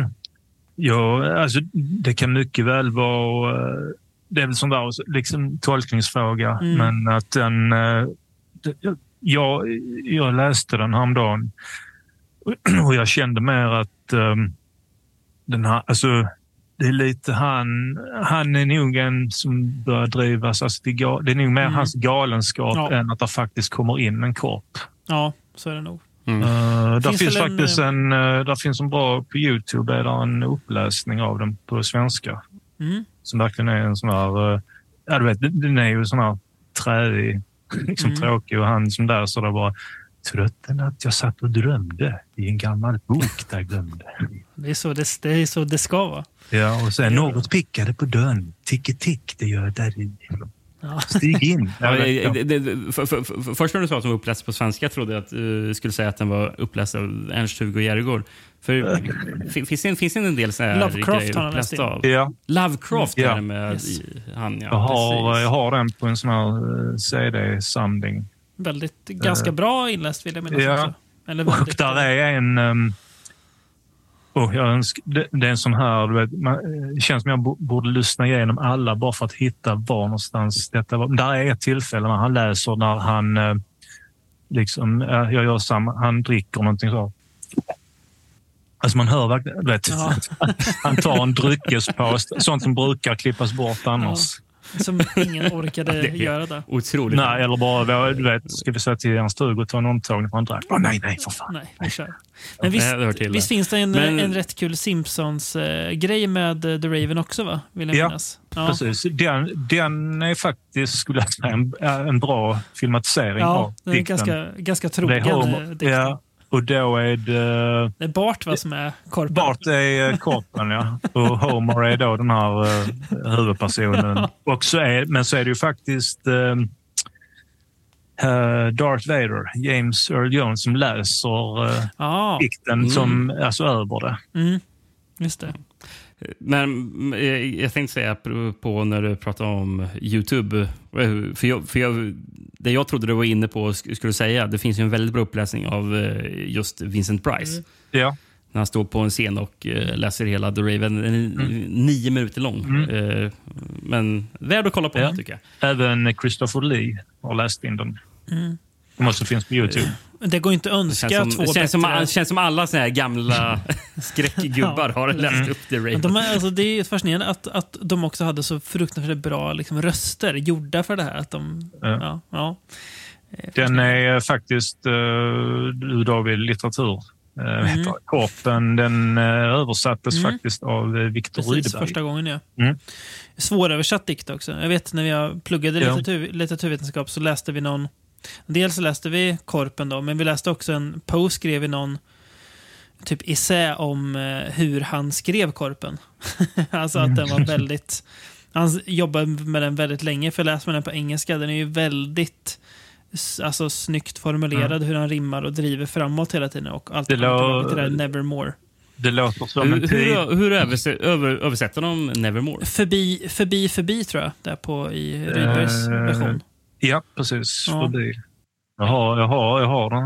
ja, alltså, det kan mycket väl vara... eh, Det är väl sån där liksom, tolkningsfråga. Mm. Men att den... eh, det- jag, jag läste den häromdagen och jag kände mer att eh, den här... Alltså, det är lite han... Han är nog en som bör drivas... Alltså, det, är ga- det är nog mer Mm. hans galenskap Ja. än att det faktiskt kommer in en korp. Ja, så är det nog. Mm. Uh, där Finns finns, väl en, faktiskt en, uh, där finns en bra på YouTube, är där en uppläsning av den på svenska. Mm. Som verkligen är en sån här, uh, ja du vet, den den är ju sån här träig, liksom Mm. tråkig och han som där så där bara trötten att jag satt och drömde i en gammal bok där jag glömde. Det är så det, det, är så det ska vara. Ja, och sen något pickade på dörren. Tick-tick, det gör där i. Ja. Stig in. Ja, det, det, det, för, för, för, först när du sa att den var uppläst på svenska, jag trodde att du uh, skulle säga att den var uppläst av Ernst-Hugo Järegård. För fin- finns det, finns det en del sådana här Lovecraft grejer har han läst upplästa in. av? Ja. Lovecraft Ja. är det med Yes. i, han, ja. Jag har, precis. jag har den på en sån här uh, C D-samling. Väldigt, ganska bra inläst vill jag minnas Ja. också. Eller Och väldigt, där är en... Um, oh, jag önsk, det, det är en sån här... Du vet, man, det känns som jag bo- borde lyssna igenom alla bara för att hitta var någonstans detta var. Där är ett tillfälle när han läser när han... Uh, liksom, uh, jag gör samma, han dricker någonting så. Alltså man hör verkligen... Du vet, Ja. han tar en dryckespaus. Sånt som brukar klippas bort annars. som ingen orkade Det är göra det. Otroligt. Nej, eller bara, du vet, ska vi säga till Ernst Stug och ta en omtagning för han drack? Oh, nej, nej, för fan. Nej, vi kör. Men visst, det hör till visst det. finns det en, Men- en rätt kul Simpsons-grej med eh, The Raven också, va? Vill jag Ja, minnas. Ja, precis. Den, den är faktiskt, skulle jag säga, en, en bra filmatisering ja av den är dikten. ganska, ganska Det trogen. är eh, Homer, dikten. ja, och då är det... Det är Bart, va, som är korpen. Bart är eh, korpen, ja. Och Homer är då den här uh, huvudpersonen. Och så är, men så är det ju faktiskt uh, Darth Vader, James Earl Jones, som läser uh, Ja, dikten Mm. som, alltså över det. mm, just det. Men eh, jag tänkte säga på när du pratade om YouTube. eh, För, jag, för jag, det jag trodde du var inne på sk- skulle säga, det finns ju en väldigt bra uppläsning av eh, just Vincent Price. Mm. Ja. När han står på en scen och eh, läser hela The Raven. Den är Mm. nio minuter lång. Mm. Eh, men värd att kolla på, Ja. tycker jag. Även Christopher Lee har läst in den. Mm. Det måste finnas på YouTube. Det går inte att Det önska känns som, två det känns som, bättre... det känns som alla såna här gamla skräckgubbar har läst Mm. upp The Raven. Men de är, alltså, det är fascinerande att, att de också hade så fruktansvärt bra liksom, röster gjorda för det här. Att de, Ja. ja, ja. Eh, Den är faktiskt uh, David litteratur. Uh, Mm. heter Korpen, den uh, översattes Mm. faktiskt av uh, Viktor Precis, Rydberg. första gången, ja. Mm. Svåröversatt dikt också. Jag vet när jag pluggade Ja. litteratur, litteraturvetenskap så läste vi någon... Dels så läste vi Korpen då, men vi läste också en... Poe skrev i någon typ essä om eh, hur han skrev Korpen. Alltså att den var väldigt... Han jobbade med den väldigt länge, för läser man den på engelska, den är ju väldigt s- alltså, snyggt formulerad, Mm. hur han rimmar och driver framåt hela tiden. Och allt Det kommer lå- tillbaka till det där Nevermore. Det låter som en Hur, tid. hur, hur överse, över, översätter de Nevermore? Förbi, förbi, förbi tror jag, där på i Rydbergs Eh, version. Ja, precis. Ja. Förbi. Jag har, jag har, jag har den här.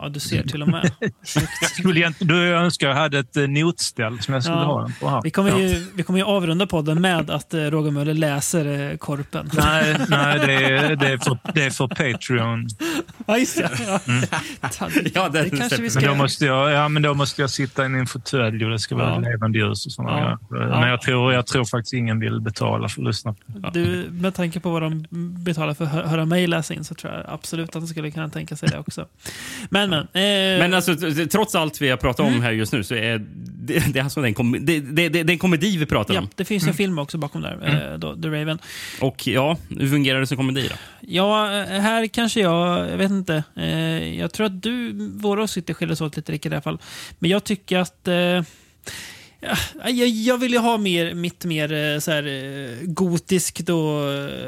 Ja, du ser till och med. Skulle jag, du önskar jag hade ett notställ som jag skulle Ja. ha på här. Vi kommer, ju, Ja. vi kommer ju avrunda podden med att eh, Roger Möller läser eh, Korpen. Nej, nej det, är, det, är för, det är för Patreon. Ja, just det. Ja. Mm. Ja, det, det kanske vi ska men då göra. måste jag, ja, men då måste jag sitta i en fåtölj och det ska vara Ja. levande ljus och sådana Ja. grejer. Ja. Men jag tror, jag tror faktiskt ingen vill betala för att lyssna. Du, med tanke på vad de betalar för att hö- höra mig läsa in så tror jag absolut att de skulle kunna tänka sig det också. Men, men. Eh, Men alltså, t- trots allt vi har pratat om Mm. här just nu så är det, det, är alltså en, kom, det, det, det är en komedi vi pratar ja, om. det finns ju en Mm. film också bakom där, Mm. eh, då, The Raven. Och ja, hur fungerar det som komedi då? Ja, här kanske jag, jag vet inte. Eh, jag tror att du, våra åsikter skiljer sig åt lite Rickard, i alla fall. Men jag tycker att eh, ja, jag, jag vill ju ha mer, mitt mer eh, så här, eh, gotiskt och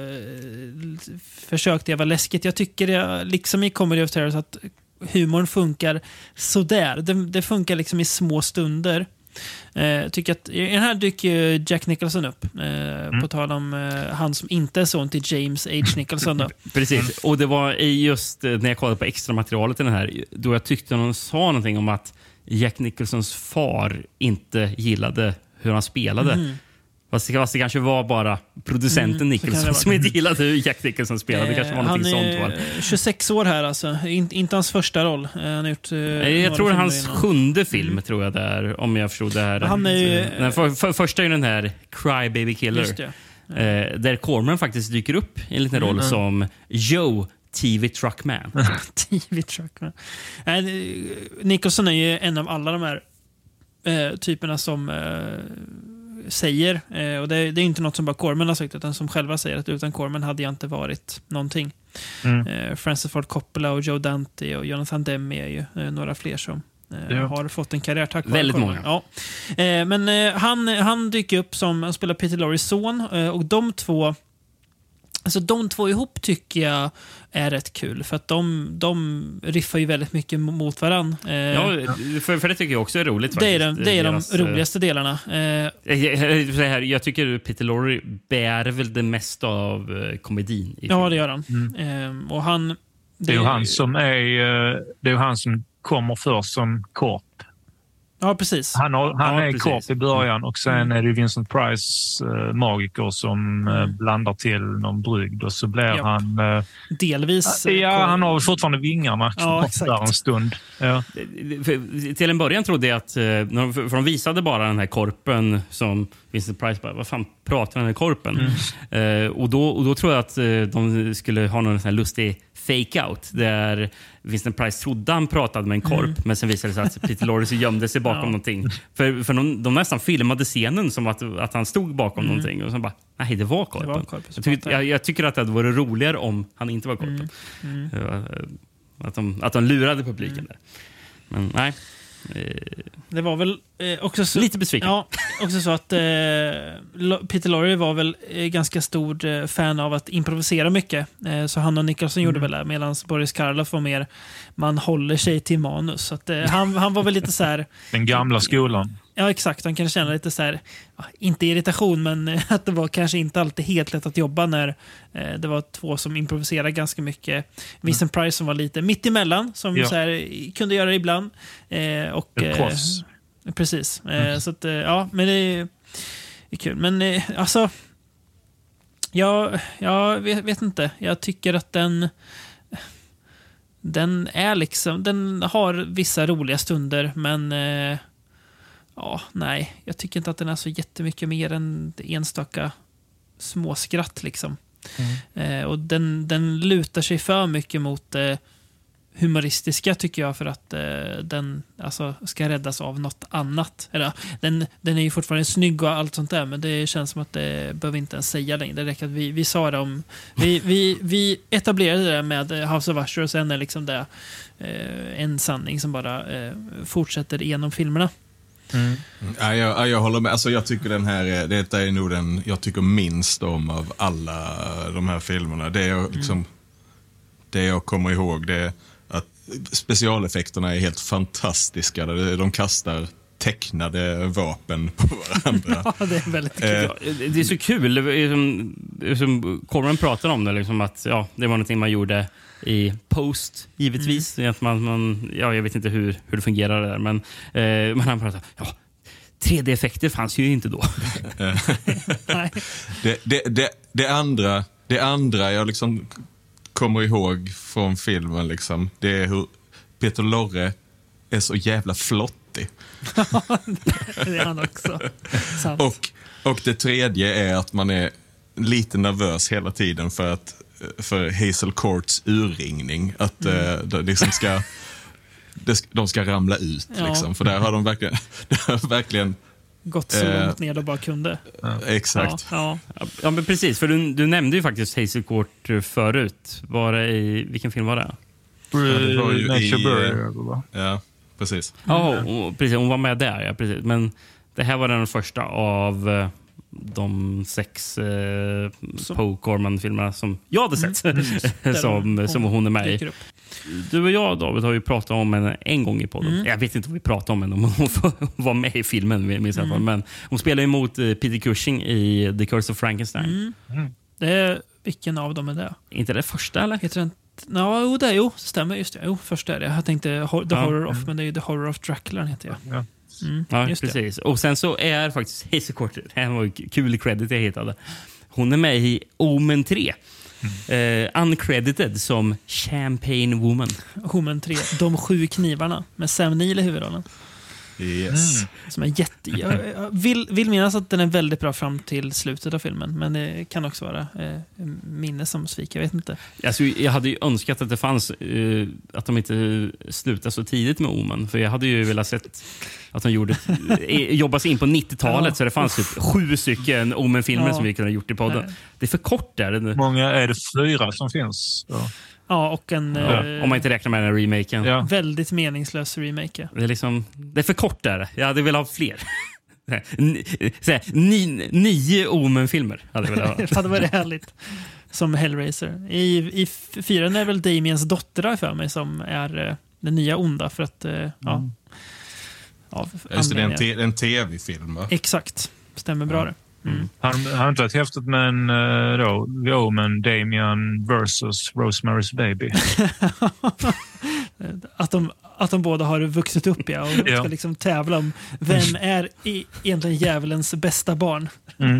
eh, försök till att vara läskigt. Jag tycker det, liksom i Comedy of Terror, att humorn funkar sådär. Det, det funkar liksom i små stunder. Eh, tycker att, I den här dyker ju Jack Nicholson upp. Eh, Mm. På tal om eh, han som inte är son till James H. Nicholson. Då. Precis, och det var i just eh, när jag kollade på extra materialet i den här, då jag tyckte någon sa någonting om att Jack Nicholsons far inte gillade hur han spelade. Mm. Fast, det, fast det kanske var bara producenten Mm, så kan det Nicholson vara. som inte gillade hur Jack Nicholson spelade. Det kanske var Eh, någonting han sånt. Var. är tjugosex år här alltså. In, inte hans första roll. Eh, han har gjort, eh, Jag några tror det är filmer hans innan. sjunde film, tror jag det är, om jag förstod det här. Han är ju- den för, för, första är ju den här Cry Baby Killer. Just det. Eh, där Corman faktiskt dyker upp i en liten roll Mm. som Joe T V Truckman. T V Truckman. Nej, det- Nicholson är ju en av alla de här eh, typerna som eh, säger, eh, och det, det är inte något som bara Corman har sagt, utan som själva säger att utan Corman hade jag inte varit någonting. Mm. Eh, Francis Ford Coppola och Joe Dante och Jonathan Demme är ju eh, några fler som eh, Ja. har fått en karriär tack vare Väldigt Corman. många. Ja. Eh, men eh, han, han dyker upp som, han spelar Peter Lorres son, eh, och de två Alltså de två ihop tycker jag är rätt kul, för att de, de riffar ju väldigt mycket mot varann. Eh, Ja, för, för det tycker jag också är roligt. det är, faktiskt. de, det är Deras, de roligaste delarna. Eh, Jag, jag, så här, jag tycker Peter Lorre bär väl det mesta av eh, komedin. I ja, det gör han. Eh, och han Det är ju han som är, eh, det är ju han som kommer först som korp. Ja, precis. Han, har, han Ja, är precis. korp i början och sen Mm. är det Vincent Price, eh, magiker, som eh, blandar till någon brygd och så blir Japp. han... Eh, Delvis. eh, ja, korp. han har väl fortfarande vingarna Ja, kvar exakt. där en stund. Ja. För, till en början trodde jag att, eh, när de, för de visade bara den här korpen som Vincent Price bara, vad fan pratar den här korpen? Eh, och, då, och då tror jag att eh, de skulle ha någon sån här lustig fake-out där Vincent Price trodde han pratade med en korp, Mm. men sen visade det sig att Peter Lorre gömde sig bakom Ja. någonting. För, för de, de nästan filmade scenen som att, att han stod bakom Mm. någonting och så bara, nej det var korpen. Det var korpen som jag, tycker, pratade. jag, jag tycker att det hade varit roligare om han inte var korpen. Mm. Eh, Att, de, att de lurade publiken där. Men nej. Eh, Det var väl eh, också så, Lite besviken. Ja, också så att eh, Lo- Peter Lorre var väl eh, ganska stor eh, fan av att improvisera mycket. Eh, så han och Nicholson gjorde väl det, medan Boris Karloff var mer, man håller sig till manus. Så att, eh, han, han var väl lite så här. Den gamla skolan. Ja, exakt. Han kan känna lite så här, ja, inte irritation, men eh, att det var kanske inte alltid helt lätt att jobba när eh, det var två som improviserade ganska mycket. Vincent Price som var lite mitt emellan, som Ja. så här, kunde göra det ibland. Eh, och, Ett eh, proffs. Precis. Eh, så att, eh, ja, men det är, det är kul. Men eh, alltså, jag, jag vet, vet inte. Jag tycker att den den är liksom, den har vissa roliga stunder, men eh, ja, nej. Jag tycker inte att den är så jättemycket mer än enstaka småskratt liksom. Eh, och den, den lutar sig för mycket mot eh, humoristiska, tycker jag, för att eh, den alltså, ska räddas av något annat. Eller, den, den är ju fortfarande snygg och allt sånt där, men det känns som att det behöver inte ens säga längre. Det räcker att vi, vi sa det om... Vi, vi, vi etablerade det med House of Usher, och sen är liksom det eh, en sanning som bara eh, fortsätter genom filmerna. Mm. Ja, jag, ja, jag håller med. Alltså, jag tycker den här är, detta är nog den jag tycker minst om av alla de här filmerna. Det jag, liksom, Mm. det jag kommer ihåg, det är att specialeffekterna är helt fantastiska. De kastar tecknade vapen på varandra. Ja, det är väldigt kul. Eh, Det är så kul, som, som Corman pratar om det, liksom att ja, det var någonting man gjorde i post, givetvis. Mm. Att man, man, ja, jag vet inte hur, hur det fungerar där, men, eh, men han pratar, ja, tre D-effekter fanns ju inte då. det, det, det, det, andra, det andra jag liksom kommer ihåg från filmen, liksom, det är hur Peter Lorre är så jävla flottig. Det är han också. Sant. Och, och det tredje är att man är lite nervös hela tiden för att för Hazel Courts urringning. Att mm. eh, de, liksom ska, de ska ramla ut. Ja. Liksom, för där har de verkligen, har verkligen gått så eh, långt ner de bara kunde. Ja. Exakt. Ja, ja. ja, men precis. För du, du nämnde ju faktiskt Hazel Court förut. Var det i, vilken film var det? Ja, det var ju Nature i... Burger, ja, precis. Ja, oh, precis. Hon var med där, ja, precis. Men det här var den första av eh, de sex eh, Poe Corman-filmerna som jag hade sett. Mm, som, hon, som hon är med i. Du och jag, David, har ju pratat om henne en gång i podden. Mm. Jag vet inte vad vi pratade om henne, om hon var med i filmen. Mm. Men hon spelar emot eh, Peter Cushing i The Curse of Frankenstein. Mm. Mm. Det är, vilken av dem är det? Inte det första, eller? Heter den? Ja, jo, det är jo, stämmer just det. Jo, först är det. Jag tänkte The ja. Horror of, men det är ju The Horror of Dracula heter jag. Ja, mm, ja precis. Det. Och sen så är faktiskt Hazel Court, det här var kul credit jag hittade. Hon är med i Omen tre. Mm. Uh, uncredited som Champagne Woman. Omen tre, De sju knivarna med Sam Neill i huvudrollen. Yes. Mm. Som är jätte... Jag, jag vill, vill minnas att den är väldigt bra fram till slutet av filmen. Men det kan också vara eh, minne som sviker, jag vet inte. Alltså, jag hade ju önskat att det fanns eh, att de inte slutade så tidigt med Omen. För jag hade ju velat sett att de gjorde jobba sig in på nittiotalet, ja. Så det fanns typ sju stycken Omen-filmer, ja. Som vi kunde ha gjort i podden. Nej. Det är för kort där. Många är det fyra som finns. Ja. Ja, och en... Ja, eh, om man inte räknar med den remaken. Ja. Väldigt meningslös remake. Det är, liksom, det är för kort där. Jag hade velat ha fler. N- såhär, ni, nio Omen-filmer hade jag velat ha. Det hade varit härligt. Som Hellraiser. I, i fyran är väl Damiens dotter för mig som är uh, den nya onda. För att, uh, mm. ja. Av Just det, är en, te- en tv-film, va? Exakt. Stämmer bra det. Mm. Han har inte varit häftigt, men uh, då, The Omen, Damien versus Rosemary's Baby. att, de, att de båda har vuxit upp, ja, och ja. Ska liksom tävla om vem är i, egentligen djävulens bästa barn. Mm.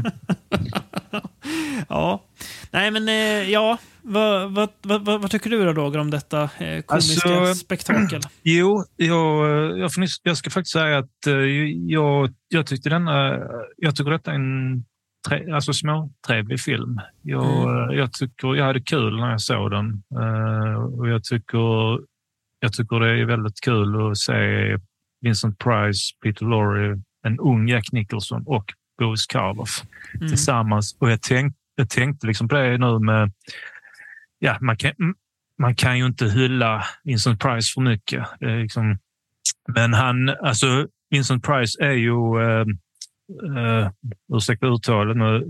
Ja. Nej, men uh, ja, vad, vad, vad, vad tycker du då, Roger, om detta uh, komiska alltså, spektakel? Jo, jag, jag, jag ska faktiskt säga att uh, jag, jag tyckte denna, jag tycker detta är en tre, alltså småtrevlig film. Jag, mm. jag tycker jag hade kul när jag såg den. Uh, och jag tycker, jag tycker det är väldigt kul att se Vincent Price, Peter Lorre, en ung Jack Nicholson och Boris Karloff mm. tillsammans. Och jag tänkte, jag tänkte liksom på det nu med, ja, man kan, man kan ju inte hylla Vincent Price för mycket. Det är liksom, men han, alltså Vincent Price är ju uh, uh, ursäkta uttalet nu,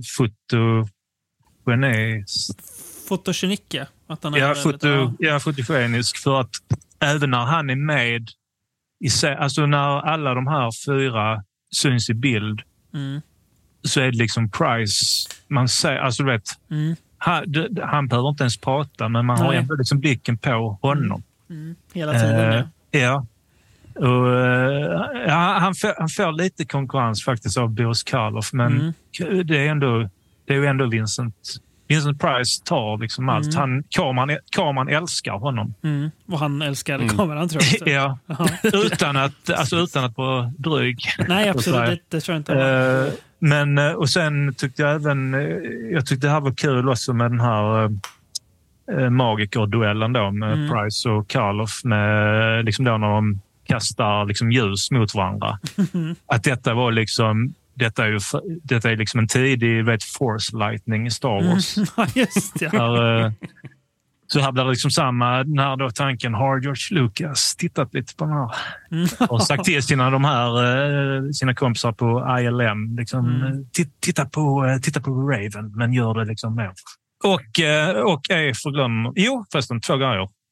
fotogenes. Fotogenicke. Att han ja, foto, ja, fotogenisk, för att även när han är med i sig, alltså när alla de här fyra syns i bild mm. så är det liksom Price, man säger, alltså du vet, mm. han, han behöver inte ens prata, men man Nej. har ändå liksom blicken på honom. Mm. Hela tiden, uh, ja. ja. Och, uh, ja, han, får, han får lite konkurrens faktiskt av Boris Karloff, men mm. det är ändå det är ju ändå Vincent Vincent Price tar liksom allt. Mm. Han, kameran, kameran älskar honom. Mm. Och han älskar mm. kameran, tror jag. Ja, utan att, alltså, utan att vara dryg. Nej, absolut. Det, det tror jag inte. Uh, men, och sen tyckte jag även, jag tyckte det här var kul också med den här uh, magikerduellen då med mm. Price och Karloff, med liksom då när de kastar liksom ljus mot varandra. Mm. Att detta var liksom Detta är ju detta är liksom en tidig vet, force lightning i Star Wars. Mm, just det. Där, så här blir det liksom samma när då tanken har George Lucas tittat lite på den här mm. och sagt till sina, de här, sina kompisar på I L M liksom, mm. titta, på, titta på Raven, men gör det liksom mer. Och, och är förglömmer, jo förresten två grejer.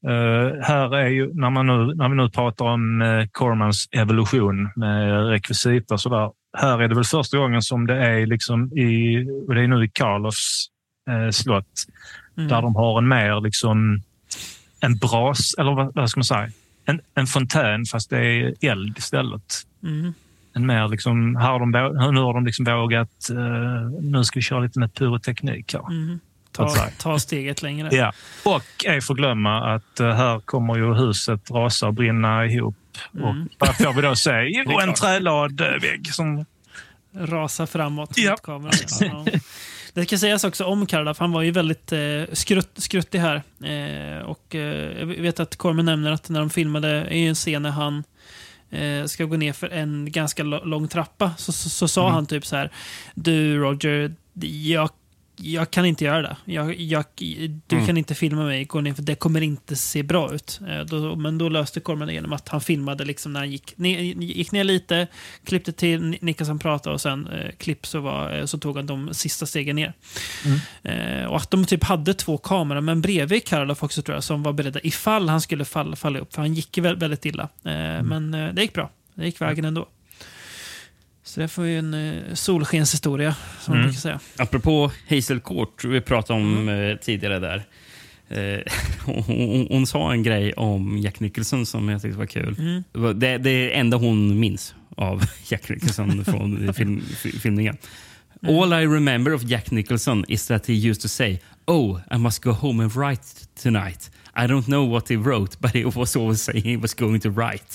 Uh, här är ju, när, man nu, när vi nu pratar om uh, Cormans evolution med rekvisita och sådär. Här är det väl första gången som det är liksom i, och det är nu i Karloffs uh, slott, mm. där de har en mer liksom en bras, eller vad, vad ska man säga? En, en fontän fast det är eld istället. Mm. En mer liksom, här har de, nu har de liksom vågat, uh, nu ska vi köra lite med pyroteknik här. Mm. Ta, ta steget längre. Ja. Och jag får glömma att uh, här kommer ju huset rasa och brinna ihop. Mm. Och vad får vi då se? Jo, en trälad vägg som rasar framåt ja. mot kameran. Ja. Det kan sägas också om Karloff. Han var ju väldigt eh, skrutt, skruttig här. Eh, och eh, jag vet att Corman nämner att när de filmade i en scen när han eh, ska gå ner för en ganska lång trappa så, så, så sa mm. han typ så här: du Roger, jag Jag kan inte göra det. Jag, jag, du mm. kan inte filma mig gå ner, för det kommer inte se bra ut. Eh, då, men då löste Corman det genom att han filmade liksom när han gick ner, gick ner lite, klippte till Nicholson pratade och sen eh, klipp så, var, så tog han de sista stegen ner. Mm. Eh, och att de typ hade två kameror, men bredvid Karloff också tror jag, som var beredda ifall han skulle falla, falla upp. För han gick väldigt, väldigt illa. Eh, mm. Men eh, det gick bra. Det gick vägen ändå. Så det får ju en eh, solskenshistoria, som mm. man brukar säga. Apropå Hazel Court, vi pratade om mm. eh, tidigare där. Eh, hon, hon sa en grej om Jack Nicholson som jag tyckte var kul. Mm. Det, det är enda hon minns av Jack Nicholson från film, filmningen. Mm. All I remember of Jack Nicholson is that he used to say, oh, I must go home and write tonight. I don't know what he wrote, but he was always saying he was going to write.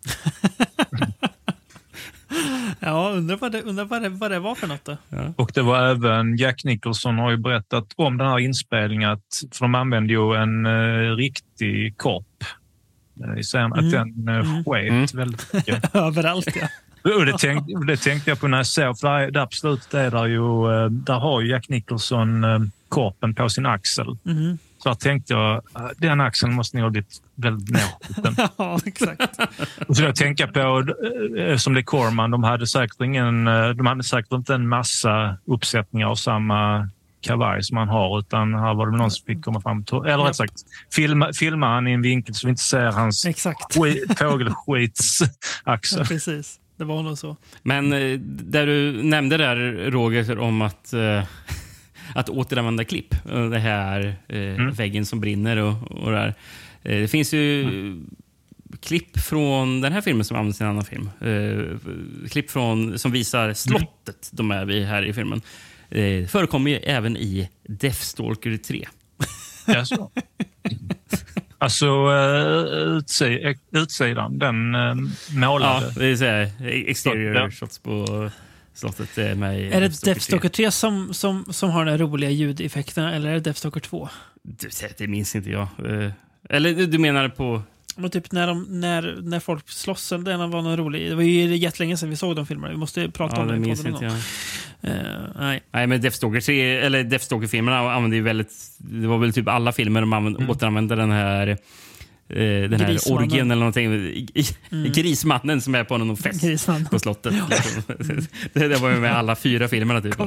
Ja, undrar vad det, undrar vad det, vad det var för något då. Ja. Och det var även Jack Nicholson har ju berättat om den här inspelningen, att, för de använde ju en uh, riktig korp. Uh, mm. Att den uh, mm. sket mm. väldigt mycket. Överallt, ja. Och det, tänkte, det tänkte jag på när jag såg, för där, där på slutet är där ju, uh, där har ju Jack Nicholson uh, korpen på sin axel. Mm. Så jag tänkte jag, den axeln måste ni ha blivit väldigt närskjuten. Ja, exakt. Och så jag tänker på, som det är Corman, de hade säkert ingen, de hade säkert inte en massa uppsättningar av samma kavaj som man har, utan här var det någon som fick komma fram. Eller rätt sagt, filma, filma han i en vinkel så vi inte ser hans fågelskitsaxel. Ja, precis. Det var nog så. Men där du nämnde där, Roger, om att... att återanvända klipp. Det här eh, mm. väggen som brinner och, och där. Eh, det finns ju mm. klipp från den här filmen som används i en annan film. Eh, klipp från, som visar slottet mm. de är vid här i filmen. Eh, förekommer ju även i Deathstalker tre. Ja, så. Alltså uh, utsi- utsidan, den uh, målade. Ja, det är så här, exterior ja. shots på... slottet är med i Är det Deathstalker tre som, som, som har den roliga ljudeffekterna, eller är det Deathstalker två? Det, det minns inte jag. Eller du menar på... Men typ när, de, när, när folk slåss, eller det var någon rolig. Det var ju jättelänge sedan vi såg de filmerna. Vi måste prata ja, om det. det minns inte jag. Uh, nej. nej, men Deathstalker tre, eller Deathstalker-filmerna använde ju väldigt... Det var väl typ alla filmer de använde, mm. återanvände den här... Eh, den här orgen eller någonting. Mm. Grismannen som är på någon fest Grismannen. På slottet. det, det var ju med alla fyra filmerna typ.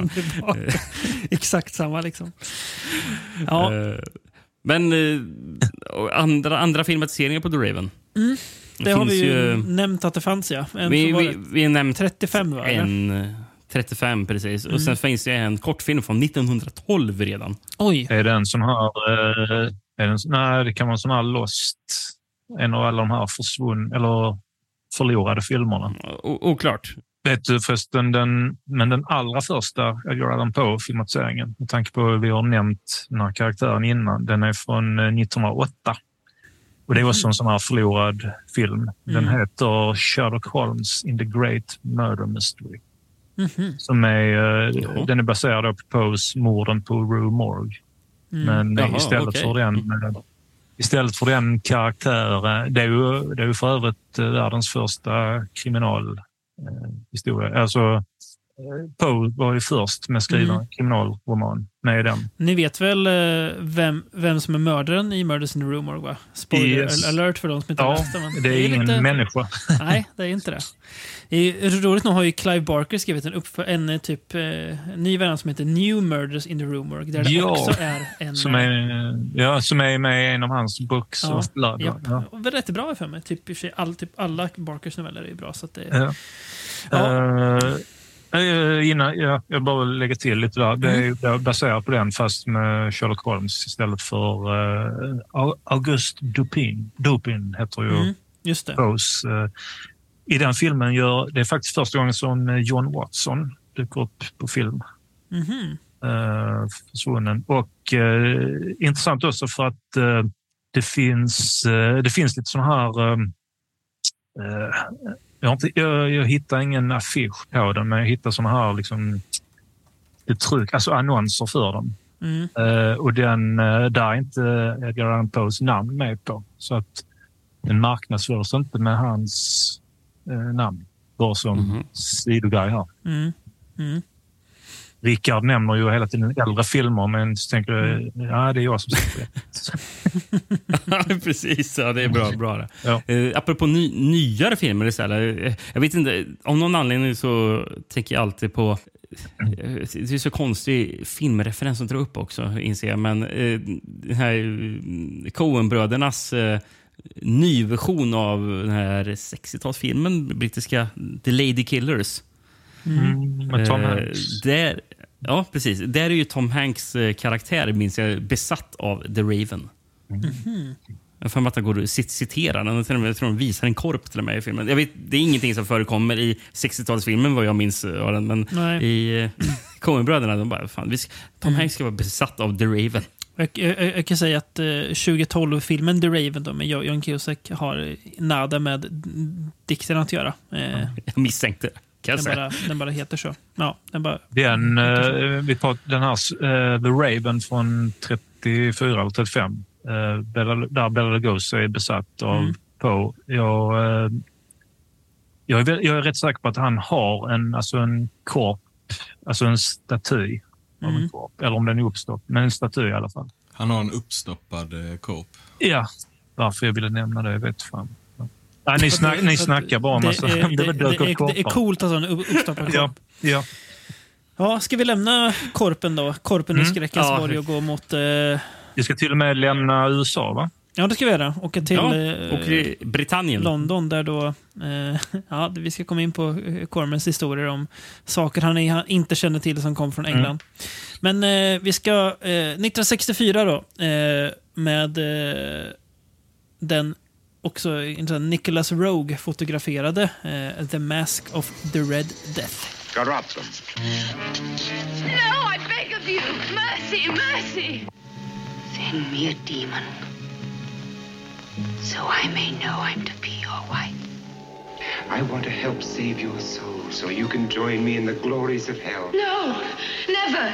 Exakt samma liksom. Ja. Eh, men eh, andra, andra filmatiseringar på The Raven. Mm. Det, det har vi ju, ju nämnt att det fanns, ja. En vi, vi, vi har nämnt trettiofem, va? En, trettiofem, precis. Mm. Och sen finns det en kortfilm från nittonhundratolv redan. Oj. Är det en som har... Eh, är det en, nej, det kan vara en sån här lost. En av alla de här försvunna eller förlorade filmerna. O- oklart. Vet du förresten, den, men den allra första Edgar Allan Poe-filmatiseringen, med tanke på att vi har nämnt den här karaktären innan, den är från nittonhundraåtta. Och det är också en sån här förlorad film. Den mm. heter Sherlock Holmes in the Great Murder Mystery. Mm-hmm. Som är, ja. Den är baserad på Poes morden på Rue Morgue. Mm. Men Jaha, istället, okay. för den, istället för den karaktären, det är ju, det är ju för övrigt världens första kriminalhistoria. Alltså Poe var ju först med att skriva Mm. en kriminalroman med den. Ni vet väl eh, vem, vem som är mördaren i Murders in the Rue Morgue, va? Spoiler Yes. alert för de som inte har Ja, läst det. Men det är ingen lite... människa. Nej, det är inte det. I, roligt nog har ju Clive Barker skrivit en, uppför, en eh, typ eh, ny variant som heter New Murders in the Rue Morgue, där det Ja, också är en... Som är, ja, som är med i en av hans books. Ja, och blad, japp. ja. Och rätt bra för mig. Typ, i och för sig, all, typ alla Barkers noveller är ju bra. Så att det, Ja. Ja. Uh, innan, ja, jag bara lägger till lite där. Det är mm. baserat på den fast med Sherlock Holmes istället för uh, Auguste Dupin. Dupin heter ju mm, just det. Rose. Uh, I den filmen gör det är faktiskt första gången som John Watson dyker upp på film. Mm-hmm. Uh, försvunnen. Och uh, intressant också för att uh, det finns uh, det finns lite sån här um, uh, jag, har inte, jag, jag hittar ingen affisch på den, men jag hittar såna här liksom tryck, alltså annonser för dem. Mm. Uh, och den uh, där är inte Edgar Allan Poes namn med på, så att den marknadsförs inte med hans uh, namn, bara som mm. sidogrej här. Mm. Mm. Rickard nämner ju hela tiden äldre filmer, men så tänker jag, ja, det är jag som säger det. Ja, precis. Ja, det är bra. bra det. Ja. Uh, apropå ny, nyare filmer, det är uh, jag vet inte, om någon anledning så tänker jag alltid på, uh, det är så konstig filmreferens som drar upp också, inser jag, men uh, den här uh, Coen-brödernas uh, nyversion av den här sextiotalsfilmen, brittiska The Lady Killers. Mm, med Tom Hanks. Eh, där, ja, precis. Där är ju Tom Hanks eh, karaktär, minns jag, besatt av The Raven. Mm-hmm. Jag får att han går och citerar den. Jag tror de visar en korp till och med i filmen. Jag vet, det är ingenting som förekommer i sextiotalsfilmen vad jag minns av den, men Nej. i eh, Coen-bröderna, de bara, fan, vi ska, Tom Hanks ska vara besatt av The Raven. Jag, jag, jag kan säga att eh, tjugohitolv-filmen The Raven då, med John Cusack har nada med dikten att göra. Eh, jag misstänkte kan jag den, säga. bara, den bara heter så. Ja, den bara, Den, eh, vi pratar, den här uh, The Raven från trettiofyra eller trettiofem. Uh, Bela, där Bela Lugosi är besatt av Mm. Poe. Jag, uh, jag, är, väl- jag är rätt säker på att han har en, alltså en korp, alltså en staty av Mm. en korp. Eller om den är uppstoppad, men en staty i alla fall. Han har en uppstoppad eh, korp. Ja, varför jag ville nämna det, jag vet fan. Nej, ni, snack, ni snackar bara om det, massa. är, det, Det var det, dök upp är, det är korpar. coolt att ha en upp- uppstoppad korp. Ja, ja. Ja, ska vi lämna korpen då? Korpen i Mm. skräckens Ja. borg och gå mot... Eh, Vi ska till och med lämna U S A, va? ja, det ska vi göra. Åka till Ja, eh, och i Britannien. London där då... Eh, ja, vi ska komma in på eh, Cormans historier om saker han, i- han inte känner till som kom från England. Men eh, vi ska... Eh, nittonhundrasextiofyra då, eh, med eh, den också intressant Nicholas Rogue fotograferade eh, The Mask of the Red Death. Drop them. No, I beg of you! Mercy, mercy! Send me a demon, so I may know I'm to be your wife. I want to help save your soul so you can join me in the glories of hell. No, never!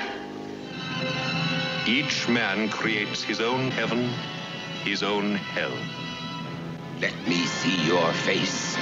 Each man creates his own heaven, his own hell. Let me see your face.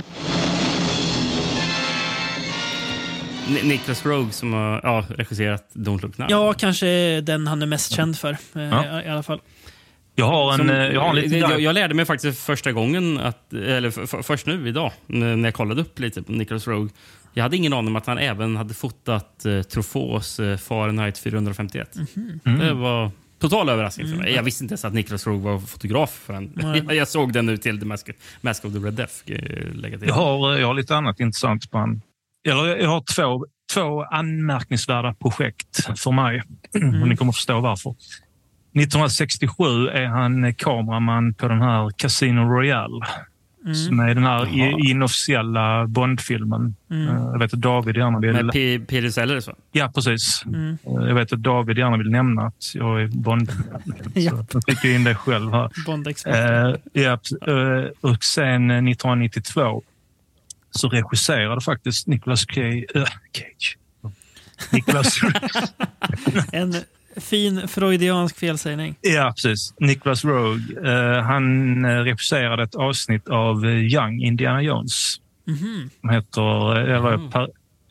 N- Nicholas Rogue som har ja, regisserat Don't Look Now. Ja, kanske den han är mest känd för. Eh, Ja. i, I alla fall. Jag har en, Som, eh, jag har en liten... jag, jag lärde mig faktiskt första gången, att, eller f- f- först nu idag, när när jag kollade upp lite på Nicholas Rogue. Jag hade ingen aning om att han även hade fotat eh, Truffauts eh, Fahrenheit fyrahundrafemtioett. Mm-hmm. Det var total överraskning för mig. Jag visste inte ens att Nicholas Rogue var fotograf förrän Nej. jag, jag såg den nu till The Mask, Mask of the Red Death. eh, lägga till. Jag har, jag har lite annat intressant på han. Eller jag har två, två anmärkningsvärda projekt för mig. Mm. Och ni kommer förstå varför. nittonhundrasextiosju är han kameraman på den här Casino Royale. Mm. Som är den här Jaha. i- inofficiella Bondfilmen. Mm. Eh, Jag vet att David gärna vill... Med P- Peter Sellers, va? Ja, precis. Mm. Eh, Jag vet att David gärna vill nämna att jag är Bond. Ja. Så jag fick ju in det själv här. Bond-expert. Eh, ja, eh, och sen eh, nittonhundranittiotvå så regisserade faktiskt Nicolas Cage. Äh, Cage. Nicolas, En fin freudiansk felsägning. ja, precis. Nicholas Rogue. Eh, han eh, regisserade ett avsnitt av eh, Young Indiana Jones. Mhm. Som heter, eh, eller, Mm. par,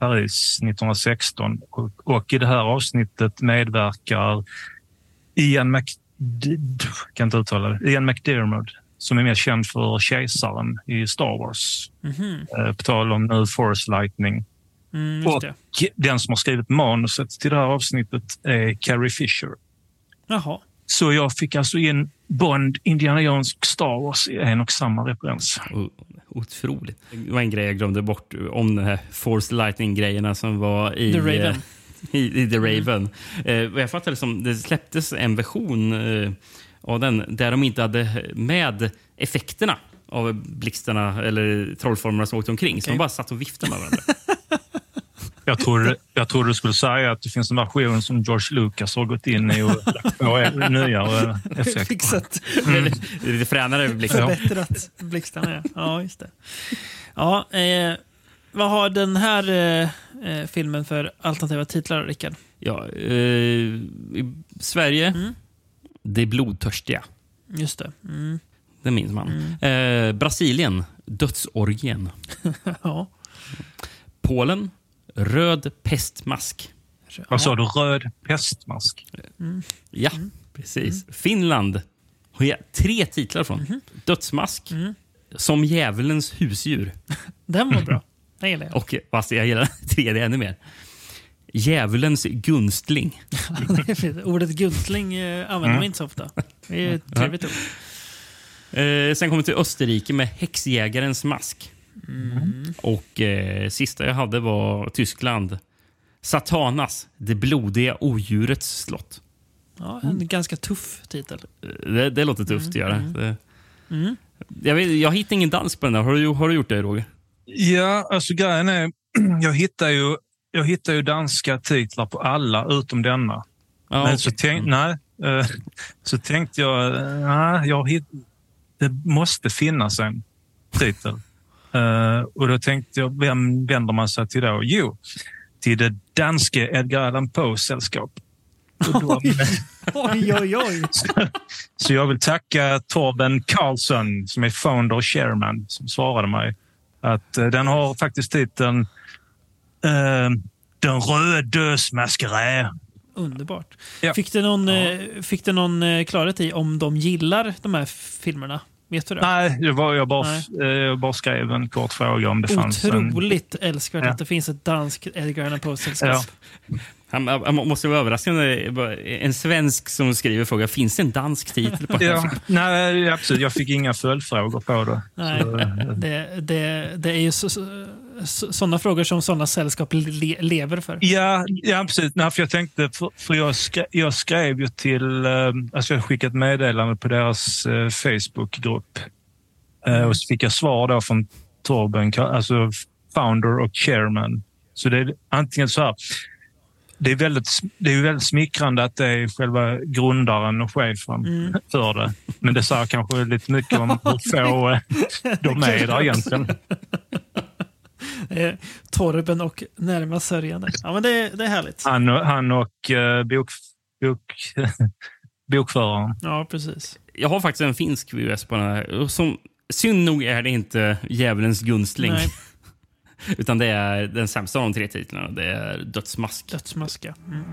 Paris nittonhundrasexton. Och, och i det här avsnittet medverkar Ian Mc... kan inte uttala det. Ian McDiarmid, som är mer känd för kejsaren i Star Wars. Mm-hmm. På tal om nu Force Lightning. Mm, och den som har skrivit manuset till det här avsnittet är Carrie Fisher. Jaha. Så jag fick alltså in Bond, Indiana Jones och Star Wars i en och samma referens. Oh, otroligt. Det var en grej jag glömde bort om den här Force Lightning-grejerna som var i... The Raven. Eh, i, i The Raven. Mm. Eh, jag fattade som det släpptes en version eh, av den där de inte hade med effekterna av blixtarna eller trollformerna som åkte omkring. Okay. Så de bara satt och viftade med varandra. Jag tror, jag tror du skulle säga att det finns en version som George Lucas har gått in i och lagt på nyare effekter. Fixat. Mm. Lite fränare blixtar. Förbättrat blixtarna, ja. Ja, just det. Ja, eh, vad har den här eh, filmen för alternativa titlar, Rickard? Ja, eh, i Sverige, mm. Det blodtörstiga. Just det. Mm. Det minns man. Mm. Eh, Brasilien, dödsorgien. Ja. Polen, röd pestmask. Vad sa du? Röd pestmask? Mm. Ja, mm. precis. Mm. Finland har jag tre titlar från. Mm. Dödsmask, mm. Som djävulens husdjur. Den var bra. Den gillar jag. Och fast jag gillar tredje ännu mer. Djävulens gunstling. Ordet gunstling eh, använder man mm. inte så ofta. Det är ett trevligt ord. Eh, sen kommer vi till Österrike med häxjägarens mask. Mm. Och eh, sista jag hade var Tyskland. Satanas, det blodiga odjurets slott. Ja, en mm. ganska tuff titel. Det, det låter tufft att göra. Mm. Det, mm. jag, vet, jag hittar ingen dansk på den där. Har du, har du gjort det, Roger? Ja, alltså grejen är... Jag hittar ju, jag hittar ju danska titlar på alla utom denna. Ah, Men okay. så, tänk, nej, uh, så tänkte jag... Nej, jag hitt, det måste finnas en titel. Uh, och då tänkte jag, vem vänder man sig till då? Jo, till det danska Edgar Allan Poe-sällskap. Då, oj, oj, oj. Så, så jag vill tacka Torben Karlsson som är founder och chairman som svarade mig att uh, den har faktiskt titeln uh, Den röda dödsmaskerä. Underbart. Ja. Fick det någon, ja. fick det någon klarhet i om de gillar de här filmerna? Vet du det? Nej, det var, jag, bara, jag bara skrev en kort fråga om det fanns. Otroligt en... älskvärt ja. att det finns ett danskt Edgar Allan Poe-sällskap. Ja. Han, han måste vara överraskande. En svensk som skriver fråga, finns det en dansk titel på ja. Nej, absolut. Jag fick inga följdfrågor på det. Nej, så, det, det, det är ju så, så, sådana frågor som sådana sällskap le, lever för. Ja, ja absolut. Nej, för jag tänkte, för, för jag, skrev, jag skrev ju till, alltså jag skickade ett meddelande på deras uh, Facebookgrupp. Uh, mm. Och så fick jag svar då från Torben, alltså founder och chairman. Så det är antingen så här. Det är, väldigt, det är väldigt smickrande att det är själva grundaren och chefen mm. för det. Men det sa kanske lite mycket om hur få de är där egentligen. Torben och närma sörjande. Ja, men det, det är härligt. Han och, han och uh, bok, bok, bokföraren. Ja, precis. Jag har faktiskt en finsk V U S på den här. Som, synd nog är det inte djävulens gunstling. Nej. Utan det är den sämsta av de tre titlarna. Det är Dödsmask. Dödsmask, ja. Mm.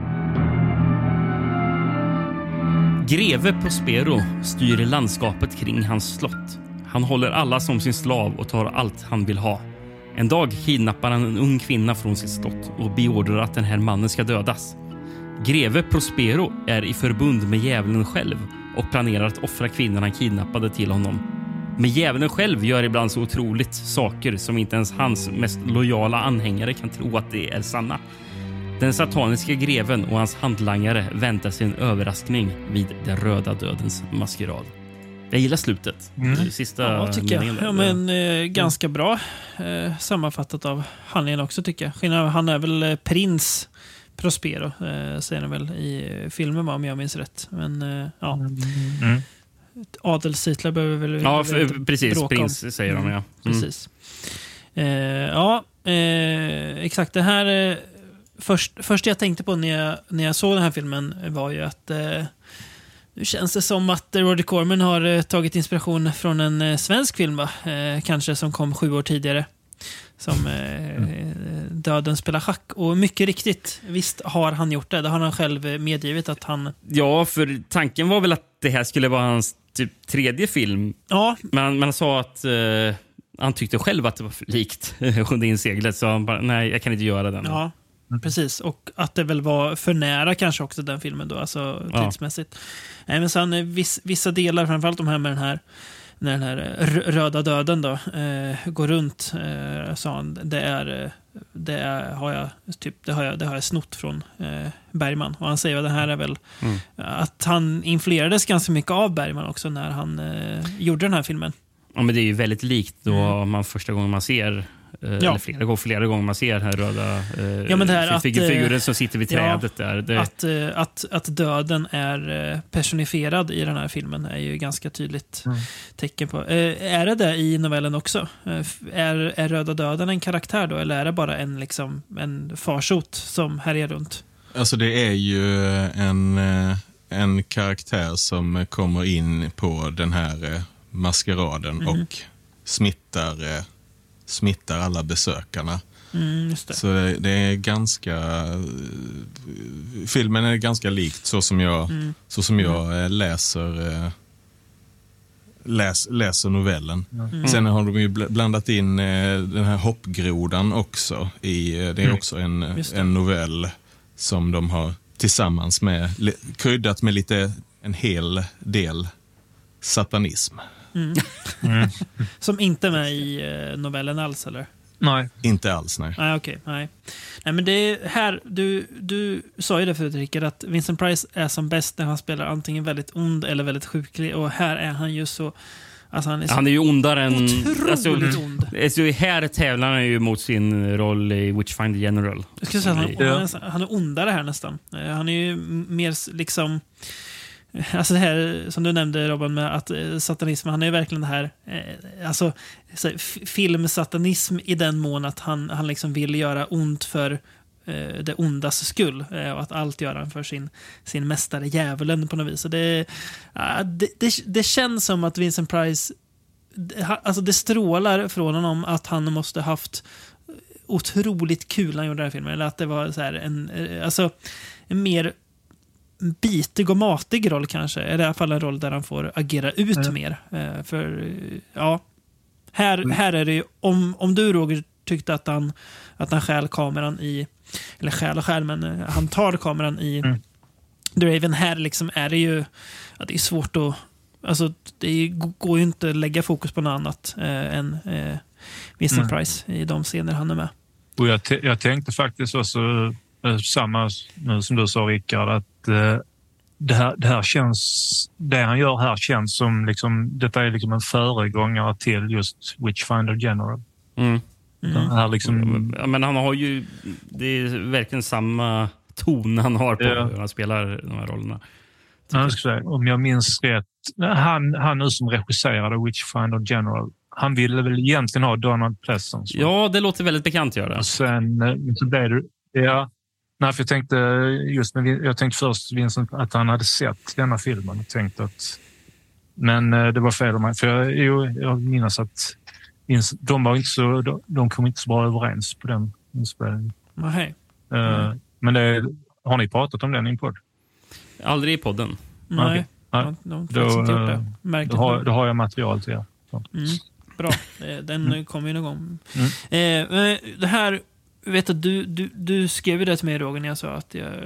Greve Prospero styr landskapet kring hans slott. Han håller alla som sin slav och tar allt han vill ha. En dag kidnappar han en ung kvinna från sitt slott och beordrar att den här mannen ska dödas. Greve Prospero är i förbund med djävulen själv och planerar att offra kvinnan han kidnappade till honom. Men djävulen själv gör ibland så otroligt saker som inte ens hans mest lojala anhängare kan tro att det är sanna. Den sataniska greven och hans handlangare väntar sig en överraskning vid den röda dödens maskerad. Jag gillar slutet. Mm. Sista ja, tycker jag. Ja, men, eh, ganska bra eh, sammanfattat av handlingen också, tycker jag. Han är väl eh, prins Prospero, eh, säger han väl i filmen, om jag minns rätt. Men eh, ja... Mm. Adelstitlar behöver väl... Ja, för, precis. Prins om. Säger de, ja. Mm. Precis. Eh, ja, eh, exakt. Det här... Eh, först, först jag tänkte på när jag, när jag såg den här filmen var ju att... Eh, nu känns det som att Roger Corman har eh, tagit inspiration från en eh, svensk film, va? Eh, kanske som kom sju år tidigare. Som eh, mm. döden spelar schack. Och mycket riktigt, visst har han gjort det. Det har han själv medgivit att han... Ja, för tanken var väl att det här skulle vara hans typ tredje film. Ja. Men man sa att uh, han tyckte själv att det var för likt Sjunde inseglet. Så han bara, nej, jag kan inte göra den. Ja, precis. Och att det väl var för nära kanske också den filmen då, alltså tidsmässigt. Ja. Nej, men sen viss, vissa delar, framförallt de här med den här när den här röda döden då eh, går runt, eh, sa han, det är det är, har jag typ det har jag det har jag snott från eh, Bergman, och han säger att det här är väl mm. att han influerades ganska mycket av Bergman också när han eh, gjorde den här filmen. Ja, men det är ju väldigt likt då mm. man första gången man ser ja. eller flera gånger flera gånger man ser här röda eh, ja, men det här figuren som sitter vid trädet ja, där. Det... Att, att, att döden är personifierad i den här filmen är ju ganska tydligt mm. tecken på. Är det det i novellen också? Är, är röda döden en karaktär då, eller är det bara en, liksom, en farsot som härjar runt? Alltså det är ju en, en karaktär som kommer in på den här maskeraden mm. och smittar smittar alla besökarna. Mm, just det. Så det, det är ganska filmen är ganska likt så som jag mm. så som jag mm. läser läs, läser novellen. Mm. Sen har de ju blandat in den här hoppgrodan också i det är mm. också en en novell som de har tillsammans med kryddat med lite en hel del satanism. Mm. Mm. Som inte är med i novellen alls, eller? Nej. Inte alls, nej. Nej, okej. Okay, nej. Nej, men det är här, du, du sa ju det förut, Rickard, att Vincent Price är som bäst när han spelar antingen väldigt ond eller väldigt sjuklig, och här är han ju så... Alltså han, är så han är ju ondare än... Otroligt alltså, ond. Alltså, här tävlar han ju mot sin roll i Witchfinder General. Jag skulle säga att han, ja. han, är, han är ondare här nästan. Han är ju mer liksom... Alltså det här som du nämnde, Robin, med att eh, satanism, han är verkligen det här eh, alltså så, f- filmsatanism i den mån att han, han liksom vill göra ont för eh, det ondas skull, eh, och att allt gör han för sin, sin mästare djävulen på något vis. Så det, eh, det, det, det känns som att Vincent Price, det, alltså det strålar från honom att han måste haft otroligt kul när han gjorde den här filmen, eller att det var så här en, alltså en mer bitig och matig roll kanske. Är det i alla fall en roll där han får agera ut mm. mer. Eh, för ja, här, mm. här är det ju, om, om du, Roger, tyckte att han att han stjäl kameran i, eller stjäl och stjäl, men eh, han tar kameran i mm. The Raven, här liksom är det ju, ja, det är svårt att, alltså det är, går ju inte att lägga fokus på något annat eh, än eh, Vincent mm. Price i de scener han är med. Och jag, t- jag tänkte faktiskt också samma nu som du sa, Rickard, att eh, det, här, det här känns, det han gör här känns som liksom, detta är liksom en föregångare till just Witchfinder General. Mm. Mm. Här liksom... ja, men han har ju, det är verkligen samma ton han har på ja. hur han spelar de här rollerna. Jag ska säga, om jag minns rätt, han, han nu som regisserade Witchfinder General, han ville väl egentligen ha Donald Pleasence. Ja, det låter väldigt bekant göra. Och sen så blev det, ja. Nej, för jag tänkte just med, jag tänkte först Vincent att han hade sett denna filmen och tänkte att, men det var fel om mig, för jag, jag, jag minns att de var inte så, de, de kom inte så bra överens på den inspelningen. Nej. Uh, mm. Men det, har ni pratat om den i en podd? Aldrig i podden. Nej, okay. ja, de då, inte gjort det. Då har, då har jag material till er. Mm. Bra, den mm. kommer ju någon gång. Mm. Eh, det här, vet du, du, du, du skrev ju det till mig, Roger, när jag sa att jag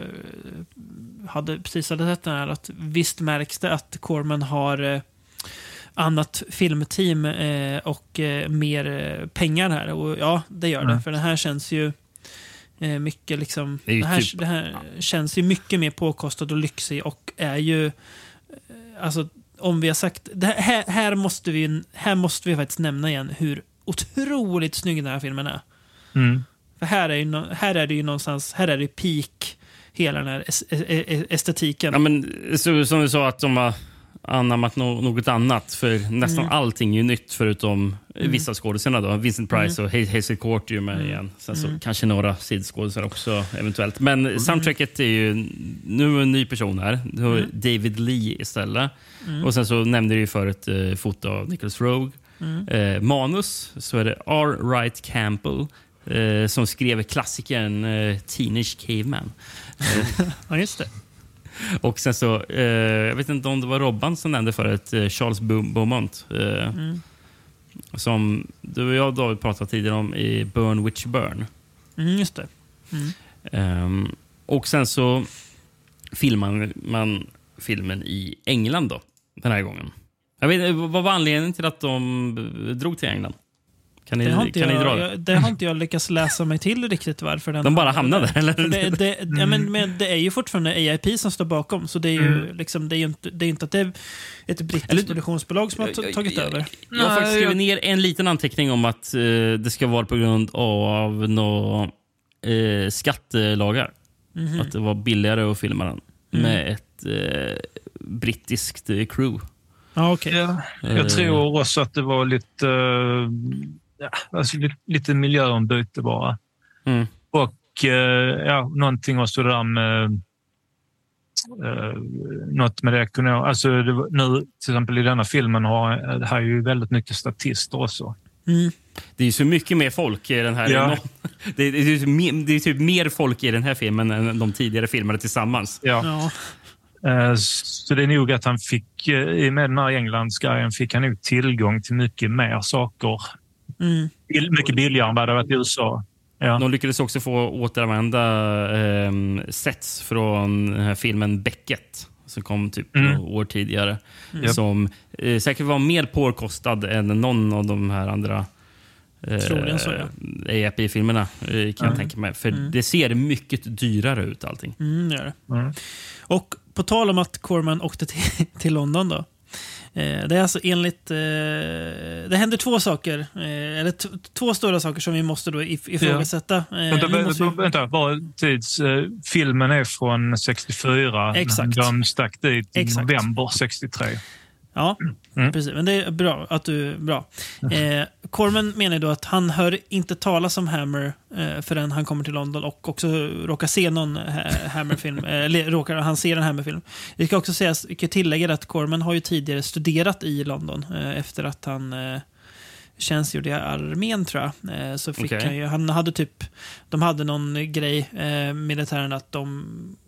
hade precis hade sett den här, att visst märks det att Corman har eh, annat filmteam eh, och eh, mer eh, pengar här, och ja, det gör det, mm. för den här känns ju eh, mycket liksom, det, det, här, typ... det här känns ju mycket mer påkostat och lyxig, och är ju eh, alltså, om vi har sagt det här, här måste vi här måste vi faktiskt nämna igen hur otroligt snygg den här filmen är. Mm. För här är, ju, här är det ju någonstans, här är det peak hela den här estetiken. Ja, men så, som du sa, att de har anammat no- något annat, för nästan mm. allting är ju nytt förutom mm. vissa skådespelarna då. Vincent Price mm. och Hazel Court är ju med mm. igen. Sen så mm. kanske några sidskådespelare också eventuellt. Men mm. soundtracket är ju nu en ny person här. Du har mm. David Lee istället. Mm. Och sen så nämnde du ju förut eh, foto av Nicholas Roeg. Mm. Eh, manus så är det R. Wright Campbell. eh, som skrev klassikern eh, Teenage Caveman. Ja, just det. Och sen så, eh, jag vet inte om det var Robban som nämnde förut, eh, Charles Beaumont. Eh, mm. Som du och jag och David pratade tidigare om i Burn Witch Burn. Mm, just det. Mm. Um, och sen så filmar man filmen i England då, den här gången. Jag vet, vad var anledningen till att de drog till England? Kan ni, det, har kan jag, ni dra det? Jag, det har inte jag lyckats läsa mig till riktigt varför den de bara hamnade där, eller? Det, det, ja, men, men det är ju fortfarande A I P som står bakom, så det är ju mm. liksom, det är ju inte, det är inte att det är ett brittiskt eller, produktionsbolag som har tagit jag, över. Jag, jag har faktiskt skrivit ner en liten anteckning om att uh, det ska vara på grund av några uh, skattelagar. Mm-hmm. Att det var billigare att filma den mm. med ett uh, brittiskt uh, crew. Ah, okay. Ja, jag tror också att det var lite, uh, ja, alltså lite, lite miljöombyte bara. Mm. Och uh, ja, någonting också där med uh, något med det ekonomiska. Alltså det var, nu till exempel i denna filmen har det här ju väldigt mycket statister också. Mm. Det är ju så mycket mer folk i den här. Ja. Det är, det, är, det är typ mer folk i den här filmen än de tidigare filmerna tillsammans. Ja. Ja. Så det är nog att han fick, i med den här Englandsgrejen fick han nog tillgång till mycket mer saker. Mm. Mycket billigare än vad det varit i U S A. Ja. De lyckades också få återanvända eh, sets från den här filmen Beckett som kom typ mm. några år tidigare. Mm. Som eh, säkert var mer påkostad än någon av de här andra Troligen så, ja. A I P-filmerna kan mm. jag tänka mig. För mm. det ser mycket dyrare ut allting. Mm, gör det. Mm. Och på tal om att Corman åkte till, till London då. Eh, det är alltså enligt... Eh, det händer två saker. Eh, eller t- två stora saker som vi måste då if- ifrågasätta. Ja. Eh, vänta, måste vi... vänta, bara tids... Eh, filmen är från sextiofyra. Exakt. De stack dit i Exakt. november sextiotre. Ja, mm. precis. Men det är bra att du bra. Eh, Corman menar då att han hör inte talas om Hammer eh, förrän han kommer till London och också råkar se någon ha- Hammer-film. Eller eh, råkar han se en Hammer-film. Det ska också sägas, jag kan tillägga att Corman har ju tidigare studerat i London eh, efter att han eh, tjänstgjorde i armén, tror jag. Eh, så fick okay. han ju, han hade typ, de hade någon grej, eh, militären, att de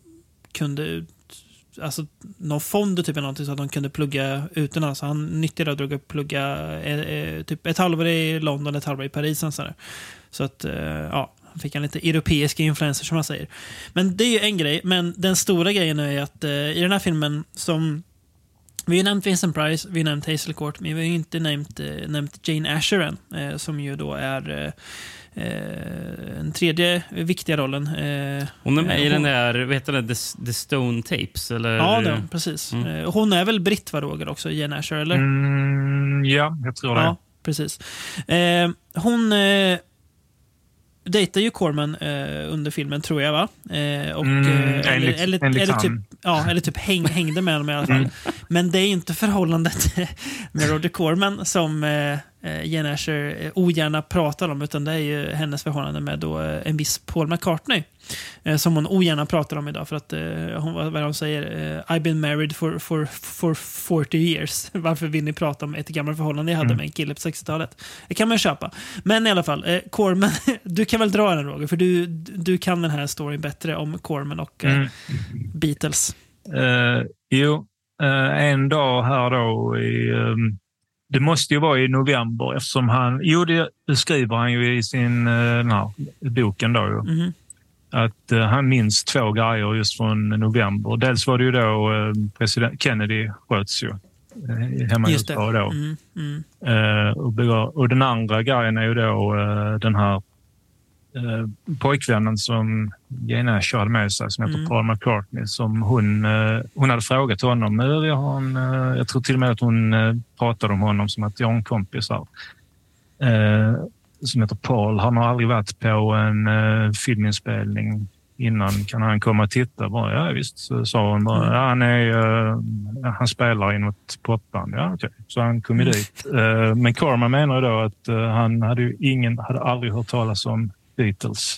kunde alltså någon fond typ eller någonting så att de kunde plugga utomlands. Så han nyttjade att drog upp plugga eh, eh, typ ett halvår i London, ett halvår i Paris och sådär. Så att eh, ja, han fick en lite europeiska influenser som man säger. Men det är ju en grej, men den stora grejen är att eh, i den här filmen som vi har nämnt Vincent Price, vi har nämnt Hazel Court, men vi har ju inte nämnt, eh, nämnt Jane Asher än, eh, som ju då är eh, Eh, en tredje viktiga rollen. Eh, hon är med eh, i den där, vet du, The, The Stone Tapes? Eller? Ja, då, precis. Mm. Eh, hon är väl britt, vad Roger, också, Jane Asher, eller? Mm, ja, jag tror det. Ja, precis. Eh, hon eh, dejtar ju Corman eh, under filmen, tror jag, va? Eh, och, mm, eh, eller, enligt, eller, enligt eller, typ, ja, eller typ häng, hängde med honom i alla fall. Mm. Men det är inte förhållandet med Roger Corman som eh, Jane Asher eh, ogärna pratar om, utan det är ju hennes förhållande med då, eh, en viss Paul McCartney eh, som hon ogärna pratar om idag för att eh, hon, vad hon säger, eh, I've been married for, for, for forty years. Varför vill ni prata om ett gammalt förhållande jag hade mm. med en kille på sextiotalet? Det kan man köpa. Men i alla fall, eh, Corman, du kan väl dra den, Roger, för du, du kan den här storyn bättre om Corman och eh, mm. Beatles. Uh, jo, uh, en dag här då i, um, det måste ju vara i november eftersom han, jo det, det skriver han ju i sin uh, na, boken då ju. Mm-hmm. Att uh, han minns två grejer just från november. Dels var det ju då uh, president Kennedy sköts ju uh, hemma just i U S A då. Mm, mm. Uh, och, och den andra grejen är ju då uh, den här Uh, pojkvännen som Jane Asher hade med sig som heter mm. Paul McCartney, som hon, uh, hon hade frågat honom. Uh, jag, har en, uh, jag tror till och med att hon uh, pratade om honom som att jag har en kompis här. Uh, som heter Paul. Han har aldrig varit på en uh, filminspelning innan. Kan han komma och titta? Bara, ja visst, så sa hon bara. Mm. Ja, han, är, uh, han spelar i något popband. Ja, okay. Så han kom mm. dit. Uh, men Corman menar då att uh, han hade ju ingen, hade aldrig hört talas om Beatles.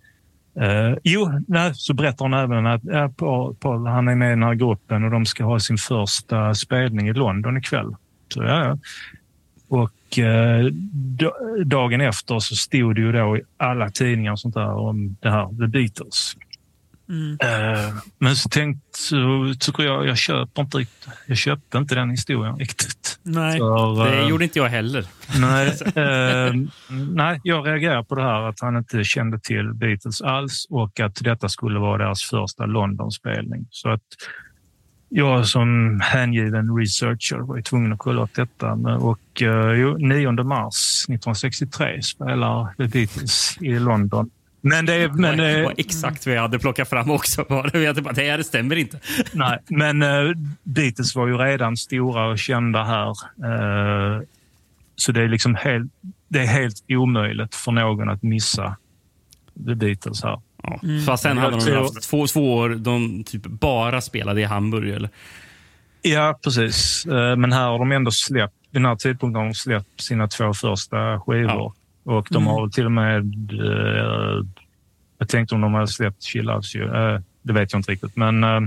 Uh, jo, nej, så berättar hon även att ja, Paul, Paul, han är med i den här gruppen och de ska ha sin första spelning i London ikväll. Så ja, ja. Och eh, dagen efter så stod det ju då i alla tidningar och sånt där om det här, The Beatles. Mm. Eh, men så tänkte så tycker jag, jag köper inte riktigt, jag köpte inte den historien riktigt. Nej, För, det eh, gjorde inte jag heller. Nej, eh, nej, jag reagerar på det här att han inte kände till Beatles alls och att detta skulle vara deras första Londonspelning. Så att jag som hängiven researcher var ju tvungen att kolla upp detta. Och eh, nionde mars nittonhundrasextiotre spelar The Beatles i London. Men det, men, det var exakt vad jag hade plockat fram också. Det här stämmer inte. Nej, men uh, Beatles var ju redan stora och kända här. Uh, så det är liksom helt, det är helt omöjligt för någon att missa The Beatles här. Ja. Mm. Fast sen hade de tror... haft två, två år de typ bara spelade i Hamburg, eller? Ja, precis. Uh, men här har de ändå släppt, vid den här tidpunkten har de släppt sina två första skivor. Ja. Och de har mm. till och med... Uh, jag tänkte om de hade släppt Chill Loves You. Uh, det vet jag inte riktigt. Men uh,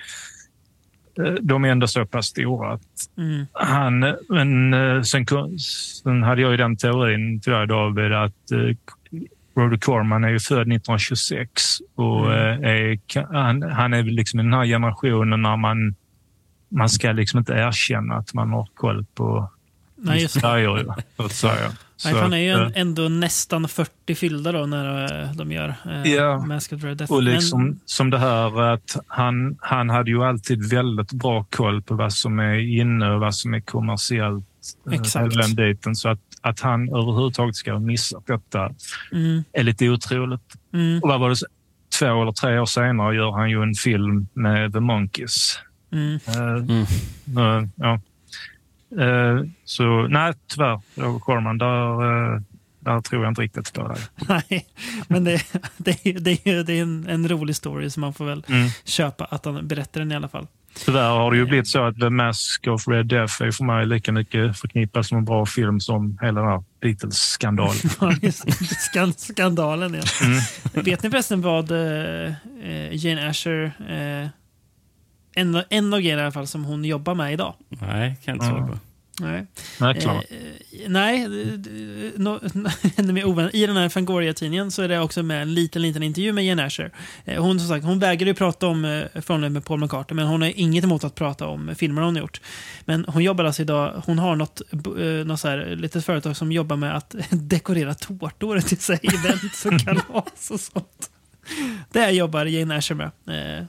de är ändå så pass stora. Att mm. han, men uh, sen, sen hade jag ju den teorin tyvärr, David, att uh, Roger Corman är ju född nittonhundratjugosex. Och mm. uh, är, han, han är liksom i den här generationen när man, man ska liksom inte erkänna att man har koll på Sverige, så att säga. Nej, han är ju en, ändå nästan fyrtio fyllda då när de gör eh, ja, Masked Red Death. Och liksom Men... som det här att han, han hade ju alltid väldigt bra koll på vad som är inne och vad som är kommersiellt. Exakt. Den biten, så att, att han överhuvudtaget ska ha missat detta mm. är lite otroligt. Mm. Och vad var det, två eller tre år senare gör han ju en film med The Monkees. Mm. Uh, mm. Uh, ja. Uh, så nej, tyvärr, Roger Corman, där, uh, där tror jag inte riktigt på det. Nej, men det, det, det, det är en, en rolig story som man får väl mm. köpa att han berättar den i alla fall. Tyvärr har det ju blivit så att The Mask of Red Death är för mig lika mycket förknippad som en bra film som hela den här Beatles-skandalen. Skandalen, ja. Mm. Vet ni förresten vad uh, Jane Asher... Uh, En, en av grejerna i alla fall som hon jobbar med idag. Nej, kan inte svara på. Nej, nej, klart. Eh, nej no, no, i den här Fangoria-tidningen så är det också med en liten, liten intervju med Jane Asher. Eh, hon, som sagt, hon vägrade ju prata om eh, förhållandet med Paul McCartney, men hon har inget emot att prata om filmer hon har gjort. Men hon jobbar alltså idag, hon har något, eh, något så här, litet företag som jobbar med att dekorera tårtor till sig, events och kalas och sånt. Det jobbar Jane Asher med. Eh,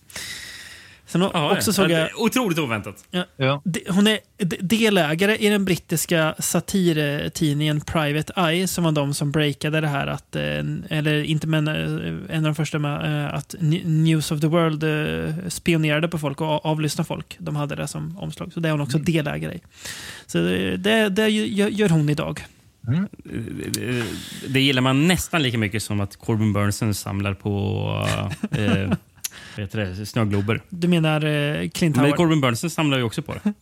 Sen ja, också såg jag, otroligt oväntat. Ja, ja. Hon är delägare i den brittiska satirtidningen Private Eye, som var de som breakade det här att, eller inte men en av de första med att News of the World spionerade på folk och avlyssnade folk. De hade det som omslag. Så det är hon också mm. delägare i. Så det, det gör hon idag. Mm. Det, det gillar man nästan lika mycket som att Corbin Burnson samlar på... eh, vet det, snöglober. Du menar eh, Clint Howard? Men Corbin Burnson samlar ju också på det.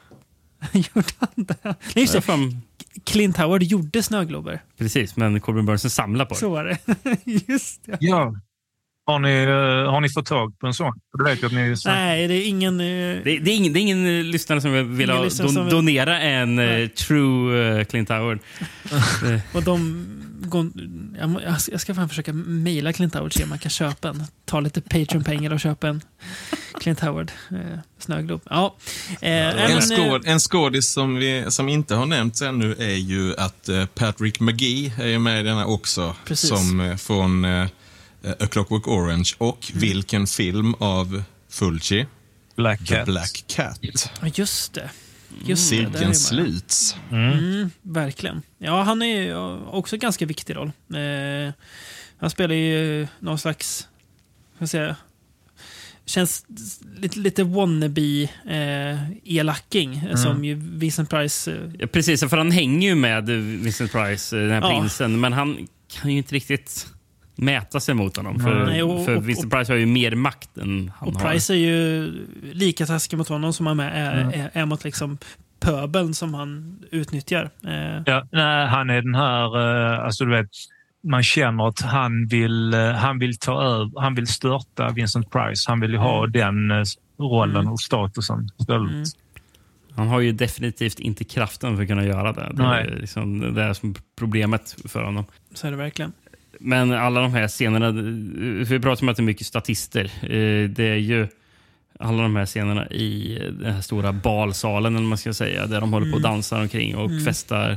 Gjorde han det? Nej, just det. Fan. Clint Howard gjorde snöglober. Precis, men Corbin Burnson samlar på det. Så var det. Just det. Ja. Har ni, har ni fått tag på en sån? Det vet jag att ni... Nej, det är ingen... Uh... Det, det, är ingen det är ingen lyssnare som vill ha, don, som donera en uh, true uh, Clint Howard. Och de... Går, jag, jag ska fan försöka mejla Clint Howard, se om man kan köpa en. Ta lite Patreon-pengar och köpa en Clint Howard uh, snöglob. Ja. Uh, en, men, skåd, en skådis som, vi, som inte har nämnts ännu är ju att uh, Patrick McGee är med i denna också. Precis. Som uh, från... Uh, A Clockwork Orange och mm. vilken film av Fulci? Black Cat. The Black Cat. Ja, just det. Just Cirkeln det, det sluts. Mm. Mm, verkligen. Ja, han är ju också ganska viktig roll. Eh, han spelar ju någon slags, vad ska jag säga, känns lite, lite wannabe eh, elacking mm. som ju Vincent Price... Eh, ja, precis, för han hänger ju med Vincent Price, den här ja. prinsen, men han kan ju inte riktigt... mäta sig mot honom. För, Nej, och, för och, Vincent Price har ju mer makt än han och har. Price är ju lika taskig mot honom som han är, är, mm. är, är mot liksom pöbeln som han utnyttjar. Eh. Ja, nej, han är den här, uh, alltså du vet, man känner att han vill, uh, han vill ta över, han vill störta Vincent Price. Han vill ju ha mm. den uh, rollen mm. och statusen. Mm. Han har ju definitivt inte kraften för att kunna göra det. Det är, liksom, det är som problemet för honom. Så är det verkligen. Men alla de här scenerna, vi pratar om att det är mycket statister. Det är ju alla de här scenerna i den här stora balsalen, eller man ska säga, där de håller på och dansar omkring och mm. festar.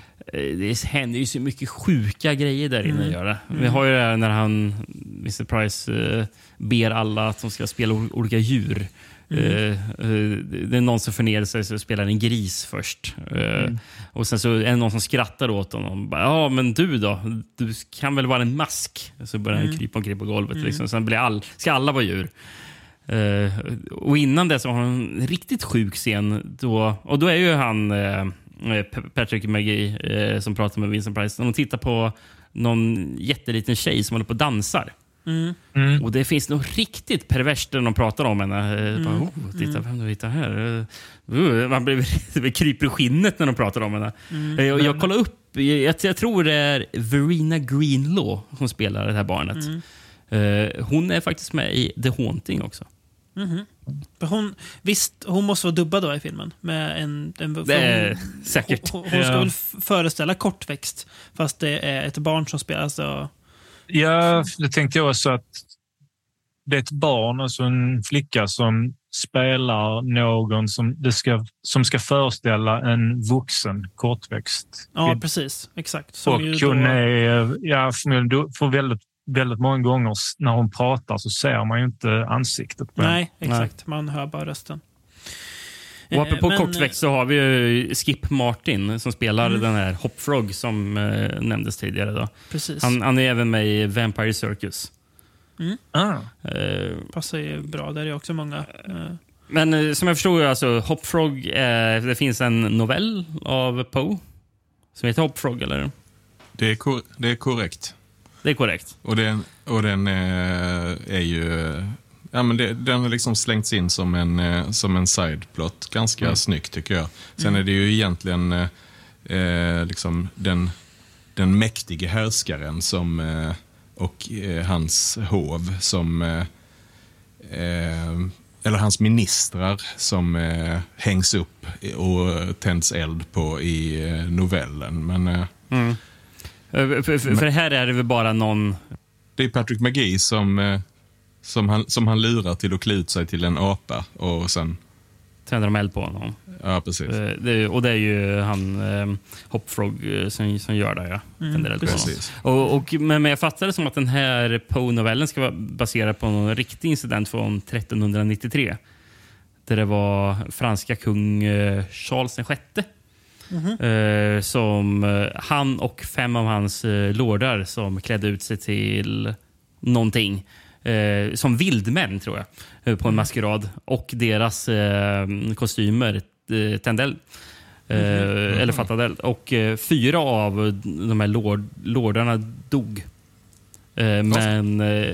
Det händer ju så mycket sjuka grejer där inne. Mm. Gör det. Vi har ju det här när han, mister Price, uh, ber alla att de ska spela olika djur. Mm. Uh, uh, det är någon som förnedrar sig så spelar en gris först. Uh, mm. Och sen så är det någon som skrattar åt honom. Ja, men du då? Du kan väl vara en mask? Så börjar han mm. krypa omkring på golvet. Mm. Liksom. Sen blir all, ska alla vara djur. Uh, och innan det så har han en riktigt sjuk scen. Då, och då är ju han... Uh, Patrick McGee eh, som pratar med Vincent Price. De tittar på någon jätteliten tjej som håller på och dansar. Mm. Mm. Och det finns något riktigt perverst när de pratar om henne. Eh, mm. bara, oh, titta, vem du hittar här. Uh, man blir, det kryper i skinnet när de pratar om henne. Mm. Eh, och jag kollar upp, jag, jag tror det är Verena Greenlaw som spelar det här barnet. Mm. Eh, hon är faktiskt med i The Haunting också. Mm-hmm. Hon, visst, hon måste vara dubbad då i filmen med en, en det är hon, säkert. Hon, hon ska ja. väl föreställa kortväxt fast det är ett barn som spelar så. Ja, det tänkte jag också att det är ett barn, alltså en flicka som spelar någon som det ska som ska föreställa en vuxen kortväxt. Ja, det, precis, exakt. Som och ju hon då... är ja, för, för väldigt väldigt många gånger när hon pratar så ser man ju inte ansiktet på Nej, henne. Exakt. Nej. Man hör bara rösten. Och apropå Men, kortväxt så har vi ju Skip Martin som spelar mm. den här Hopfrog som eh, nämndes tidigare. Då. Precis. Han, han är även med i Vampire Circus. Mm. Ah. Eh, Passar ju bra, där är också många. Eh. Men eh, som jag förstår alltså, Hopfrog, eh, det finns en novell av Poe som heter Hopfrog, eller? Det är, kor- det är korrekt. Det är korrekt. Och den, och den är, är ju... Ja, men det, den har liksom slängts in som en, som en sideplot. Ganska mm. snyggt tycker jag. Sen mm. är det ju egentligen eh, liksom den, den mäktige härskaren som, eh, och eh, hans hov som... Eh, eller hans ministrar som eh, hängs upp och tänds eld på i eh, novellen. Men... Eh, mm. För, för, för här är det väl bara någon... Det är Patrick McGee som, som, han, som han lurar till att klä ut sig till en apa och sen... Tänder de eld på honom. Ja, precis. Det, och det är ju han eh, Hopfrog som, som gör det, ja. Mm, eld på precis. honom. Och, och, men jag fattar det som att den här Poe-novellen ska vara baserad på en riktig incident från tretton nittiotre. Där det var franska kung eh, Charles den sjätte. Mm-hmm. Eh, som eh, han och fem av hans eh, lordar som klädde ut sig till någonting eh, som vildmän tror jag eh, på en maskerad och deras eh, kostymer eh, tände eld eh, mm-hmm. eller fattade eld och eh, fyra av de här lord, lordarna dog eh, men eh,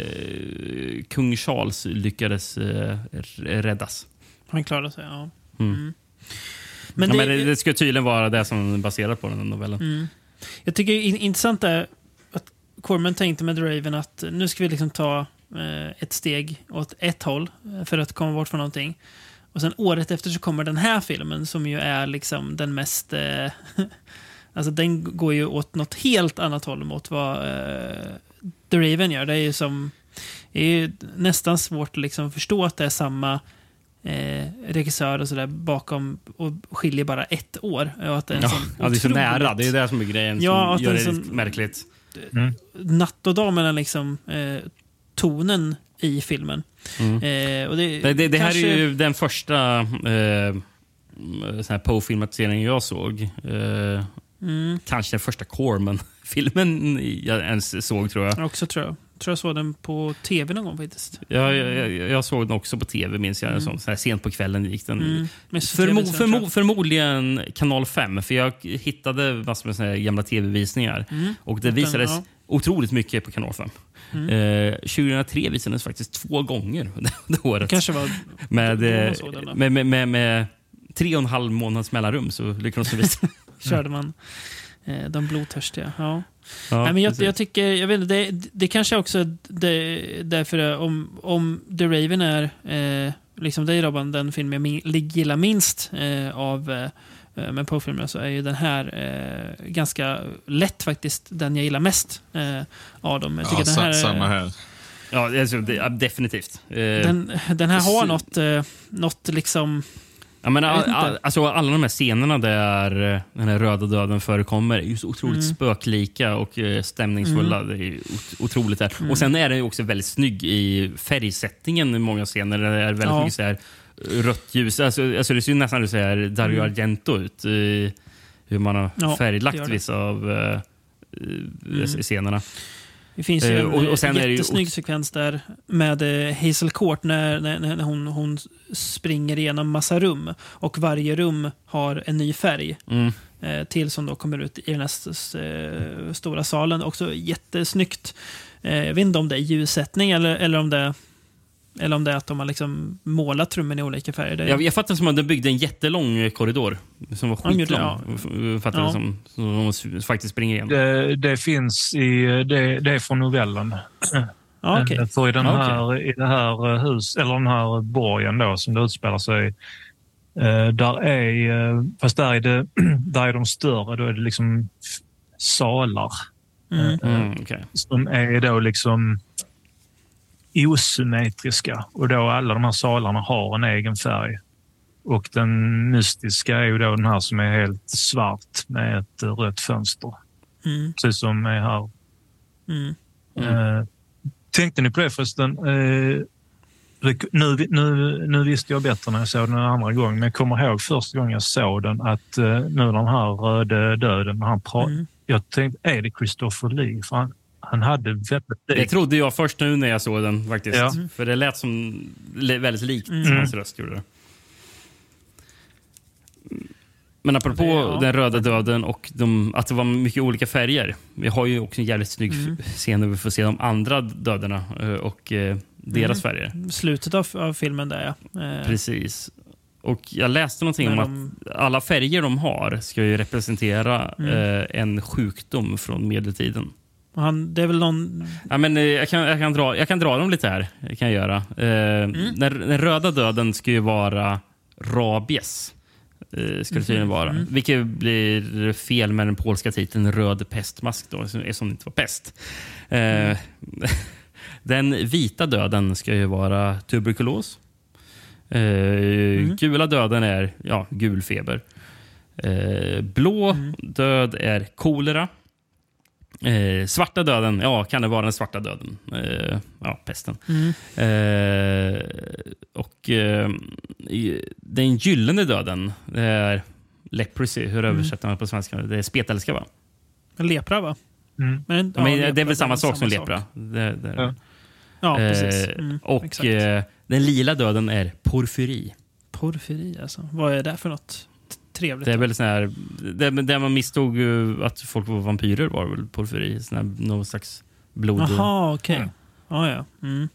kung Charles lyckades eh, räddas. Han klarade sig, ja. Mm. Mm. Men, det, ja, men det, det ska tydligen vara det som baserar på den här novellen. Mm. Jag tycker det är intressant är att Corman tänkte med Draven att nu ska vi liksom ta eh, ett steg åt ett håll för att komma bort från någonting. Och sen året efter så kommer den här filmen som ju är liksom den mest... Eh, alltså den går ju åt något helt annat håll mot vad eh, The Raven gör. Det är ju som... Det är ju nästan svårt att liksom förstå att det är samma... Eh, regissör och sådär bakom och skiljer bara ett år och att det är en ja, sån ja, det är så nära, det är det som är grejen ja, som gör det sån, märkligt mm. natt och dag mellan liksom eh, tonen i filmen mm. eh, och det, det, det, det kanske... här är ju den första eh, sån här Poe-filmatiseringen jag såg eh, mm. kanske den första Corman-filmen jag ens såg tror jag. Jag också tror jag Jag tror jag såg den på tv någon gång faktiskt. Ja, jag, jag, jag såg den också på tv minns jag. Mm. Så här sent på kvällen gick den. Mm. Förmo, förmo, förmodligen kanal fem. För jag hittade massor med såna här gamla tv-visningar. Mm. Och det visades ja. otroligt mycket på kanal fem. Mm. Eh, tjugohundratre visades faktiskt två gånger det året. Kanske var med, med, med, med, med tre och en halv månads mellanrum så lyckades de visa. Körde man eh, de blodtörstiga. Ja. Ja, Nej, men jag, jag tycker jag vet, det, det kanske också det, därför om, om The Raven är eh, liksom dig Robban, den film jag min- gillar minst eh, av eh, med Poe-filmerna, så är ju den här eh, ganska lätt faktiskt den jag gillar mest eh, av dem. Jag ja, den här, samma här. Ja, alltså, det, definitivt. Den, den här har något, eh, något liksom... Ja, men all, all, alltså, alla de här scenerna där den här röda döden förekommer är ju så otroligt mm. spöklika och stämningsfulla. Mm. Det är otroligt där. Mm. Och sen är det också väldigt snygg i färgsättningen i många scener. Det är väldigt ja. mycket så här rött ljus. Alltså, alltså det ser ju nästan så här Dario mm. Argento ut i hur man har ja, färglagt vissa av uh, mm. scenerna. Det finns ju en och, och sen jättesnygg är det ju... sekvens där med Hazel Court när, när, när hon, hon springer igenom massa rum och varje rum har en ny färg mm. eh, till som då kommer ut i den här eh, stora salen. Också jättesnyggt. Eh, jag vet inte om det är ljussättning eller, eller om det eller om det är att de har liksom målat rummen i olika färger. Det är... Jag, jag fattar som att de byggde en jättelång korridor som var skitlång. Ja, ja. Fattar ja. som, som de faktiskt springer igenom. Det, det finns i det, det är från novellen. Ja, okay. För i den här okay. i det här hus eller den här borgen då som det utspelar sig eh, där är fast där är det där är de större, då är det liksom salar. Mm. Eh, mm, okay. Som är då liksom osymmetriska och då alla de här salarna har en egen färg. Och den mystiska är ju då den här som är helt svart med ett rött fönster. Mm. Precis som är här. Mm. Mm. Eh, tänkte ni på det förresten? Eh, nu, nu, nu visste jag bättre när jag såg den andra gången, men jag kommer ihåg första gången jag såg den att eh, nu den här röde döden, när han pra- mm. jag tänkte, är det Christopher Lee? För han, han hade väldigt... Det trodde jag först nu när jag såg den faktiskt. Ja. För det lät som väldigt likt mm. hans röst gjorde det. Men apropå det, ja. den röda döden och de, att det var mycket olika färger. Vi har ju också en jävligt snygg mm. scen där vi får se de andra döderna och eh, deras mm. färger. Slutet av, av filmen där, ja. Eh. Precis. Och jag läste någonting om de... att alla färger de har ska ju representera mm. eh, en sjukdom från medeltiden. Han, det är väl någon... Ja, men, eh, jag, kan, jag, kan dra, jag kan dra dem lite här. Jag kan göra. Eh, mm. den, den röda döden ska ju vara rabies. Eh, ska det tydligen vara. Mm. Vilket blir fel med den polska titeln röd pestmask då, som det inte var pest. Eh, mm. Den vita döden ska ju vara tuberkulos. Eh, mm. Gula döden är ja, gul feber. Eh, blå mm. död är kolera. Eh, svarta döden, ja, kan det vara den svarta döden? Eh, ja, pesten. Mm. Eh, och eh, den gyllene döden är leprosy. Hur översätter man på svenska? Det är spetälska, va? Lepra, va? Mm. Men, ja, Men lepra, det är väl samma sak som sak. lepra. Det, det. Ja. Ja, precis. Mm, och eh, den lila döden är porfyri. Porfyri, alltså. Vad är det för något? Trevligt. Det är väl sån här, det, det man misstog att folk var vampyrer var väl porfyri, sån här, någon slags blod. Jaha, okej. Okay. Ja, ja. Mm.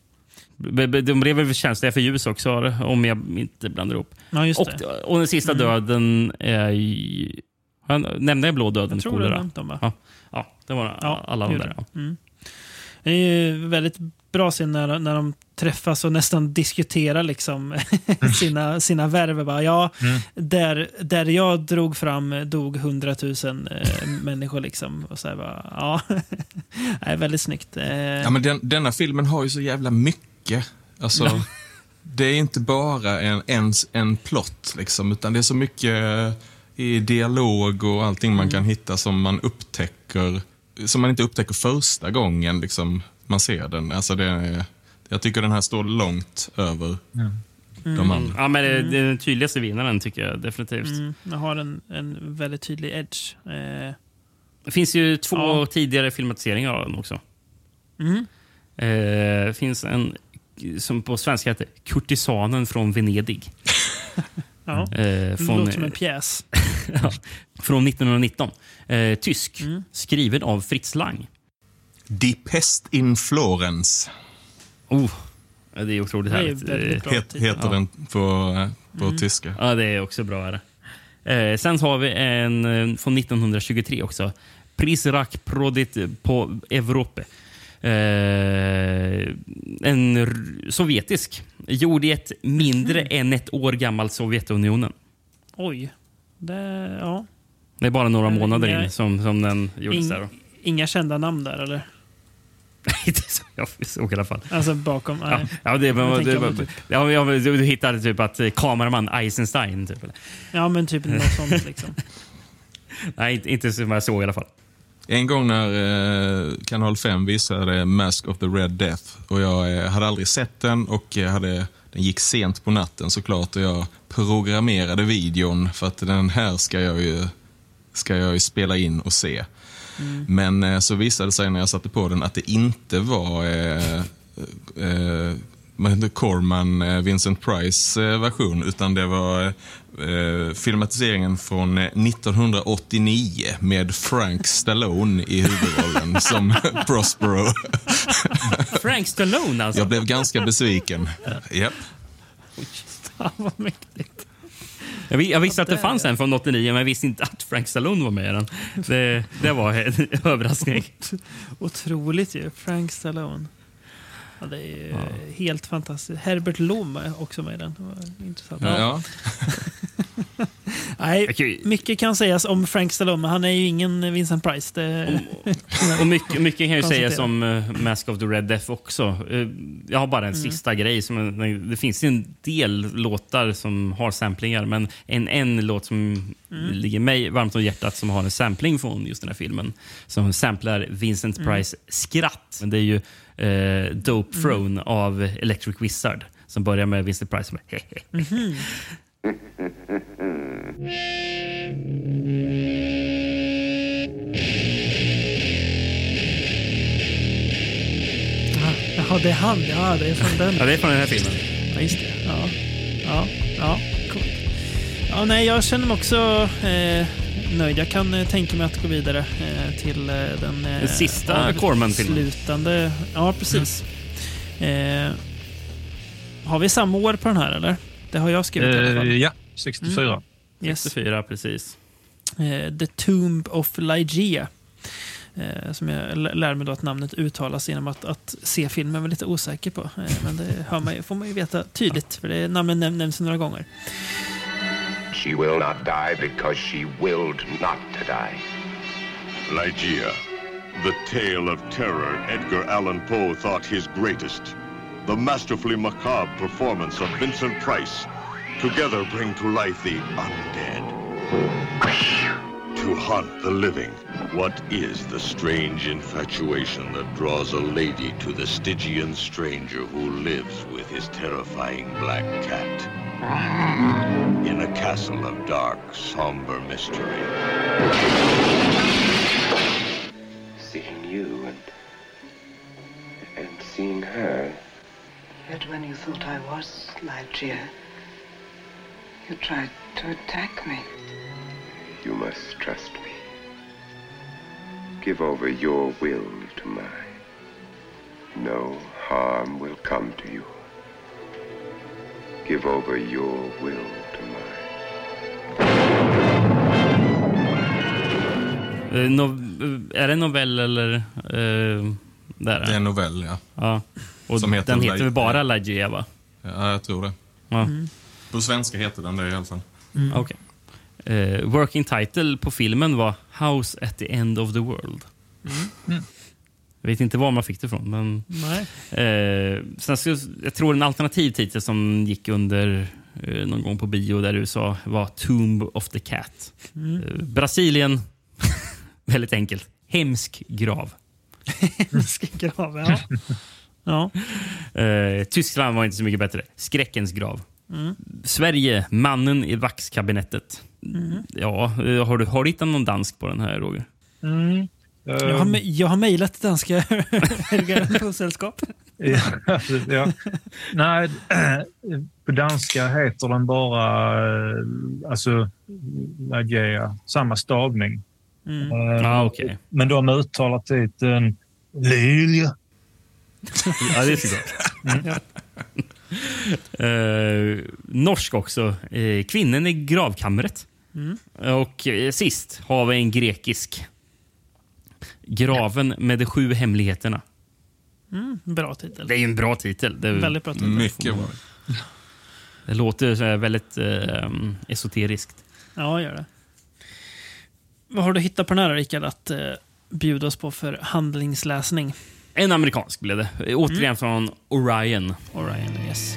De blev väl känsliga för ljus också, om jag inte blandar ihop. Ja, just och, det. och den sista mm. döden är ju... Nämnde jag blå döden? Jag tror det dem, va? Ja. Ja, det var ja, alla de där. Ja. Mm. Det är ju väldigt bra scen när, när de träffas och nästan diskuterar liksom sina, sina värv. Bara, ja, mm. där, där jag drog fram dog hundratusen eh, människor. Liksom. Och så här bara, ja, det är väldigt snyggt. Eh. Ja, men den, denna filmen har ju så jävla mycket. Alltså, ja. Det är inte bara en, ens en plott, liksom, utan det är så mycket i dialog och allting man mm. kan hitta som man upptäcker, som man inte upptäcker första gången liksom, man ser den. Alltså det är, jag tycker den här står långt över mm. de andra. Ja, men det, det är den tydligaste vinnaren, tycker jag definitivt. Mm. Jag har en, en väldigt tydlig edge. Eh. Det finns ju två ja. tidigare filmatiseringar av den också. Mm. Eh, det finns en som på svenska heter Kurtisanen från Venedig. Ja, eh, från, det låter som en pjäs. Ja, från nittonhundranitton. Eh, tysk. Mm. Skriven av Fritz Lang. Die Pest in Florens. Oh, det är otroligt härligt. Het, heter ja. den på, på mm. tyska. Ja, det är också bra. Här. Eh, sen har vi en från nittonhundratjugotre också. Prisrak prodit på Europe. Eh, en r- sovjetisk. Gjord i ett mindre mm. än ett år gammalt Sovjetunionen. Oj. Det, ja. Det är bara några månader inga, in som, som den gjordes ing, där. Då. Inga kända namn där, eller? Inte så jag såg i alla fall. Alltså bakom... Ja, ja, det, men, det, det, typ. ja, ja, du, du hittade typ att kameraman Eisenstein. Typ. Ja, men typ något sånt liksom. Nej, inte, inte som jag såg i alla fall. En gång när eh, kanal fem visade Mask of the Red Death och jag eh, hade aldrig sett den och jag hade, den gick sent på natten såklart och jag programmerade videon för att den här ska jag ju, ska jag ju spela in och se. Mm. Men eh, så visade det sig när jag satte på den att det inte var eh, eh, Corman eh, Vincent Price eh, version utan det var eh, filmatiseringen från nittonhundraåttionio med Frank Stallone i huvudrollen som Prospero. Frank Stallone alltså? Jag blev ganska besviken. Yep. Fan vad mäktigt. Jag, jag visste att det fanns en från åttionio men jag visste inte att Frank Stallone var med i den. Det, det var en överraskning. Otroligt ju, Frank Stallone. Ja, det är ju ja. helt fantastiskt. Herbert Lom är också med i den. Det var intressant. Ja. Ja. Nej, okay. Mycket kan sägas om Frank Stallone, men han är ju ingen Vincent Price. Det... och mycket, mycket kan ju sägas om uh, Mask of the Red Death också. Uh, jag har bara en mm. sista grej. Som, det finns ju en del låtar som har samplingar, men en, en låt som mm. ligger mig varmt om hjärtat som har en sampling från just den här filmen. Som samplar Vincent Price mm. skratt. Men det är ju uh, Dope Throne mm. av Electric Wizard som börjar med Vincent Price som mm-hmm. Ja, det är han. Ja, det är från den. Ja, det är från den här filmen. Ja, just det. Ja, ja, ja, coolt. Ja, nej, jag känner mig också eh, nöjd. Jag kan eh, tänka mig att gå vidare eh, till eh, den eh, den sista Corman-filmen. Slutande. Ja, precis. Mm. Eh, har vi samma år på den här, eller? Det har jag skrivit uh, i alla fall. Ja, sextiofyra. Mm. Yes. sextiofyra, precis. Uh, The Tomb of Ligeia. Uh, som jag lär mig då att namnet uttalas genom att, att se filmen är lite osäker på. Uh, men det hör man, får man ju veta tydligt, för det namnet näm- nämns några gånger. She will not die because she willed not to die. Ligeia, the tale of terror Edgar Allan Poe thought his greatest. The masterfully macabre performance of Vincent Price together bring to life the undead. To haunt the living, what is the strange infatuation that draws a lady to the Stygian stranger who lives with his terrifying black cat? In a castle of dark, somber mystery. Seeing you and, and seeing her. Yet when you thought I was Ligeia, you tried to attack me. You must trust me. Give over your will to mine. No harm will come to you. Give over your will to mine. Uh, no- är det en novell eller? Uh, där det är en novell, ja. Ja. Och som heter den heter väl bara Ligeia, va? Ja, jag tror det. Ja. Mm. På svenska heter den det i alla fall. Mm. Okej. Okay. Uh, working title på filmen var House at the End of the World. Mm. Mm. Jag vet inte var man fick det ifrån, men Nej. Uh, sen så, jag tror en alternativ titel som gick under uh, någon gång på bio där i U S A var Tomb of the Cat. Mm. Uh, Brasilien. Väldigt enkelt. Hemsk grav. Hemsk grav, ja. Ja. Uh, Tyskland var inte så mycket bättre. Skräckens grav. Mm. Sverige, mannen i vaxkabinettet. Mm. Ja, har du, har du hittat någon dansk på den här, Roger? Mm. Uh. Jag, har, jag har mejlat danska Helgar-sällskap. ja, ja. Nej, på danska heter den bara alltså Ligeia, samma stavning. Mm. Uh, ah, okay. Men de har uttalat titeln Ligeia. Ja, det är så gott. Mm. uh, norsk också. Uh, kvinnen i gravkammeret. Mm. Och uh, sist har vi en grekisk. Graven med de sju hemligheterna. Mm, bra titel. Det är ju en bra titel. Det är väldigt bra titel. Mycket bra. Det låter så här väldigt eh, esoteriskt. Ja, gör det. Vad har du hittat på den här, Rickard, att eh, bjuda oss på för handlingsläsning? En amerikansk blev det. Återigen mm. från Orion. Orion, yes.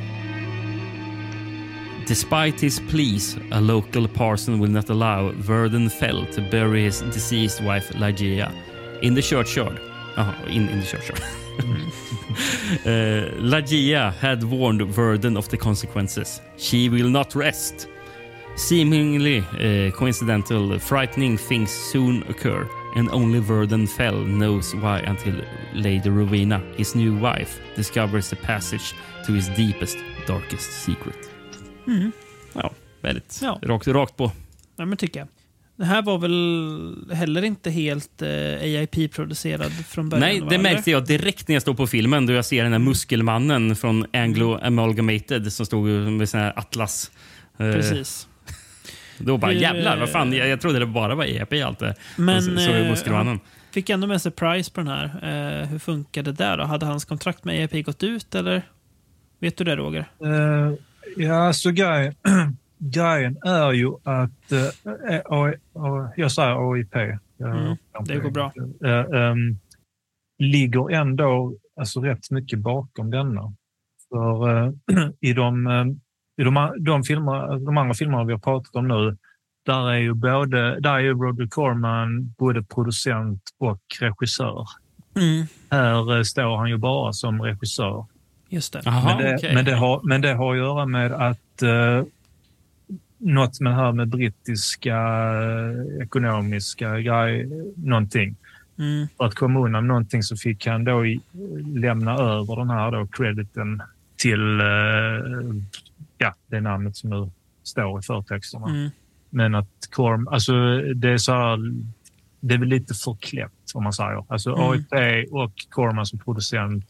Despite his pleas, a local parson will not allow Verdun Fell to bury his deceased wife Ligeia in the churchyard. Aha, in, in the churchyard. Mm. uh, Ligeia had warned Verdun of the consequences. She will not rest. Seemingly uh, coincidental, frightening things soon occur, and only Verdun Fell knows why until Lady Rowena, his new wife, discovers the passage to his deepest, darkest secret. Mm. Ja, väldigt ja. Rakt, rakt på. Ja, men tycker jag. Det här var väl heller inte helt eh, A I P-producerad från början? Nej, det märkte jag direkt när jag stod på filmen då jag ser den här muskelmannen från Anglo Amalgamated som stod med sån här atlas. Precis. Då bara, jävlar, vad fan, jag, jag trodde det bara var A I P allt det. Men så, så muskelmannen. Ja, fick ändå med sig price på den här. Eh, hur funkade det där då? Hade hans kontrakt med A I P gått ut eller? Vet du det, Roger? Uh, ja, så grejen, grejen är ju att uh, uh, uh, jag säger A I P. Uh, mm, det går bra. Uh, um, ligger ändå alltså, rätt mycket bakom denna. För uh, i de... Um, I de, de, filmer, de andra filmerna vi har pratat om nu, där är ju både där är ju Roger Corman både producent och regissör. Mm. Här står han ju bara som regissör. Just det. Aha, men, det okay. men, det har, men det har att göra med att uh, något med här med brittiska uh, ekonomiska grejer, någonting. Mm. För att komma undan någonting så fick han då i, lämna över den här då crediten till uh, ja, det är namnet som nu står i förtexterna. Mm. Men att Corm, alltså det är så här, det är väl lite förklätt om man säger. Alltså mm. A I P och Corman som producent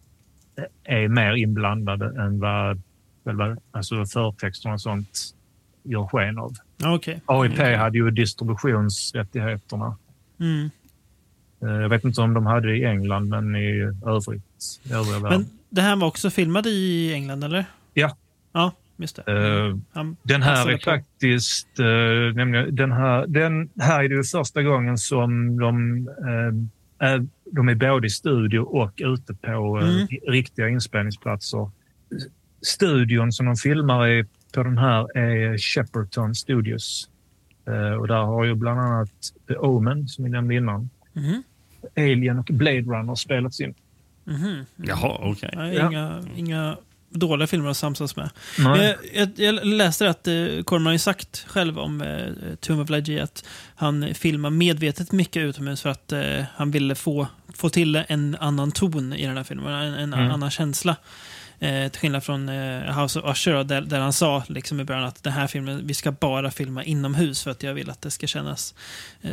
är mer inblandade än vad, vad alltså förtexterna och sånt gör sken av. Okay. A I P okay. hade ju distributionsrättigheterna. Mm. Jag vet inte om de hade i England, men i övrigt. I övriga men det här var också filmad i England, eller? Ja. Ja, just det. Uh, den här är på. faktiskt uh, nämligen, den här, den här är det första gången som de, uh, är, de är både i studio och ute på uh, mm. riktiga inspelningsplatser. Studion som de filmar i, på den här är Shepperton Studios. Uh, och där har ju bland annat The Omen, som vi nämnde innan. Mm. Alien och Blade Runner spelats in. Mm. Jaha, okej. Okay. Ja, inga, inga dåliga filmer att samsas med. Nej. Jag, jag, jag läste att uh, Corman har ju sagt själv om uh, Tomb of Ligeia att han filmar medvetet mycket utomhus för att uh, han ville få, få till en annan ton i den här filmen, en, en mm. annan känsla. Uh, till skillnad från uh, House of Usher där, där han sa liksom i början att den här filmen, vi ska bara filma inomhus för att jag vill att det ska kännas uh,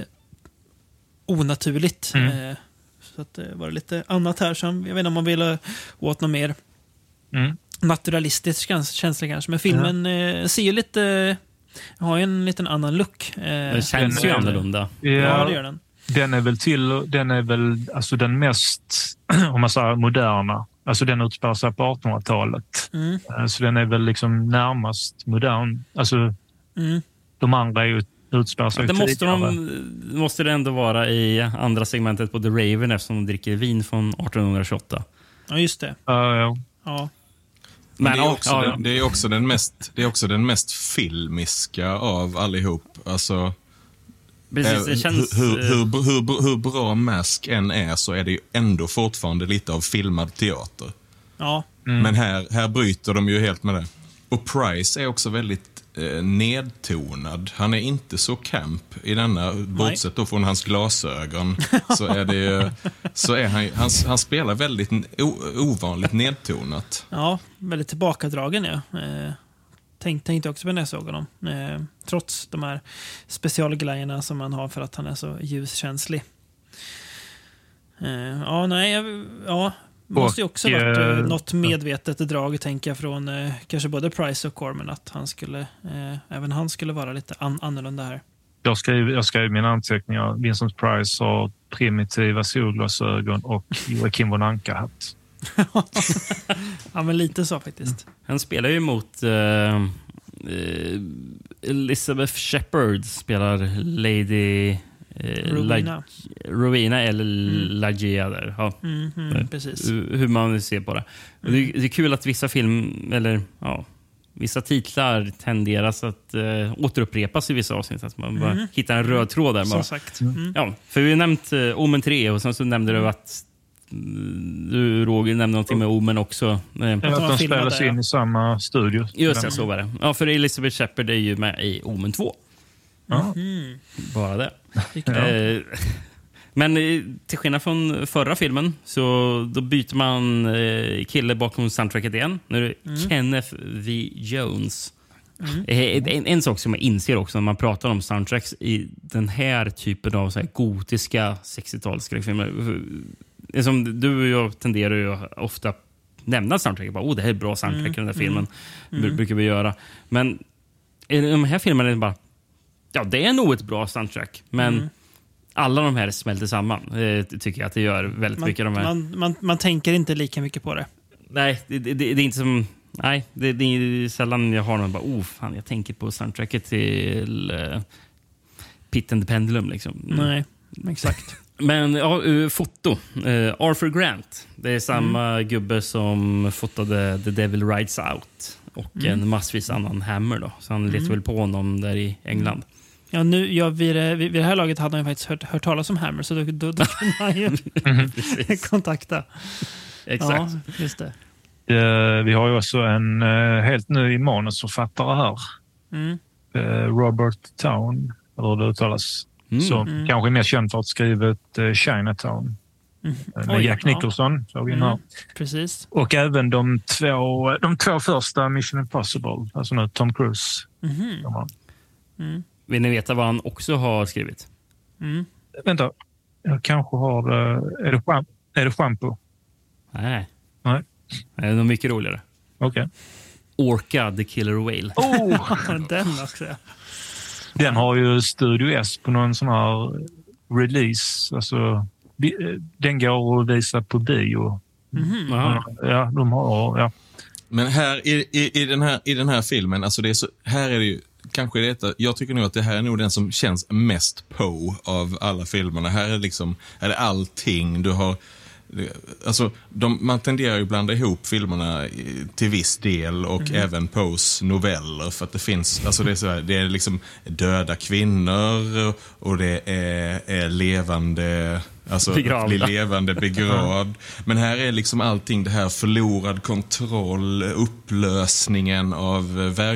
onaturligt. Mm. Uh, så att det var lite annat här som jag vet inte om man ville åt något mer mm. naturalistisk känsla kanske. Men filmen mm. eh, ser ju lite eh, har ju en liten annan look. Eh, det känns ju annorlunda. Ja, ja, det gör den. Den är väl till den är väl alltså den mest om man säger moderna. Alltså den utspelar sig på artonhundratalet. Mm. Så den är väl liksom närmast modern. Alltså mm. de andra är ju utspelar sig ja, det måste, tidigare. de, måste det ändå vara i andra segmentet på The Raven eftersom de dricker vin från arton tjugoåtta. Ja, just det. Uh, ja. Ja. Men det är, också ja, den, det är också den mest det är också den mest filmiska av allihop. Alltså precis, det känns hur, hur, hur, hur, hur bra Mask än är så är det ju ändå fortfarande lite av filmad teater. Ja. Mm. Men här här bryter de ju helt med det. Och Price är också väldigt eh, nedtonad. Han är inte så camp i denna, bortsett då från hans glasögon. så är det så är han han, han spelar väldigt o, ovanligt nedtonat. Ja, väldigt tillbakadragen ja. Eh, tänkte inte också på när jag såg honom. Eh, trots de här specialgrejerna som man har för att han är så ljuskänslig. Eh, ja, nej, ja. Måste ju också varit eh, något medvetet drag, tänker jag, från eh, kanske både Price och Corman att han skulle, eh, även han skulle vara lite an- annorlunda här. Jag skrev, jag skrev mina anteckningar. Vincent Price har primitiva solglasögon och Joakim von Anka-hatt. Ja, men lite så faktiskt. Han spelar ju mot uh, uh, Elizabeth Shepard, spelar Lady uh, Rowena. La, Rowena eller mm. Lagia där. Ja. Mm, mm, precis. Hur man ser på det. Mm. det. Det är kul att vissa film, eller ja, vissa titlar tenderas att uh, återupprepas i vissa avsnitt. Att man mm. bara hittar en röd tråd där. Som bara. sagt. Mm. Ja, för vi har nämnt uh, Omen tre och sen så nämnde du att du, Roger, nämnde någonting med Omen också. Ja, att de spelas in i samma studio. Just det, så var det. Ja, för Elizabeth Shepard är ju med i Omen två. Ja. Mm. Bara det. Eh, men till skillnad från förra filmen så då byter man eh, kille bakom soundtracket igen. Nu är det mm. Kenneth V. Jones. Mm. Eh, en, en sak som jag inser också när man pratar om soundtracks i den här typen av så här gotiska sextiotalsskräckfilmer. Som du och jag tenderar ju ofta nämna soundtracket. Bara, oh, det här är bra soundtrack i mm, den där filmen. Mm, mm. brukar vi göra. Men i de här filmerna är det bara, ja, det är nog ett bra soundtrack. Men mm. alla de här smälter samman. Det tycker jag att det gör väldigt man, mycket. De här. Man, man, man tänker inte lika mycket på det. Nej, det, det, det är inte som... Nej, det, det är sällan jag har någon bara, oh fan, jag tänker på soundtracket till uh, Pit and the Pendulum liksom. Mm. Nej, exakt. Men ja, foto. Uh, Arthur Grant. Det är samma mm. gubbe som fotade The Devil Rides Out. Och mm. en massvis annan Hammer då. Så han mm. letade väl på honom där i England. Ja, nu, ja, vid, det, vid det här laget hade han faktiskt hört, hört talas om Hammer. Så då, då, då kan han ju kontakta. Exakt. Ja, just det. Uh, vi har ju också en uh, helt ny manusförfattare här. Mm. Uh, Robert Town, eller det uttalas. Mm. Som mm. kanske är mer känd för att skriva ett uh, Chinatown. Mm. Uh, med Oj, Jack Nicholson. Ja. Så mm. Precis. Och även de två, de två första Mission Impossible. Alltså nu Tom Cruise. Mm. Mm. Vill ni veta vad han också har skrivit? Mm. Vänta, jag kanske har... Uh, är det, scham- är det shampoo? Nej. Nej. Det är nog mycket roligare. Okej. Okay. Orca, the Killer Whale. Oh, den också. Den har ju Studio S på någon sån här release. Alltså, den går att visa på bio. Mm-hmm. Ja, de har... Ja. Men här i, i, i, den här, i den här filmen, alltså det är så, här är det ju kanske det, jag tycker nog att det här är nog den som känns mest Poe av alla filmerna. Här är liksom, är det allting du har... Alltså, de, man tenderar ju att blanda ihop filmerna till viss del och mm. även Poes noveller för att det finns, alltså det är så här, det är liksom döda kvinnor och det är, är levande, alltså bli levande begravd. Men här är liksom allting det här förlorad kontroll, upplösningen av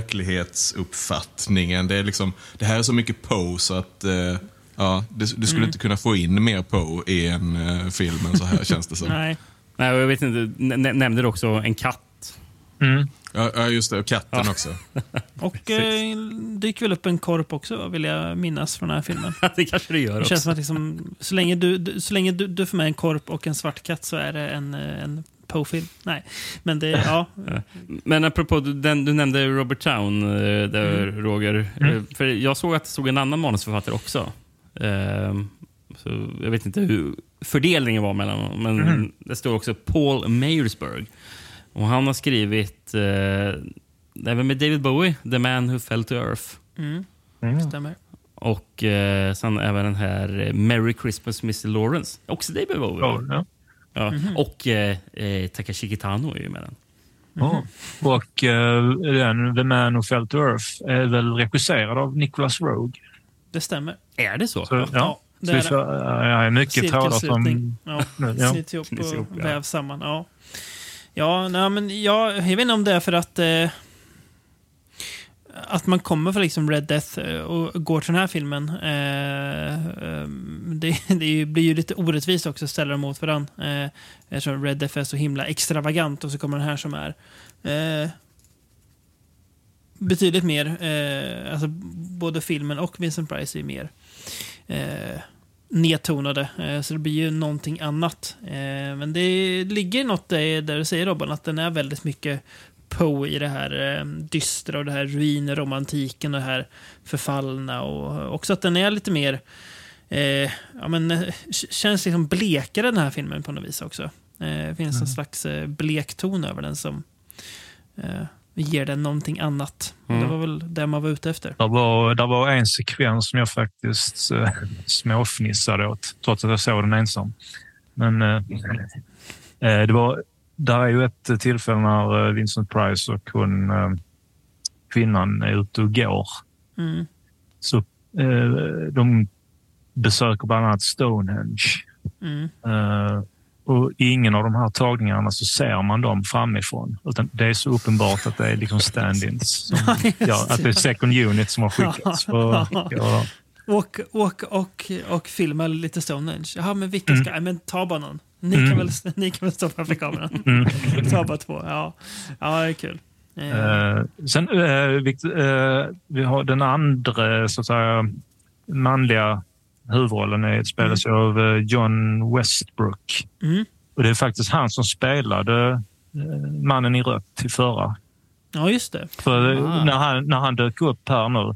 verklighetsuppfattningen. Det är liksom, det här är så mycket Poe så att ja, du skulle mm. inte kunna få in mer på i en uh, film än så här känns det som. Nej. Nej, jag vet inte, n- nämnde du också en katt? Mm. Ja, just det, och katten ja. också. Och eh, dyker väl upp en korp också, vill jag minnas från den här filmen. Det kanske det gör det också. Känns som att liksom, så länge, du, du, så länge du, du får med en korp och en svart katt så är det en, en Poe-film. Nej, men det, ja. Men apropå, den, du nämnde Robert Town där, mm. Roger. Mm. För jag såg att det stod en annan manusförfattare också. Uh, så jag vet inte hur fördelningen var mellan dem, men mm. det står också Paul Meyersburg och han har skrivit uh, även med David Bowie, The Man Who Fell to Earth. Mm. Mm. Stämmer. Och uh, sen även den här Merry Christmas mister Lawrence, också David Bowie. Oh, ja. Ja. Mm-hmm. Och uh, Takashi Kitano är ju med den. Mm. Oh. Och uh, den The Man Who Fell to Earth är väl regisserad av Nicholas Roeg. Det stämmer. Är det så? så ja. ja det är, så, ja, är mycket trådar som... Ja, ja. Slits ihop och ihop, ja. vävs samman. Ja, ja, nej, men jag, jag vet inte om det är för att eh, att man kommer för liksom Red Death och går till den här filmen. Eh, det, det blir ju lite orättvist också att ställa dem mot varandra. Eh, jag tror Red Death är så himla extravagant och så kommer den här som är... Eh, betydligt mer, eh, alltså både filmen och Vincent Price är mer eh, nedtonade, eh, så det blir ju någonting annat. Eh, men det ligger något där, där du säger, Robban, att den är väldigt mycket Poe i det här eh, dystra och det här ruinromantiken och det här förfallna, och också att den är lite mer eh, ja, men, eh, känns liksom blekare den här filmen på något vis också. Eh, det finns mm. en slags eh, blekton över den som eh, ger den någonting annat. Mm. Det var väl det man var ute efter. Det var, det var en sekvens som jag faktiskt eh, småfnissade åt, trots att jag såg den ensam. Men eh, det var, där är ju ett tillfälle när Vincent Price och hon, eh, kvinnan är ute och går. Mm. Så eh, de besöker bland annat Stonehenge. Mm. Eh, och i ingen av de här tagningarna så ser man dem framifrån. Utan det är så uppenbart att det är liksom stand-ins. Som, ja, att det är second unit som har skickats. För, ja. Och, och, och, och filma lite Stonehenge. Jaha, men vilka ska... Mm. Men ta bara någon. Ni, mm. kan väl, ni kan väl stå framför kameran. Mm. Ta bara två. Ja, ja det är kul. Uh, sen uh, vi, uh, vi har den andra så att säga manliga huvudrollen är spelas mm. av uh, John Westbrook. Mm. Och det är faktiskt han som spelade uh, mannen i rött i förra. Ja, just det. För ah. när, han, när han dök upp här nu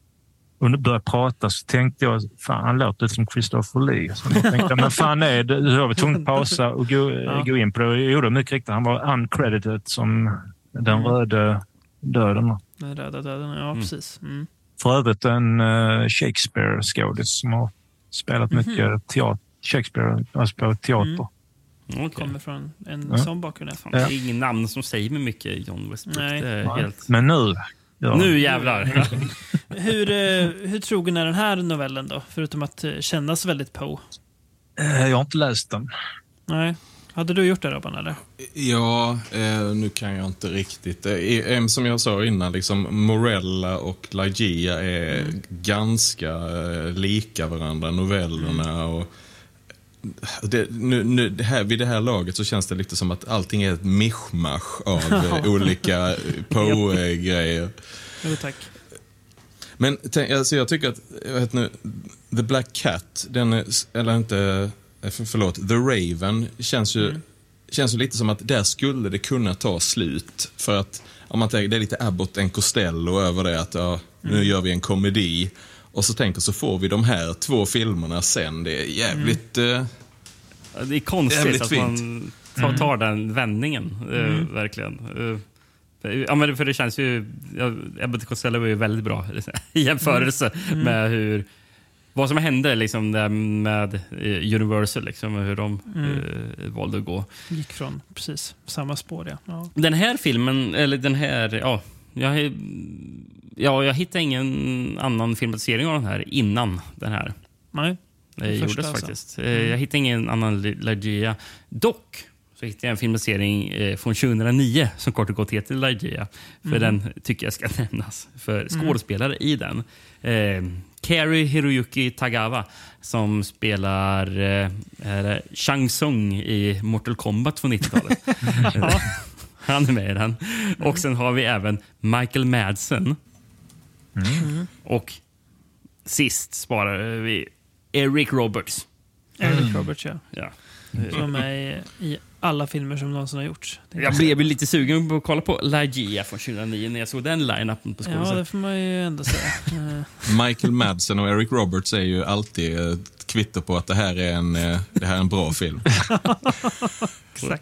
och började prata så tänkte jag, fan, han låter lite som Christopher Lee. Så jag tänkte, men fan är det? Jag var tvungen att pausa och gå, ja. gå in på det. Jag gjorde mycket riktigt. Han var uncredited som den mm. röda döden. Den röda döden, ja, mm. precis. Mm. För övrigt en uh, Shakespeare-skådis som har spelat mm-hmm. mycket teater. Shakespeare, alltså på teater. Mm. Okay. Kommer från en ja. sån bakgrund. Ja. Det är ingen namn som säger mig mycket, John Westbrook. Nej. Det är helt... Men nu... Ja. Nu jävlar. hur, hur trogen är den här novellen då? Förutom att kännas väldigt Poe. Jag har inte läst den. Nej. Hade du gjort det, Robban, eller? Ja, eh, nu kan jag inte riktigt. Eh, som jag sa innan, liksom, Morella och Lagia är mm. ganska eh, lika varandra, novellerna. Mm. Och det, nu, nu, det här, vid det här laget så känns det lite som att allting är ett mischmasch av eh, olika Poe-grejer. Jo, tack. Men tänk, alltså, jag tycker att jag vet nu, The Black Cat, den är, eller inte... För, förlåt, The Raven känns ju, mm. känns ju lite som att där skulle det kunna ta slut. För att om man tänker, det är lite Abbott and Costello över det, att ja, nu mm. gör vi en komedi. Och så tänker så får vi de här två filmerna sen. Det är jävligt mm. uh, det är konstigt jävligt att fint. Man tar, tar den vändningen, uh, mm. verkligen. Uh, ja, men för det känns ju, ja, Abbott and Costello är ju väldigt bra i jämförelse mm. med hur vad som hände liksom där med Universal liksom, hur de mm. eh, valde att gå. Gick från precis samma spår, ja. ja. Den här filmen, eller den här, ja, jag, ja, jag hittade ingen annan filmatisering av den här innan den här. Nej. Det gjordes alltså. faktiskt. Mm. Jag hittade ingen annan Lagia. Dock så hittade jag en filmatisering eh, från tjugohundranio som kort och gott heter Lagia. För mm. den tycker jag ska nämnas. För skådespelare mm. i den. Eh, Cary Hiroyuki Tagawa som spelar eh, Shang Tsung i Mortal Kombat från nittiotalet. ja. Han är med i den. Och sen har vi även Michael Madsen. Mm. Och sist sparar vi Eric Roberts. Eric mm. Roberts, ja. ja. Som är i alla filmer som någonsin har gjorts. Jag blev lite sugen på att kolla på Lagia från tjugohundranio när jag såg den line-upen på skolan. Ja, det får man ju ändå säga. Michael Madsen och Eric Roberts är ju alltid ett kvitto på att det här är en, det här är en bra film. Exakt.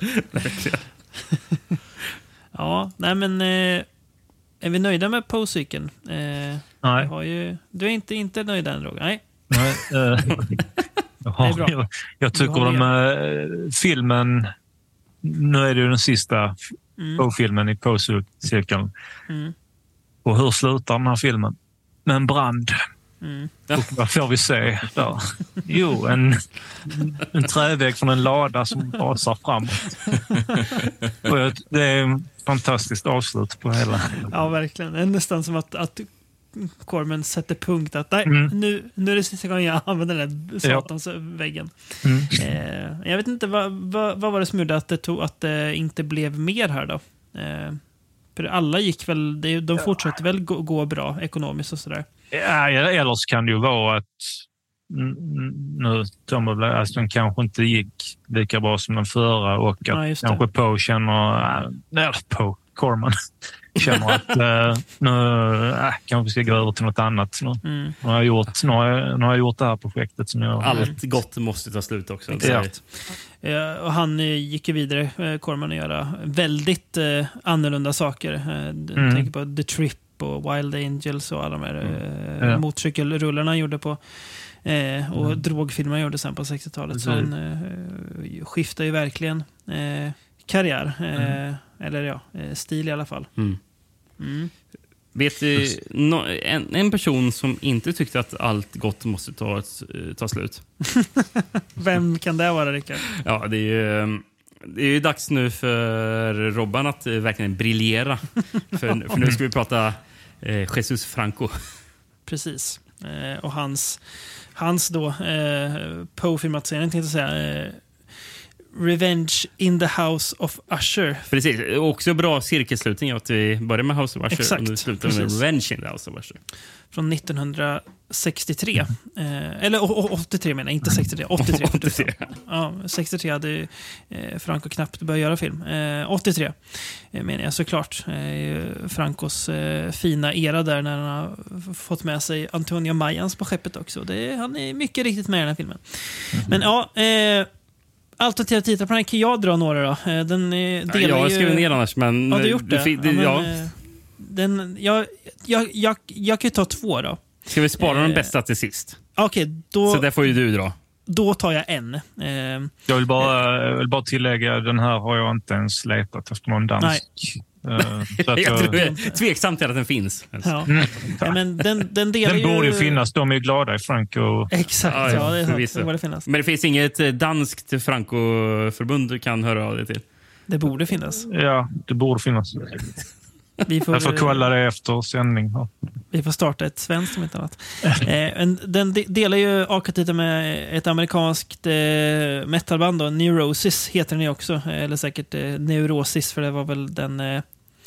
Ja, nej men är vi nöjda med Poe-cykeln? Eh, nej. Har ju, du är inte, inte nöjd än, Roger? Nej. Nej. Uh, ja, jag, jag tycker om uh, filmen, nu är det ju den sista mm. Poe-filmen i Poe-cykeln. Mm. Och hur slutar den här filmen? Med en brand. Mm. Och vad får vi se där? Jo, en, en trävägg från en lada som rasar framåt. Och det är en fantastiskt avslut på hela. Ja, verkligen. Det är nästan som att, att Corman sätter punkt att nej, mm. nu, nu är det sista gången jag använder den där satans ja. väggen. Mm. Eh, jag vet inte, vad, vad, vad var det som gjorde att det, tog, att det inte blev mer här då? Eh, för alla gick väl, de fortsatte väl gå, gå bra ekonomiskt och sådär. Ja, eller så kan det ju vara att nu Tom Aston kanske inte gick lika bra som den förra och att ja, kanske Poe känner, nej, Poe, Corman känner att uh, nu äh, kanske vi ska gå över till något annat. Nu, mm. nu, har, jag gjort, nu, har, jag, nu har jag gjort det här projektet. Som jag, Allt gott måste ta slut också. Exakt. Ja. Och han gick ju vidare, Corman, att göra väldigt uh, annorlunda saker. Uh, mm. Tänker på The Trip och Wild Angels och alla de här uh, mm. ja. motorcykelrullarna han gjorde på. Eh, och mm. drogfilmer gjorde sen på sextiotalet. Så han eh, skiftar ju verkligen eh, karriär. Eh, mm. Eller ja, eh, stil i alla fall. Mm. Mm. Vet du, no, en, en person som inte tyckte att allt gott måste ta, ta slut. Vem kan det vara, Rickard? Ja, det är ju... Det är ju dags nu för Robban att verkligen briljera. för, för nu ska vi prata eh, Jesus Franco. Precis. Eh, och hans... Hans då, eh, Poe-filmatisering tänkte jag säga, eh, Revenge in the House of Usher. Precis, också bra cirkelslutning att vi börjar med House of Usher. Exakt, och nu slutar med Revenge in the House of Usher. Från nittonhundrasextiotre. Eh, eller åttiotre menar jag, inte sextiotre. åttiotre. åttiotre. Ja, sextiotre hade eh, Franco knappt börjat göra film. Eh, åttiotre eh, menar jag såklart. Eh, Francos eh, fina era där när han har fått med sig Antonio Mayans på skeppet också. Det, han är mycket riktigt med i den här filmen. Mm-hmm. Men ja... Eh, Alternativa titlar på den här kan jag dra några då. Den delar ja, jag ju... skriver ner annars, men... Ja, du gjort det. det, det ja, men, ja. Den, jag, jag, jag, jag kan ju ta två då. Ska vi spara eh, den bästa till sist? Okej, okay, då... Så där får ju du dra. Då tar jag en. Eh, jag vill bara, jag vill bara tillägga, den här har jag inte ens letat efter någon dansk. Nej. Uh, så att jag tror jag tveksamt till att den finns. Ja. Mm. Ja, men den, den, delar den borde ju finnas, de är glada i Franco. Exakt, ja, ja, det är sant. Det borde finnas. Men det finns inget danskt Franco-förbund du kan höra av dig till? Det borde finnas. Ja, det borde finnas. Vi får, jag får kolla det efter sändning. Ja. Vi får starta ett svenskt om inte annat. eh, den delar ju A-titeln med ett amerikanskt eh, metalband då, Neurosis heter den också. Eller säkert eh, Neurosis, för det var väl den eh,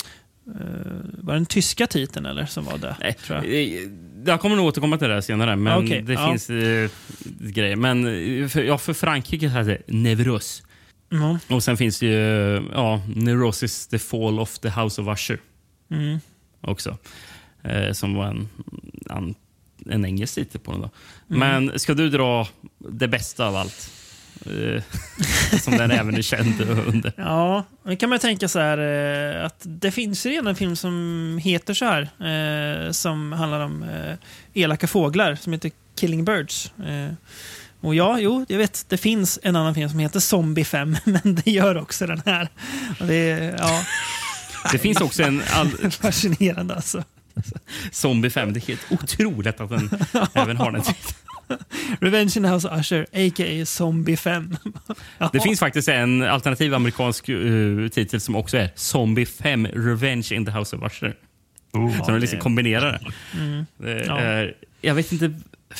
var den tyska titeln eller som var det? Nej, tror jag. Jag kommer nog återkomma till det senare, men okay, det ja. finns eh, grejer. Men för, ja, för Frankrike heter det Nevros. Mm. Och sen finns det ju ja, Neurosis, The Fall of the House of Usher. Mm. Också. Eh, som var en, en, en engelsk titel på den då. Mm. Men ska du dra det bästa av allt? Eh, som den även är känd under. Ja, det kan man tänka så här eh, att det finns ju redan en film som heter så här eh, som handlar om eh, elaka fåglar som heter Killing Birds. Eh, och ja, jo, jag vet, det finns en annan film som heter Zombie fem, men det gör också den här. Och det, ja. Det finns också en... All... Fascinerande alltså. Zombie fem, det är helt otroligt att den även har den titeln. Revenge in the House of Usher, a k a. Zombie fem. Det finns faktiskt en alternativ amerikansk uh, titel som också är Zombie fem, Revenge in the House of Usher. Oh, så de liksom kombinerar det. Mm. det är, jag vet inte,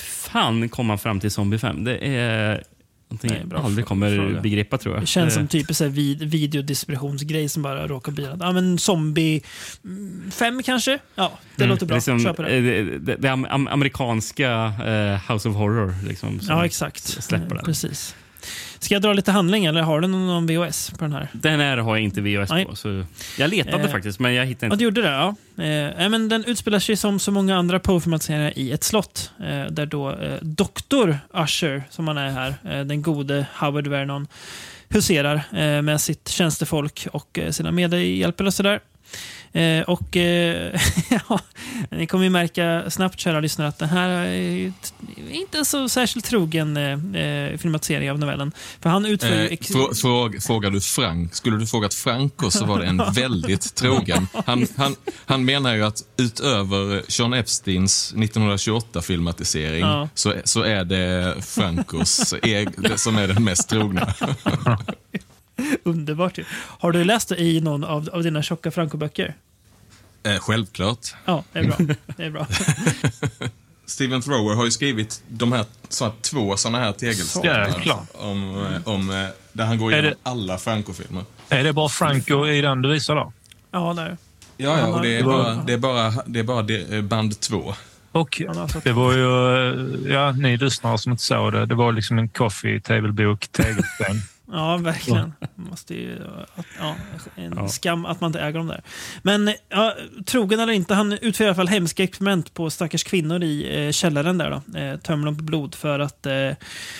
fan kom man fram till Zombie fem. Det är... Nej, jag aldrig kommer fråga. begripa, tror jag. Det känns som typ en vid, videodistributionsgrej som bara råkar bli att, ja, men Zombie fem kanske? Ja, det mm, låter bra. Liksom, Kör på det. Det, det, det amerikanska uh, House of Horror. Liksom, ja, exakt. Släpper den. Precis. Ska jag dra lite handling eller har du någon V H S på den här? Den här har jag inte V H S Nej. på. Så jag letade eh, faktiskt, men jag hittade inte. Ja, du gjorde det, ja. Eh, men den utspelar sig som så många andra Poe-filmatiseringar i ett slott. Eh, där då eh, doktor Usher, som han är här, eh, den gode Howard Vernon, huserar eh, med sitt tjänstefolk och eh, sina medhjälpare och sådär. Eh, och eh, ja, ni kommer ju märka snabbt, kära lyssnare, att det här är inte så särskilt trogen eh, filmatisering av novellen. För han utför eh, ex- fråg, Frågar du Frank, skulle du frågat Franco så var det en väldigt trogen. Han, han, han menar ju att utöver Sean Epsteins nittonhundratjugoåtta-filmatisering ja. så, så är det Francos eg, som är den mest trogna. Underbart. Har du läst det i någon av, av dina tjocka Franco-böcker? Eh, självklart. Ja, det är bra. Det är bra. Stephen Thrower har ju skrivit de här, så här två sådana här tegelstenar ja, om, om, där han går igenom alla Franco-filmer. Är det bara Franco i den du visar då? Ja, där. Ja, ja, och det är bara, det är bara, det är bara det, band två. Och det var ju, ja, ni lyssnare som inte såg det, det var liksom en coffee table-bok, tegelsten. Ja, verkligen. Måste ju, ja, en ja. skam att man inte äger dem där. Men ja, trogen eller inte, han utför i alla fall hemska experiment på stackars kvinnor i eh, källaren där då. Eh, tömmer dem på blod för att eh,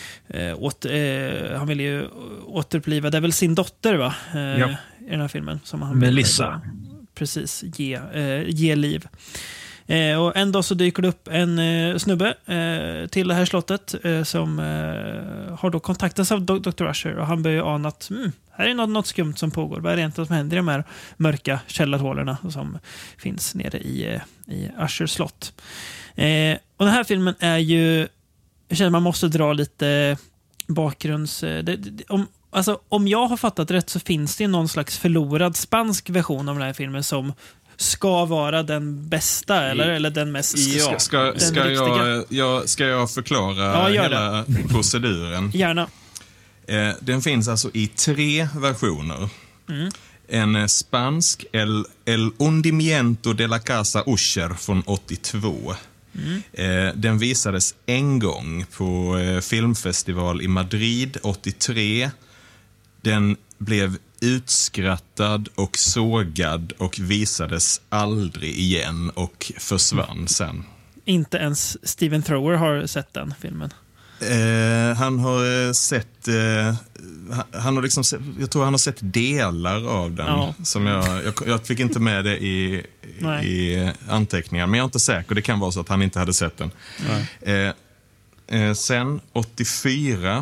åt, eh, han vill ju återuppliva, det är väl sin dotter va? Eh, ja. I den här filmen. Som han Melissa. Vill, precis, ge, eh, ge liv. Eh, och en dag så dyker det upp en eh, snubbe eh, till det här slottet eh, som eh, har då kontaktats av doktor Usher och han börjar ana att mm, här är något, något skumt som pågår. Vad är det egentligen som händer i de här mörka källarhålorna som finns nere i, eh, i Ushers slott. Eh, och den här filmen är ju, jag känner att man måste dra lite bakgrunds... Det, det, om, alltså, om jag har fattat rätt så finns det någon slags förlorad spansk version av den här filmen som ska vara den bästa eller, eller den mest ja. ska, ska, den ska, jag, jag, ska jag förklara ja, hela det. proceduren? Gärna. Eh, den finns alltså i tre versioner. Mm. En spansk El, El Hundimiento de la Casa Usher från åttiotvå. Mm. Eh, den visades en gång på eh, filmfestival i Madrid åttiotre. Den blev utskrattad och sågad och visades aldrig igen och försvann sen. Inte ens Steven Thrower har sett den filmen. Eh, han har sett eh, han har liksom sett, jag tror han har sett delar av den ja. som jag, jag jag fick inte med det i i anteckningar, men jag är inte säker, det kan vara så att han inte hade sett den. Eh, eh, sen åttiofyra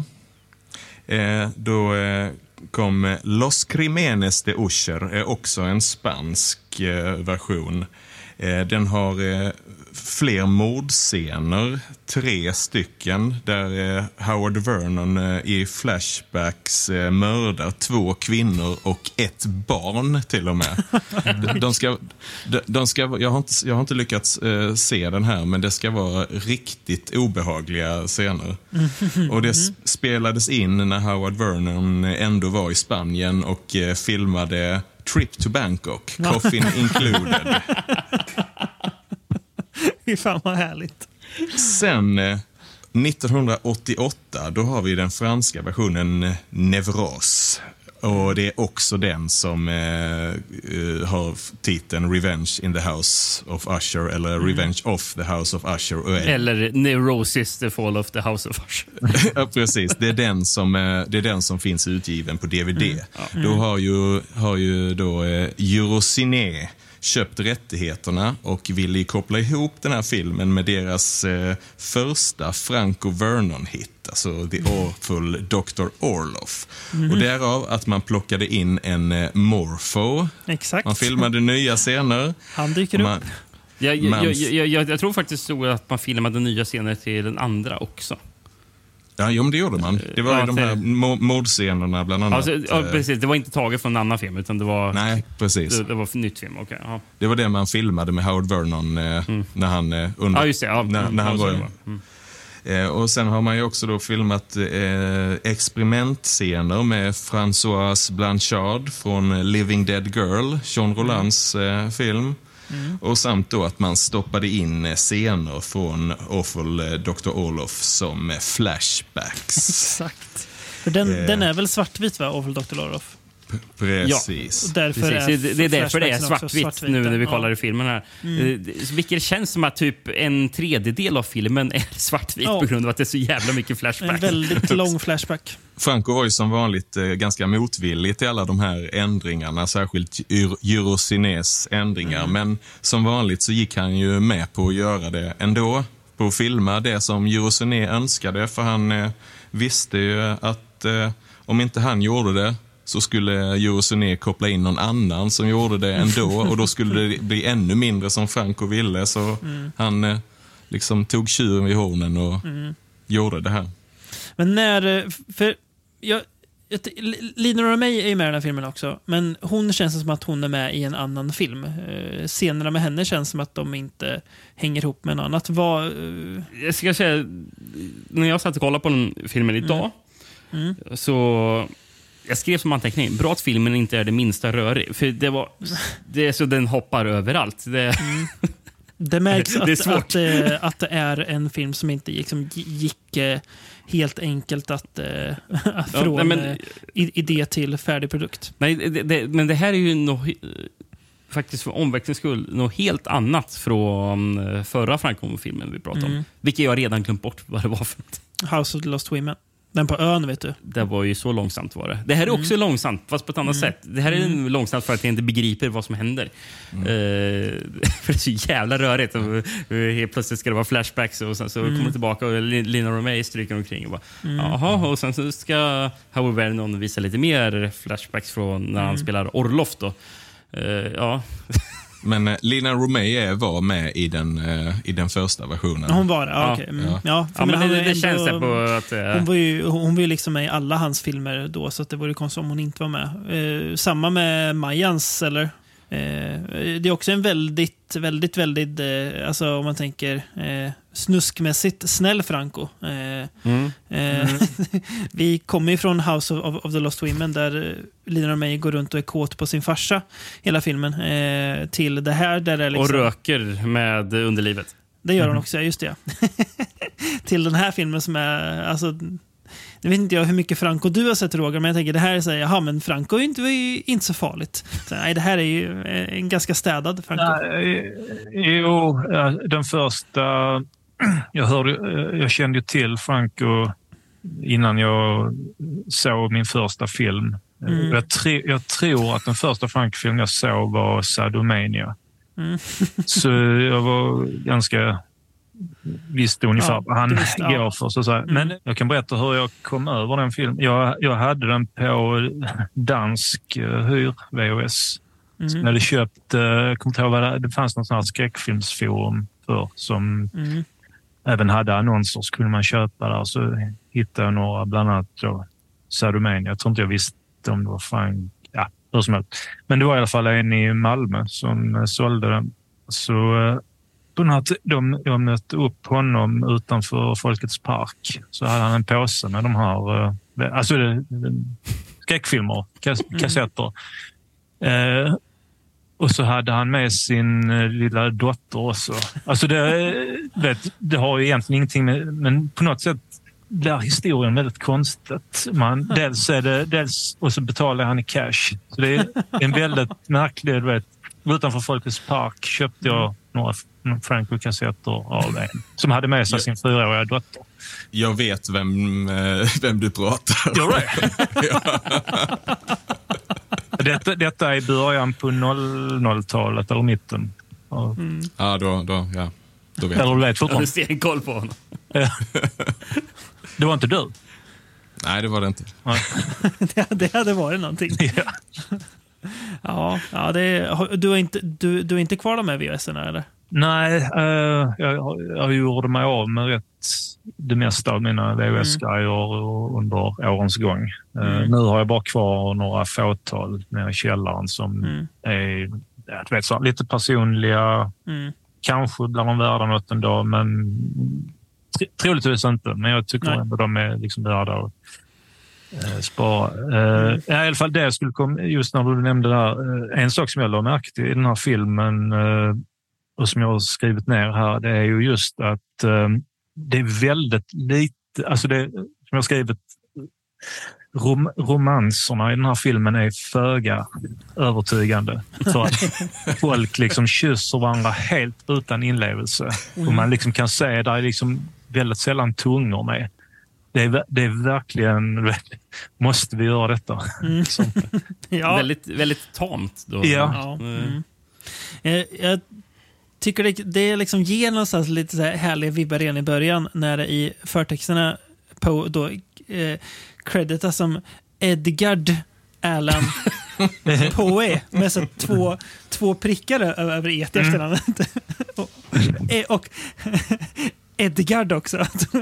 eh, då eh, kom Los Crímenes de Usher, är också en spansk eh, version. Eh, den har eh, fler mordscener, tre stycken, där eh, Howard Vernon eh, i flashbacks eh, mördar två kvinnor och ett barn till och med. de, de ska, de, de ska, jag, har inte, jag har inte lyckats eh, se den här, men det ska vara riktigt obehagliga scener. Och det s- spelades in när Howard Vernon ändå var i Spanien och eh, filmade Trip to Bangkok, Coffin Included. Fy fan vad härligt. Sen eh, nittonhundraåttioåtta, då har vi den franska versionen Nevros. Och det är också den som eh, uh, har titeln Revenge in the House of Usher eller mm. Revenge of the House of Usher. Eller Neurosis, the Fall of the House of Usher. Ja, precis. Det är den som, eh, det är den som finns utgiven på D V D. Mm. Ja. Då har ju, har ju då eh, Eurociné köpt rättigheterna och ville koppla ihop den här filmen med deras eh, första Franco Vernon-hit, alltså The Awful doktor Orloff. Mm. Och därav att man plockade in en eh, Morpho. Exakt. Man filmade nya scener. Han dyker man, upp. Jag, jag, jag, jag, jag, jag tror faktiskt så att man filmade nya scener till den andra också. Ja, jo, men det gjorde man. Det var ja, ju de här mo- mordscenerna bland annat. Alltså, ja, precis. Det var inte taget från en annan film, utan det var... Nej, precis. Det, det var en nytt film, okej. Okay, det var det man filmade med Howard Vernon eh, mm. när han... Eh, under, ja, just det. Ja, när, mm, när han var... Mm. Eh, och sen har man ju också då filmat eh, experimentscener med Françoise Blanchard från Living Dead Girl, Jean Rolands eh, film. Mm. Och samt då att man stoppade in scener från Awful doktor Orloff som flashbacks. Exakt. För den, eh. den är väl svartvit, va? Awful doktor Orloff? P- precis. Ja, därför precis. Är det är därför det är svartvitt, svartvitt nu när vi kollar ja. i filmen här. Mm. Vilket känns som att typ en tredjedel av filmen är svartvit ja. på grund av att det är så jävla mycket flashback. En väldigt lång flashback. Franco var ju som vanligt eh, ganska motvillig till alla de här ändringarna, särskilt Eurocinés ändringar. Mm. Men som vanligt så gick han ju med på att göra det ändå, på att filma det som Eurociné önskade, för han eh, visste ju att eh, om inte han gjorde det så skulle Eurociné koppla in någon annan som gjorde det ändå, och då skulle det bli ännu mindre som Franco ville, så mm. han eh, liksom tog tjuren vid hornen och mm. gjorde det här. Men när, för jag, Lina och mig är ju med i den här filmen också, men hon känns som att hon är med i en annan film. Eh, scenerna med henne känns som att de inte hänger ihop med något annat. Vad, eh... Jag ska säga, när jag satt och kollade på den filmen idag mm. Mm. så jag skrev som anteckning, bra att filmen inte är det minsta rörig, för det var det är så den hoppar överallt. Det, mm. det märks att det, att, att, att det är en film som inte liksom gick helt enkelt att äh, från ja, nej, men, äh, idé till färdig produkt. Nej, det, det, men det här är ju något, faktiskt för omväxlings skull något helt annat från förra Franco-filmen vi pratade mm. om. Vilket jag redan glömt bort vad det var för House of the Lost Women. Den på ön, vet du. Det var ju så långsamt var det. Det här är också mm. långsamt, fast på ett annat mm. sätt. Det här är mm. långsamt för att jag inte begriper vad som händer. Mm. Uh, för det är så jävla rörigt. Och, uh, helt plötsligt ska det vara flashbacks och sen så mm. kommer det tillbaka och Lina Romay stryker omkring och bara, mm. jaha, och sen så ska Howard Vernon visa lite mer flashbacks från när mm. han spelar Orloff då. Uh, ja... Men eh, Lina Romay var med i den, eh, i den första versionen. Hon var det, ja, okej. Okay. Mm. Ja. Ja, ja, men det, det, det känns det på att... Eh... Hon var ju hon var ju liksom med i alla hans filmer då, så att det vore konstigt om hon inte var med. Eh, samma med Mayans, eller? Eh, det är också en väldigt, väldigt, väldigt, eh, alltså om man tänker eh, snuskmässigt snäll Franco. Eh, mm. Eh, vi kommer ju från House of, of the Lost Women där Lina Romay går runt och är kåt på sin farsa hela filmen, eh, till det här där det liksom... Och röker med underlivet. Det gör hon också, just det. Till den här filmen som är, alltså... Jag vet inte jag hur mycket Franco du har sett, Roger, men jag tänker det här är så här, jaha, men Franco är inte, är inte så farligt. Så, nej, det här är ju en ganska städad Franco. Nej, jo, den första jag hörde, jag kände ju till Franco innan jag såg min första film. Mm. Jag, tre, jag tror att den första Franco-film jag såg var Sadomania. Mm. Så jag var ganska visste ungefär ja, vad han visst, går ja. för. Så att säga. Mm. Men jag kan berätta hur jag kom över den filmen. Jag, jag hade den på dansk uh, hyr V H S. Mm. Så jag hade köpt, uh, kom ihåg vad det, det fanns något sånt här skräckfilmsforum för som mm. även hade annonser, så kunde man köpa där. Så hittade jag några, bland annat då, Sadomania. Jag tror inte jag visste om det var fan, ja, hur som helst. Men det var i alla fall en i Malmö som uh, sålde den. Så uh, De, de mötte upp honom utanför Folkets park. Så hade han en påse med de här alltså det, det, skräckfilmer, kas, kassetter. Mm. Eh, och så hade han med sin lilla dotter också. Alltså det, vet, det har ju egentligen ingenting med, men på något sätt blir historien väldigt konstigt. Man, dels är det, dels, och så betalar han i cash. Så det är en väldigt märklig, du vet, utanför Folkets park köpte jag några Franco-kassetter av en som hade med sig sin fyraåriga dotter. Jag vet vem, vem du pratar. Gör det? Ja. detta, detta är början på noll noll-talet eller mitten. Mm. Ja, då, då, ja. Då vet eller du vet fortfarande. Jag hade koll på honom. Det var inte du? Nej, det var det inte. det, det hade varit någonting. Ja. Ja, ja det är, du, är inte, du, du är inte kvar med V H S-erna, eller? Nej, uh, jag, jag gjorde mig av med rätt det mesta av mina V H S-grejer mm. under årens gång. Uh, mm. Nu har jag bara kvar några fåtal nere i källaren som mm. är jag vet, så, lite personliga. Mm. Kanske bland de värda något en dag, men troligtvis inte. Men jag tycker Nej. ändå de är liksom värda Uh, spara. Uh, mm. I alla fall det skulle komma, just när du nämnde där, uh, en sak som jag lade märke till i den här filmen uh, och som jag har skrivit ner här, det är ju just att uh, det är väldigt lite, alltså det som jag har skrivit, rom, romanserna i den här filmen är föga övertygande för att folk liksom kysser varandra helt utan inlevelse mm. och man liksom kan se där är liksom väldigt sällan tungor med. Det är, det är verkligen... Måste vi göra detta? Mm. ja. väldigt, väldigt tamt då. Ja. ja. Mm. Jag, jag tycker det, det är liksom ger någonstans lite så här härliga vibbar redan i början när det i förtexterna på då eh, creditas som Edgard Allan Poe med så två, två prickar över et efter mm. och, och Edgard också.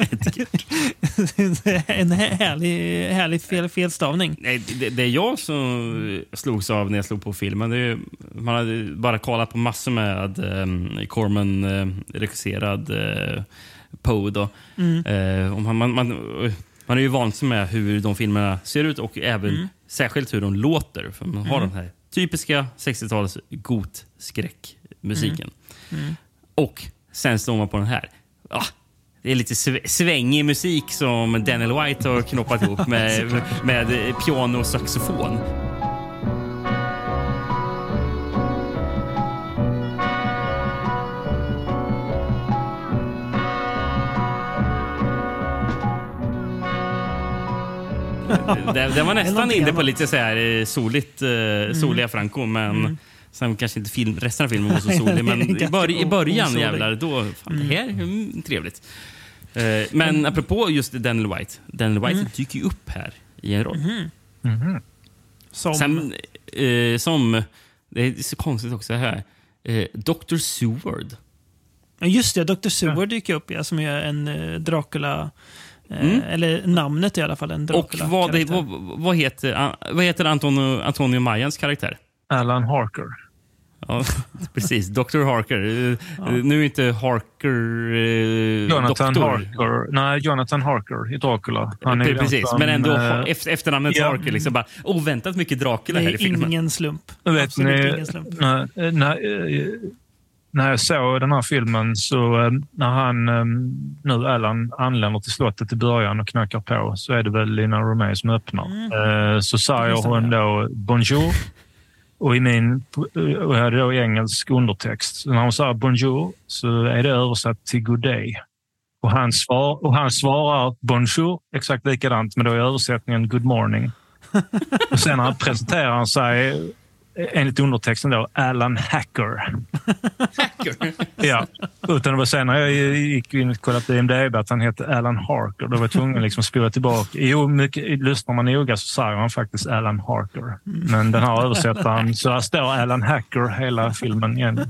En härlig, härlig fel, felstavning. Nej, det, det är jag som slogs av när jag slog på filmen. Det är, man hade bara kollat på massor med um, Corman uh, regisserad uh, Poe då. Mm. Uh, man, man, man, man är ju van med hur de filmerna ser ut och även mm. särskilt hur de låter. För man har mm. den här typiska sextio-tals gotskräckmusiken. Mm. Mm. Och sen står man på den här. Ah, det är lite svängig musik som Daniel White har knoppat ihop med, med piano och saxofon. det, det var nästan inne på lite så här soligt, uh, soliga Franco, men mm. sen kanske inte film, resten av filmen var så solig, men i, bör, i början jävlar, då fan, det här är trevligt. Uh, men apropå just Daniel White, Daniel White mm. dyker ju upp här i en roll. Mm. Mm. Som? Sen, uh, som, det är så konstigt också här, uh, doktor Seward. Just det, doktor Seward dyker upp, ja, som är en uh, Dracula. Mm. Eller namnet i alla fall, en Dracula. Och vad, det, vad, vad heter, vad heter Antonio, Antonio Mayans karaktär? Alan Harker. Ja, precis. doktor Harker. Ja. Nu är inte Harker eh, Jonathan doktor. Harker. Nej, Jonathan Harker i Dracula. Han är precis, som, men ändå äh, efter, efternamnet ja. Harker. Liksom bara, oväntat mycket Dracula här i filmen. Det är ingen slump. Vet Absolut ni, ingen slump. När, när, när jag såg den här filmen så när han nu Alan anländer till slottet i början och knackar på, så är det väl Lina Romay som öppnar. Mm. Så säger hon då bonjour. Och i min, och jag hade då engelsk undertext. Så när hon sa bonjour så är det översatt till good day. Och han, svar, och han svarar bonjour exakt likadant, men då är översättningen good morning. Och sen när han presenterar han sig enligt undertexten då Alan Hacker. Hacker? Ja, utan det var sen när jag gick in och kollade på I M D B att han hette Alan Harker. Då var jag tvungen liksom att spola tillbaka. Jo, mycket, lyssnar man noga så säger han faktiskt Alan Harker. Men den här översättaren, så här står Alan Hacker hela filmen igen.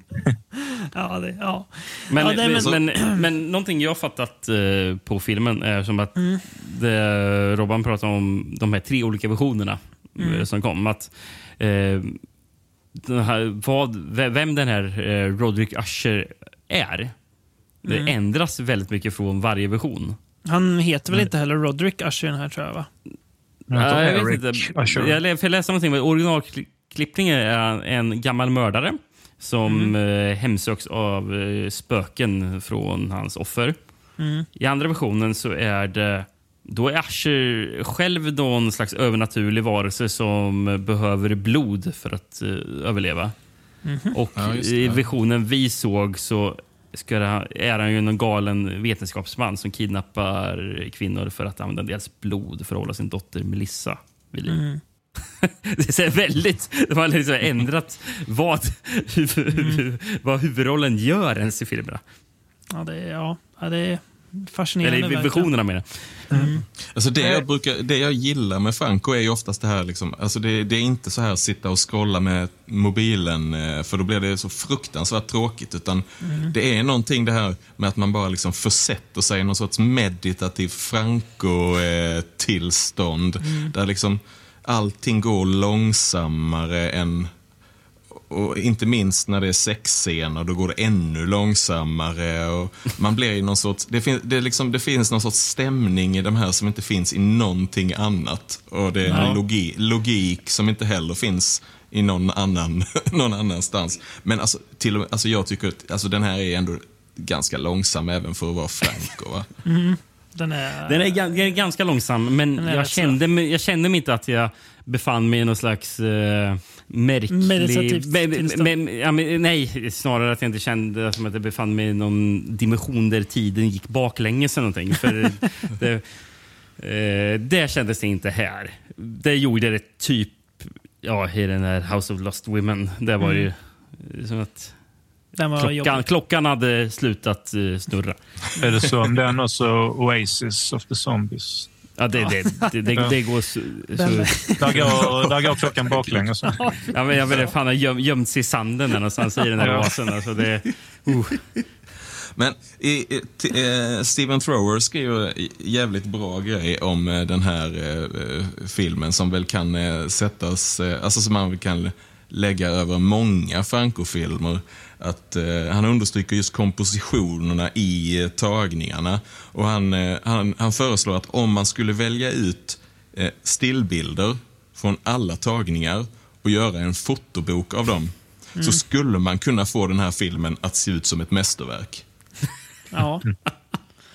Ja, det, ja. Men, ja, det, men, men, men någonting jag har fattat uh, på filmen är som att mm. det, Robban pratar om de här tre olika versionerna mm. som kom. Att uh, den här, vad, vem den här uh, Roderick Usher är, det mm. ändras väldigt mycket från varje version. Han heter väl mm. inte heller Roderick Usher den här, tror jag, va? Ja, jag vet inte. Jag, jag läste någonting med originalklippningen är en gammal mördare som mm. eh, hemsöks av eh, spöken från hans offer. Mm. I andra versionen så är det då är Usher själv då en slags övernaturlig varelse som behöver blod för att eh, överleva. Mm-hmm. Och ja, i versionen vi såg så ska det, är han ju någon galen vetenskapsman som kidnappar kvinnor för att använda deras blod för att hålla sin dotter Melissa vid liv. Mm. Det är väldigt, de har liksom ändrat vad, mm. vad huvudrollen gör ens i filmerna. Ja, det är, ja, det är fascinerande. Eller i versionerna med det. Mm. Alltså det jag brukar, det jag gillar med Franco är ju oftast det här liksom, alltså det, det är inte så här sitta och scrolla med mobilen, för då blir det så fruktansvärt tråkigt, utan mm. det är någonting det här med att man bara liksom försätter sig i någon sorts meditativ Franco-tillstånd mm. där liksom allting går långsammare än, och inte minst när det är sexscener, då går det ännu långsammare och man blir i någon sorts, det, fin, det, liksom, det finns någon sorts stämning i de här som inte finns i någonting annat, och det är en logi, logik som inte heller finns i någon annan någon annanstans. Men alltså, till, alltså jag tycker att alltså, den här är ändå ganska långsam även för att vara Franco, va? Mm. Den är, den är, den är ganska långsam, men jag kände, mig, jag kände mig inte att jag befann mig i någon slags uh, märklig... Me, me, ja, men, nej, snarare att jag inte kände som att jag befann mig i någon dimension där tiden gick baklänges eller någonting. För det, uh, det kändes det inte här. Det gjorde det typ ja, i den här House of Lost Women. Det var mm. ju som att... Klockan, klockan hade slutat uh, snurra. Är det så om den också Oasis of the Zombies? Ja, det, det, det, det, det går så... så. Där, går, där går klockan baklänges. Ja, men jag vet inte, fan har göm, gömt sig i sanden där någonstans i den här oasen. Alltså det, uh. Men i, i, t, eh, Stephen Thrower skriver jävligt bra grej om eh, den här eh, filmen som väl kan eh, sättas, eh, alltså som man kan lägga över många Franco-filmer. Att eh, han understryker just kompositionerna i eh, tagningarna, och han, eh, han, han föreslår att om man skulle välja ut eh, stillbilder från alla tagningar och göra en fotobok av dem mm. så skulle man kunna få den här filmen att se ut som ett mästerverk. Ja.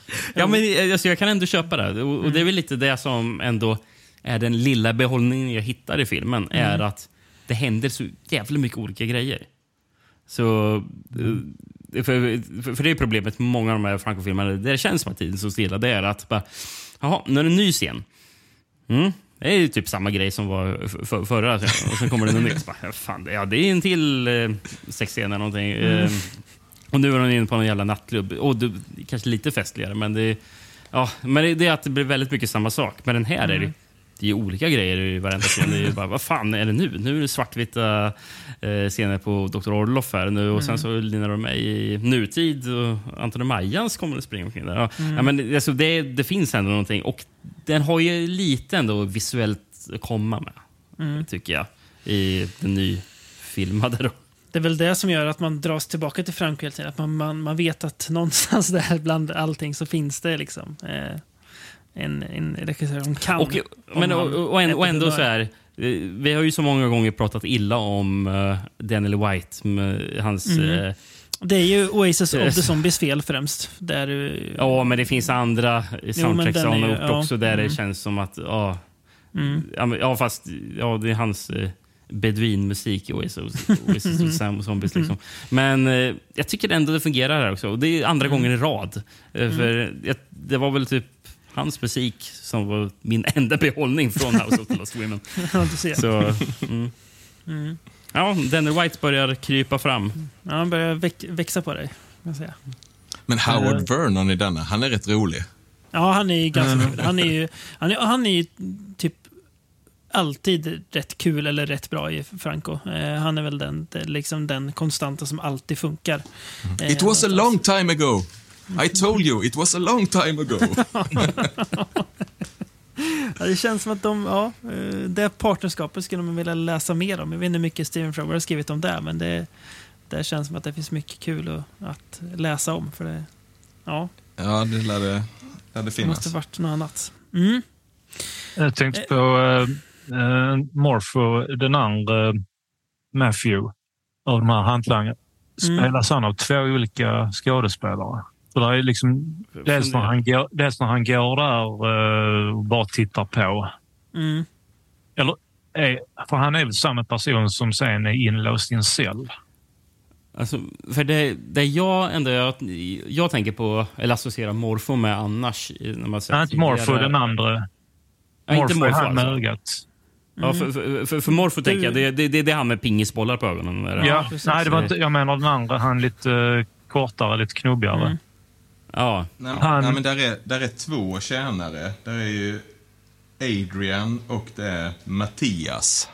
Ja, men alltså, jag kan ändå köpa det. Och, och det är väl lite det som ändå är den lilla behållningen jag hittar i filmen. Mm. Är att det händer så jävla mycket olika grejer. Så... För, för, för det är problemet med många av de här Franco-filmerna. Det känns som att tiden så stilla. Det är att bara... Jaha, nu är det en ny scen. Mm. Det är ju typ samma grej som var för, förra. Och sen kommer det en ny. Bara, fan, ja, det är en till eh, sexscen eller någonting. Mm. Eh, och nu är de inne på någon jävla nattklubb. Och det, kanske lite festligare. Men det, ja, men det, det är att det blir väldigt mycket samma sak. Men den här mm. är det, det är olika grejer i varenda scen. Det är bara, vad fan är det nu? Nu är det svartvita eh, scener på doktor Orloff här nu. Och sen mm. så linar de med i nutid. Och Anton Majans kommer att springa omkring där. Ja, mm. ja, men alltså, det, det finns ändå någonting. Och den har ju lite ändå visuellt att komma med. Mm. Tycker jag. I den nyfilmade då. Det är väl det som gör att man dras tillbaka till Franco hela tiden. Att man, man, man vet att någonstans där bland allting så finns det liksom... Eh, En, en regissör som kan. Och, men, och, och, och, ändå, och ändå så här, vi har ju så många gånger pratat illa om uh, Daniel White med hans... Mm. Uh, det är ju Oasis of the Zombies fel främst. Där, uh, ja, men det finns andra soundtracks han har gjort ja, också där mm. det känns som att... Uh, mm. Ja, fast ja, det är hans... Uh, beduinmusik i Oasis, Oasis of the Zombies liksom. Men uh, jag tycker ändå det fungerar här också. Och det är andra mm. gången i rad. Uh, för mm. jag, det var väl typ hans musik som var min enda behållning från House of the Lost Women. Ja, du ser. Så, mm. Mm. Ja, Daniel White börjar krypa fram. Ja, han börjar väx- växa på dig, kan jag säga. Men Howard uh, Vernon i denna, han är rätt rolig. Ja, han är ju ganska kul. Han är ju, han är, han är ju typ alltid rätt kul eller rätt bra i Franco. Uh, han är väl den, liksom den konstanta som alltid funkar. Mm. It uh, was a long time ago. I told you, it was a long time ago. Ja, det känns som att de, ja, det partnerskapet skulle man vilja läsa mer om. Jag vet inte hur mycket Stephen Frower har skrivit om det, men det, det känns som att det finns mycket kul att, att läsa om. För det, ja. Ja, det lär det, lär det finnas. Det måste varit något annat. Mm. Jag tänkte på uh, Morpho, den andra Matthew av de här hantlangarna. Spelas han av två olika skådespelare. Så det är liksom, dels, när han går, dels när han går där uh, och bara tittar på. Mm. Eller, är, för han är väl samma person som sen är inlåst i en cell. Alltså, för det, det jag ändå jag, jag tänker på, eller associerar Morpho med annars. När man säger, inte Morpho, den andra. Ja, Morpho, inte Morpho han med ögat. Mm. Ja, för, för, för, för Morpho tänker jag, det, det, det, det är han med pingisbollar på ögonen. Ja, ja nej, det var inte, jag menar den andra, han lite uh, kortare, lite knubbigare. Mm. Ja. Nej, han, nej, men där är, där är två tjänare. Där är ju Adrian och det är Mattias.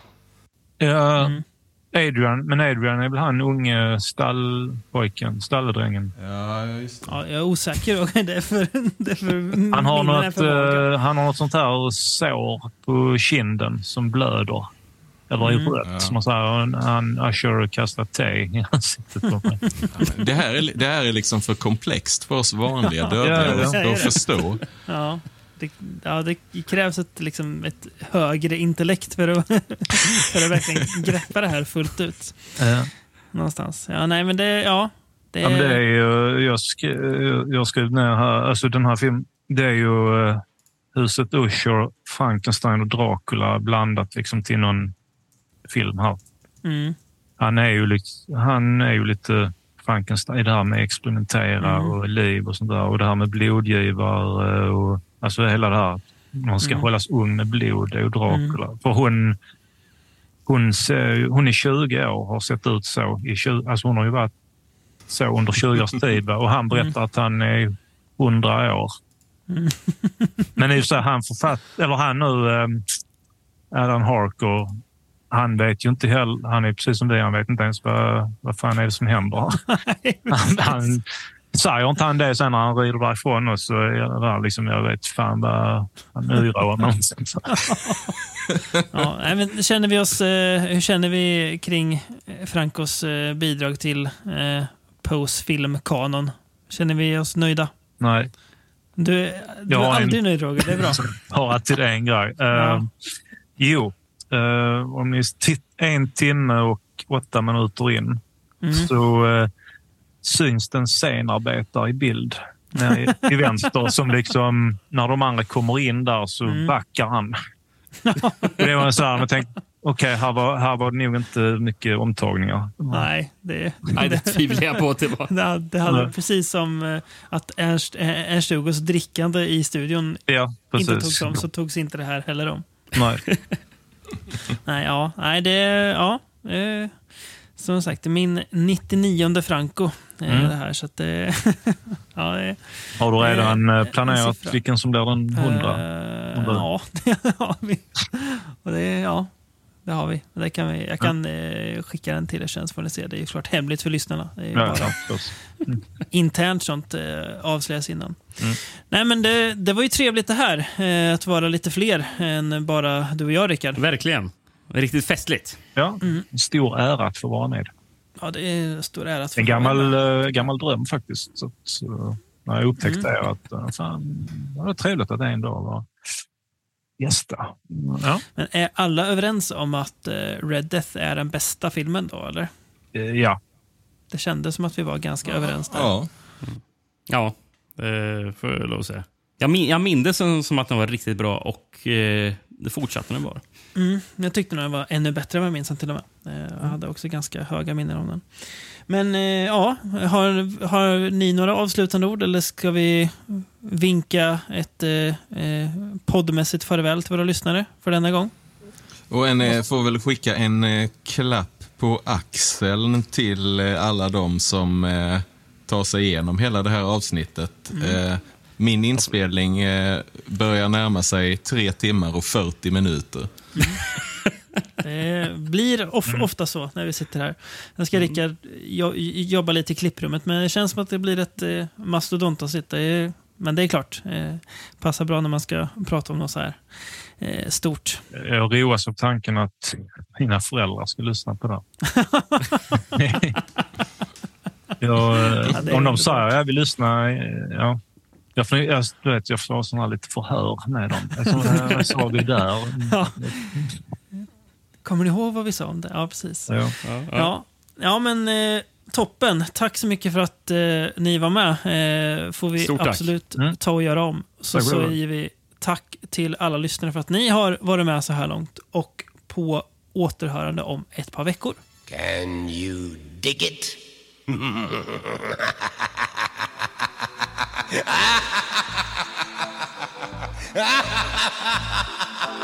Ja, mm. Adrian, men Adrian är väl han unge stallpojken, stalledrängen. Ja, just det. Ja, jag är osäker. Det är för, det är för han, har något, uh, han har något sånt här sår på kinden som blöder. Eller i rött, mm. som man säger. Han Usher kastar te i ansiktet på mig. Ja, det, här är, det här är liksom för komplext för oss vanliga döda ja, ja. att förstå. Ja. Det, ja, det krävs ett, liksom, ett högre intellekt för att, för att verkligen greppa det här fullt ut. Ja. Någonstans. Ja, nej, men det, ja. Det är, ja, men det är ju, jag, sk, jag skrev ner här, alltså den här filmen, det är ju uh, huset Usher, Frankenstein och Dracula blandat liksom till någon film här. Mm. Han är ju lite, han är ju lite Frankenstein, det här med experimentera mm. och liv och sånt där, och det här med blodgivare och alltså hela det här, man ska mm. hållas ung med blod, det är ju Dracula. Mm. För hon, hon, ser, hon är tjugo år och har sett ut så. I tjugo, alltså hon har ju varit så under tjugo års tid. Och han berättar mm. att han är hundra år. Mm. Men det är ju så här, han författ, eller han nu, um, Alan Harker, han vet ju inte heller, han är precis som det, han vet inte ens vad, vad fan är det som händer. han, han säger inte han det sen när han rider därifrån och så är det där liksom, jag vet fan vad han yrar och någonsin. Ja, men känner vi oss, hur känner vi kring Francos bidrag till eh, Poes filmkanon? Känner vi oss nöjda? Nej. Du, du är aldrig en, nöjd, Roger, det är bra. Jag har alltid en grej. Ja. Uh, jo, uh, om ni titt, en timme och åtta minuter in mm. så uh, syns den scenarbetare i bild Nej, i vänster som liksom, när de andra kommer in där så mm. backar han. Det var så här, man tänkte, okej, okay, här, var, här var det nog inte mycket omtagningar. Nej, det, Nej, det tvivlar jag på att det var. Det, det hade mm. precis som att Ernst, Ernst Hugos drickande i studion ja, inte togs om, så togs inte det här heller om. Nej. Nej, ja, nej, det, ja, eh, som sagt, min nittionionde Franco är mm. det här, så att det, ja, det, har du redan eh, planerat vilken som blir den hundra? Uh, ja, det har vi. Och det, ja, det har vi. Det kan vi jag kan mm. eh, skicka den till er sen så får ni se. Det är ju klart hemligt för lyssnarna. Det är ju ja, bara ja, mm. internt sånt eh, avslöjas innan. Mm. Nej, men det, det var ju trevligt det här. Eh, att vara lite fler än bara du och jag, Rickard. Verkligen. Riktigt festligt. Ja, mm. stor ära att få vara med. Ja, det är stor ära att få en gammal, äh, gammal dröm faktiskt. Så, så, när jag upptäckte mm. att äh, fan, det var trevligt att det en dag var gästa. Ja. Men är alla överens om att äh, Red Death är den bästa filmen då, eller? Äh, ja. Det kändes som att vi var ganska ja. överens där. Ja, mm. ja det får jag lov att säga. Jag, min, jag minns som, som att den var riktigt bra och eh, det fortsatte den bara. Mm, jag tyckte den var ännu bättre än vad jag minns till och med. Jag hade också ganska höga minnen om den. Men eh, ja, har, har ni några avslutande ord eller ska vi vinka ett eh, poddmässigt farväl till våra lyssnare för denna gång? Och en eh, får väl skicka en eh, klapp på axeln till eh, alla de som eh, tar sig igenom hela det här avsnittet. Mm. Eh, Min inspelning eh, börjar närma sig tre timmar och fyrtio minuter. Mm. Det blir of, ofta så när vi sitter här. Jag ska Rickard jo, jobba lite i klipprummet, men det känns som att det blir ett eh, mastodontavsnitt. Men det är klart, eh, passar bra när man ska prata om något så här eh, stort. Jag roas av tanken att mina föräldrar ska lyssna på det. jag, ja, om de säger att jag vill lyssna, ja. Jag, får, jag, du vet, jag får sådana lite förhör med dem. Jag sa vi där. Ja. Kommer ni ihåg vad vi sa om det? Ja, precis. Ja, ja, ja. ja men eh, toppen. Tack så mycket för att eh, ni var med. Eh, får vi Stort absolut mm. ta och göra om. Så säger vi tack till alla lyssnare för att ni har varit med så här långt. Och på återhörande om ett par veckor. Can you dig it?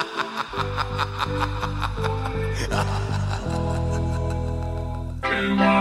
Come on.